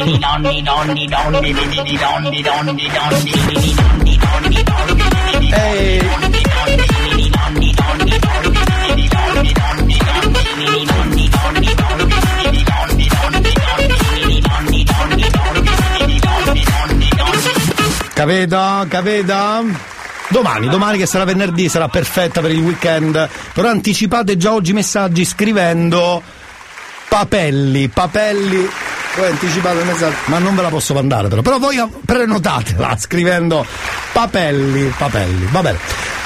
Capito? Domani che sarà venerdì sarà perfetta per il weekend, però anticipate già oggi messaggi scrivendo papelli, voi anticipate il messaggio, ma non ve la posso mandare però voi prenotatela scrivendo papelli, va bene.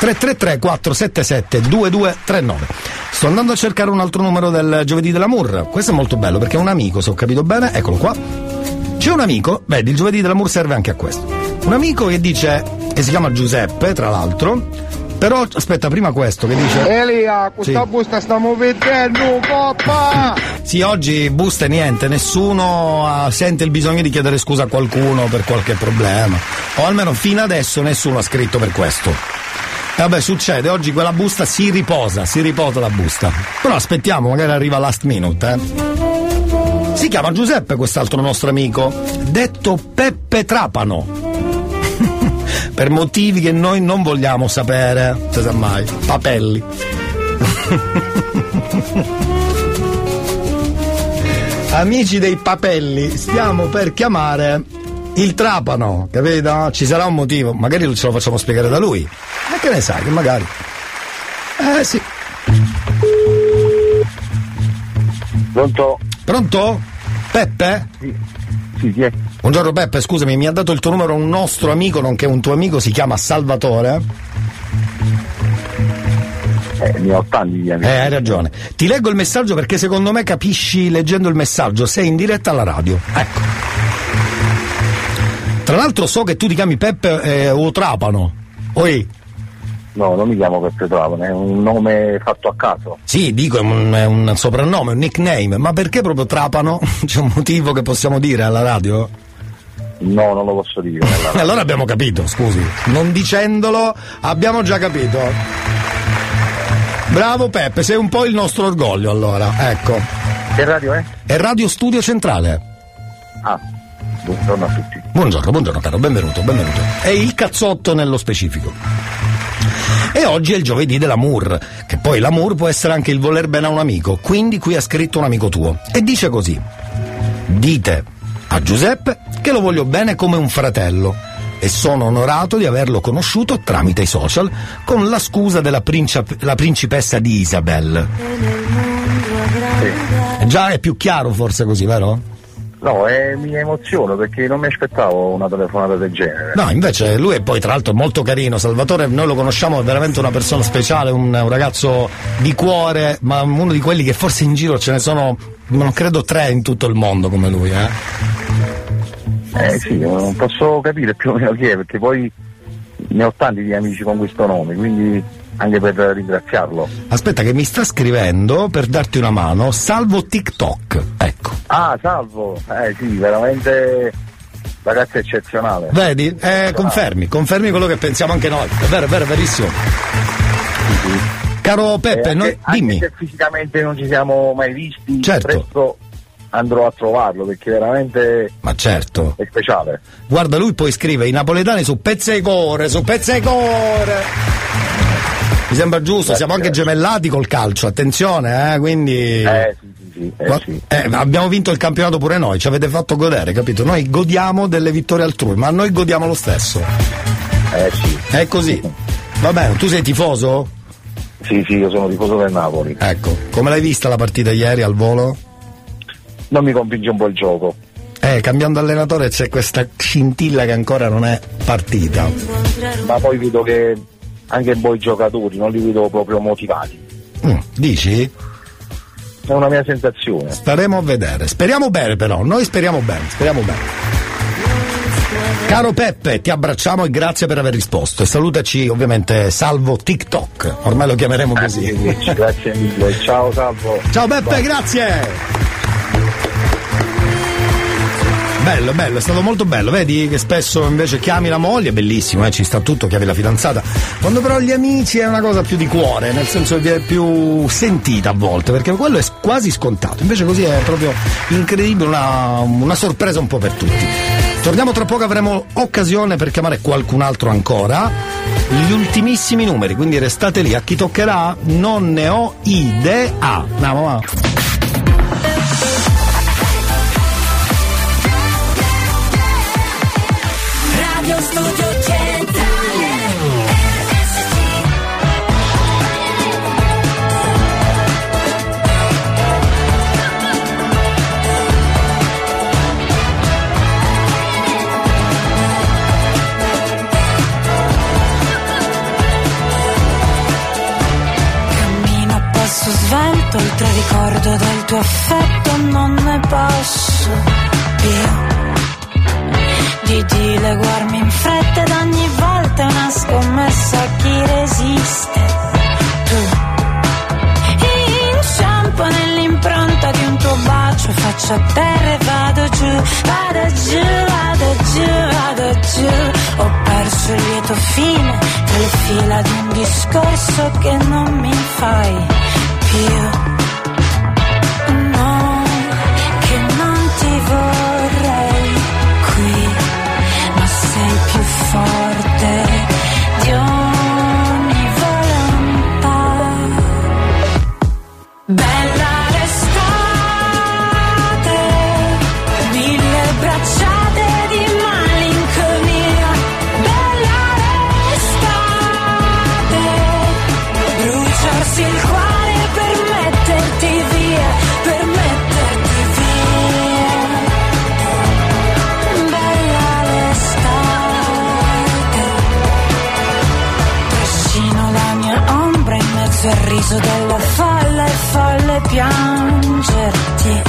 333-477-2239. Sto andando a cercare un altro numero del giovedì dell'amour, questo è molto bello perché è un amico, se ho capito bene, eccolo qua. C'è un amico, vedi, il giovedì dell'amour serve anche a questo. Un amico che dice, che si chiama Giuseppe, tra l'altro, però aspetta, prima questo che dice... Elia, questa busta stiamo vedendo, papà! Sì, oggi busta niente, nessuno sente il bisogno di chiedere scusa a qualcuno per qualche problema. O almeno fino adesso nessuno ha scritto per questo. E vabbè, succede, oggi quella busta si riposa la busta. Però aspettiamo, magari arriva last minute, Si chiama Giuseppe quest'altro nostro amico, detto Peppe Trapano, per motivi che noi non vogliamo sapere, se sa mai, papelli. Amici dei papelli, stiamo per chiamare il Trapano, capito? Ci sarà un motivo, magari ce lo facciamo spiegare da lui, ma che ne sai, che magari... sì. Pronto? Peppe? Sì, chi è? Buongiorno Peppe, scusami, mi ha dato il tuo numero un nostro amico, nonché un tuo amico, si chiama Salvatore. Ne ho tanti di amici. Hai ragione. Ti leggo il messaggio perché secondo me capisci leggendo il messaggio, sei in diretta alla radio. Ecco. Tra l'altro so che tu ti chiami Peppe o Trapano. Oi. No, non mi chiamo Peppe Trapano, è un nome fatto a caso. Sì, dico, è un soprannome, un nickname, ma perché proprio Trapano? C'è un motivo che possiamo dire alla radio? No, non lo posso dire. Allora abbiamo capito, scusi. Non dicendolo, abbiamo già capito. Bravo Peppe, sei un po' il nostro orgoglio allora, ecco. Che radio è? È Radio Studio Centrale. Ah. Buongiorno a tutti. Buongiorno caro, benvenuto. È il cazzotto nello specifico. E oggi è il giovedì dell'amour, che poi l'amour può essere anche il voler bene a un amico, quindi qui ha scritto un amico tuo e dice così: dite a Giuseppe che lo voglio bene come un fratello e sono onorato di averlo conosciuto tramite i social con la scusa della la principessa di Isabel. Già è più chiaro forse così, vero? No, mi emoziono perché non mi aspettavo una telefonata del genere. No, invece lui è poi tra l'altro molto carino. Salvatore, noi lo conosciamo, è veramente una persona speciale, un ragazzo di cuore, ma uno di quelli che forse in giro ce ne sono, non credo 3 in tutto il mondo come lui, sì, non posso capire più o meno chi è, perché poi ne ho tanti di amici con questo nome, quindi anche per ringraziarlo. Aspetta che mi sta scrivendo per darti una mano, Salvo TikTok, ecco. Ah, Salvo, sì, veramente ragazzo eccezionale. Vedi? Confermi quello che pensiamo anche noi, è vero, verissimo. Sì. Caro Peppe, dimmi. Anche se fisicamente non ci siamo mai visti, certo. Presto andrò a trovarlo perché veramente ma certo è speciale. Guarda, lui poi scrive i napoletani su pezze e core. Mi sembra giusto, siamo anche gemellati col calcio, attenzione, quindi sì. Abbiamo vinto il campionato pure noi, ci avete fatto godere, capito? Noi godiamo delle vittorie altrui, ma noi godiamo lo stesso. Sì. È così. Va bene, tu sei tifoso? Sì, io sono tifoso del Napoli. Ecco, come l'hai vista la partita ieri al volo? Non mi convince un po' il gioco. Cambiando allenatore c'è questa scintilla che ancora non è partita. Ma poi vedo che anche voi giocatori non li vedo proprio motivati. Dici? È una mia sensazione. Staremo a vedere. Speriamo bene però, noi speriamo bene. Caro Peppe, ti abbracciamo e grazie per aver risposto. E salutaci ovviamente Salvo TikTok, ormai lo chiameremo così. Grazie mille, ciao Salvo. Ciao Peppe, bye. Grazie. Bello, è stato molto bello, vedi che spesso invece chiami la moglie, bellissimo, ci sta tutto, chiami la fidanzata, quando però gli amici è una cosa più di cuore, nel senso che è più sentita a volte, perché quello è quasi scontato, invece così è proprio incredibile, una sorpresa un po' per tutti. Torniamo tra poco, avremo occasione per chiamare qualcun altro ancora, gli ultimissimi numeri, quindi restate lì, a chi toccherà non ne ho idea. Andiamo, va. Studio Centrale Cammino a passo svelto, oltre il ricordo del tuo affetto non ne posso più di dileguarmi in fretta ed ogni volta è una scommessa a chi resiste. Tu inciampo nell'impronta di un tuo bacio, faccio a terra e vado giù. Ho perso il lieto fine tra le fila di un discorso che non mi fai più. No, che non ti vorrei qui, ma sei più forte di ogni volontà. Bella l'estate, 1000 bracciate di malinconia. Bella l'estate, bruciarsi il cuore per metterti via, per metterti via. Bella l'estate, trascino la mia ombra in mezzo al riso della folla, è folle piangerti.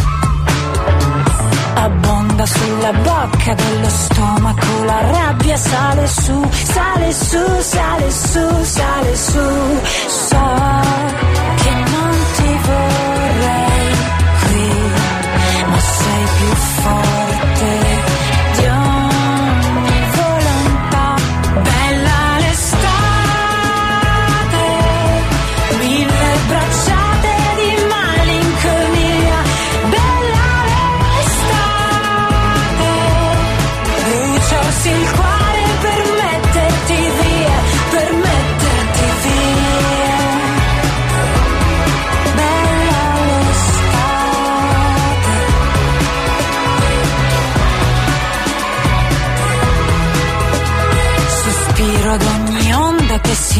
Abbonda sulla bocca dello stomaco, la rabbia sale su, sale su, sale su, sale su. So che non ti vorrei qui, ma sei più forte di ogni volontà. Bella l'estate, 1000 bracciate di malinconia. Bella l'estate,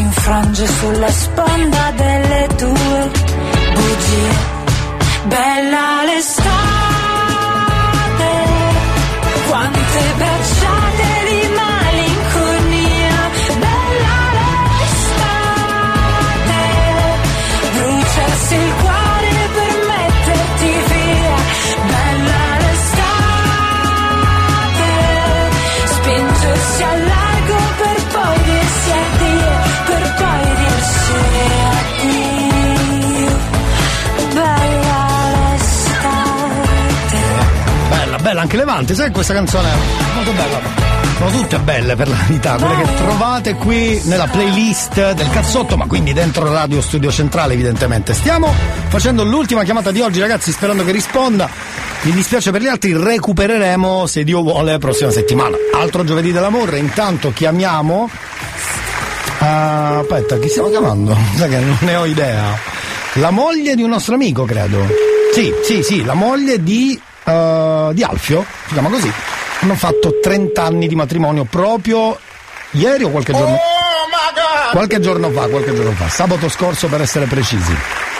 infrange sulla sponda delle tue bugie. Bella l'estate, quante bracciate di malinconia. Bella l'estate, bruciarsi il cuore per metterti via. Bella l'estate, spingersi al largo per poi dirsi addio, per poi dirsi addio. Bella bella anche Levante, sai questa canzone è molto bella. Sono tutte belle per la verità, quelle che trovate qui nella playlist del cazzotto, ma quindi dentro Radio Studio Centrale evidentemente. Stiamo facendo l'ultima chiamata di oggi, ragazzi, sperando che risponda. Mi dispiace per gli altri, recupereremo se Dio vuole prossima settimana. Altro giovedì dell'amore, intanto chiamiamo aspetta, chi stiamo chiamando? Sai che non ne ho idea. La moglie di un nostro amico, credo. Sì, la moglie di Alfio, si chiama così. Hanno fatto 30 anni di matrimonio proprio ieri o qualche giorno qualche giorno fa, sabato scorso per essere precisi.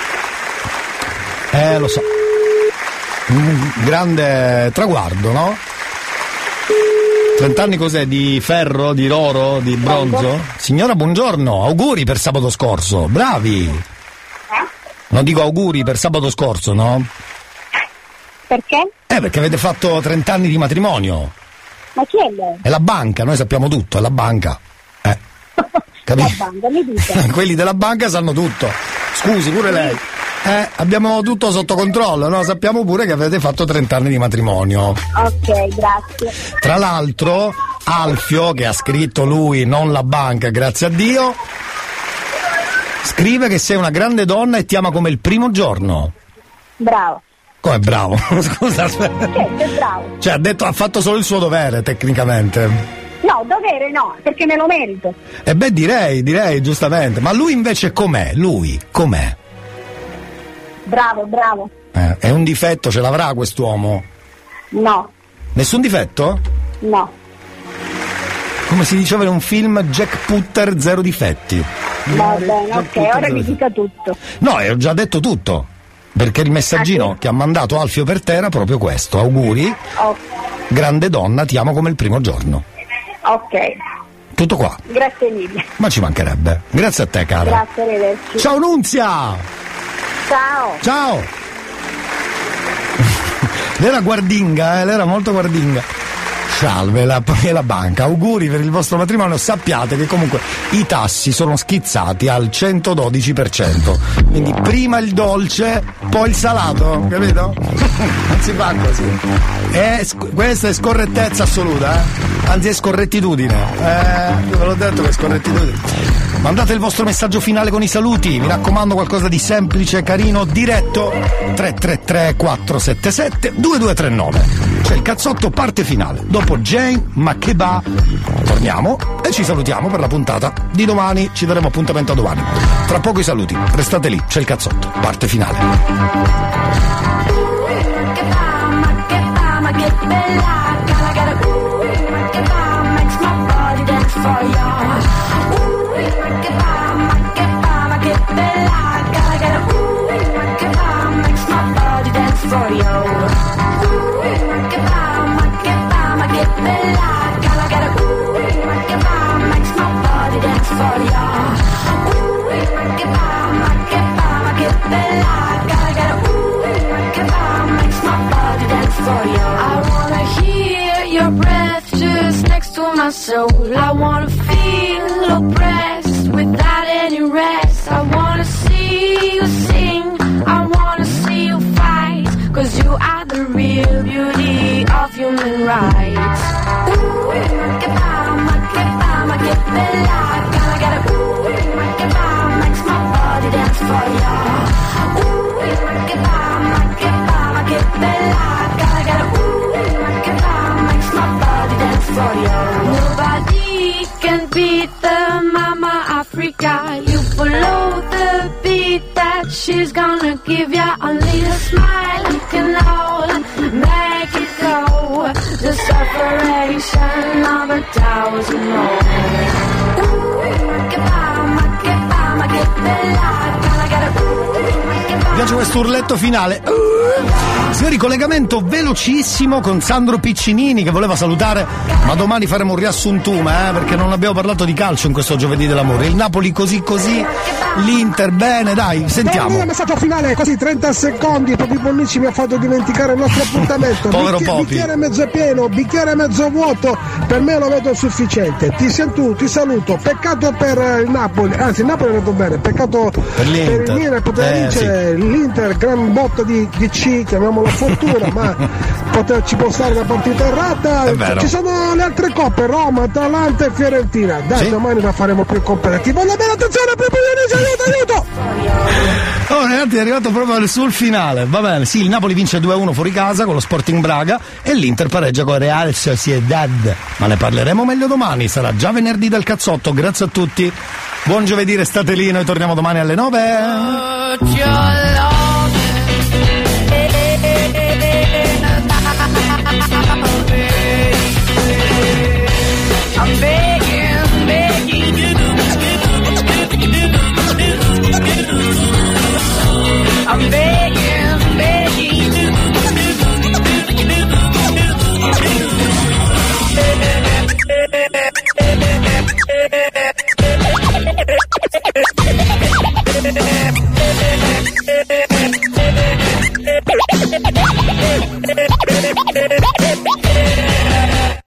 Lo so, un grande traguardo, no? 30 anni cos'è? Di ferro, di oro, di bronzo? Signora, buongiorno, auguri per sabato scorso, bravi. Non dico auguri per sabato scorso, no? Perché? Perché avete fatto 30 anni di matrimonio. Ma chi è lei? È la banca, noi sappiamo tutto, è la banca. Capito? La banca, mi dica. Quelli della banca sanno tutto. Scusi, pure lei. Abbiamo tutto sotto controllo, no? Sappiamo pure che avete fatto 30 anni di matrimonio. Ok, grazie. Tra l'altro, Alfio, che ha scritto lui, non la banca, grazie a Dio, scrive che sei una grande donna e ti ama come il primo giorno. Bravo. Come bravo? Scusa, aspetta. Certo, è bravo. Cioè, ha fatto solo il suo dovere, tecnicamente. No, dovere no, perché me lo merito. Direi, giustamente. Ma lui invece com'è? Com'è? Bravo. È un difetto, ce l'avrà quest'uomo? No. Nessun difetto? No. Come si diceva in un film, Jack Putter, zero difetti. Va bene, ok, ora mi dica tutto. No, ho già detto tutto. Perché il messaggino che ha mandato Alfio per te era proprio questo. Auguri, grande donna, ti amo come il primo giorno. Ok. Tutto qua. Grazie mille. Ma ci mancherebbe. Grazie a te, cara. Grazie, arrivederci. Ciao Nunzia. Ciao. Lei era guardinga, lei era molto guardinga. Salve, la banca, auguri per il vostro matrimonio, sappiate che comunque i tassi sono schizzati al 112%, quindi prima il dolce, poi il salato, capito? Non si fa così. Questa è scorrettezza assoluta, anzi è scorrettitudine, io ve l'ho detto che è scorrettitudine. Mandate il vostro messaggio finale con i saluti, mi raccomando, qualcosa di semplice, carino, diretto. 333 477 2239. C'è il cazzotto parte finale. Dopo Jane Makeba torniamo e ci salutiamo per la puntata di domani. Ci daremo appuntamento a domani. Tra poco i saluti, restate lì, c'è il cazzotto parte finale. For you. I wanna hear your breath just next to my soul. I wanna feel oppressed without any rest. I wanna see you sing. I wanna see you fight. 'Cause you are the real beauty of human rights. Che bella, gotta get it. Makes my body dance for ya. Che bella, gotta get it. Makes my body dance for ya. Nobody can beat the Mama Africa. You follow the beat that she's gonna give ya. Only a smile can hold, make it go. The separation of 1,000 more. C'è questo urletto finale. Signori, collegamento velocissimo con Sandro Piccinini che voleva salutare, ma domani faremo un riassuntume, perché non abbiamo parlato di calcio in questo giovedì dell'amore. Il Napoli così, l'Inter bene, dai, sentiamo. Il messaggio finale, così 30 secondi, Popi Bonnici mi ha fatto dimenticare il nostro appuntamento. Povero Popi. Bicchiere mezzo pieno, bicchiere mezzo vuoto, per me lo vedo sufficiente. Ti saluto, peccato per il Napoli, anzi il Napoli è andato bene, peccato per il Milan, poteva vincere l'Inter, gran botto di C, chiamiamola fortuna, ma ci può stare una partita errata. Ci sono le altre coppe, Roma, Atalanta e Fiorentina. Dai, domani la faremo più competitiva. Va bene, attenzione, aiuto! Oh ragazzi, è arrivato proprio sul finale. Va bene, sì, il Napoli vince 2-1 fuori casa con lo Sporting Braga e l'Inter pareggia con Real Sociedad. Ma ne parleremo meglio domani, sarà già venerdì del cazzotto. Grazie a tutti, buon giovedì, restate lì, noi torniamo domani alle 9.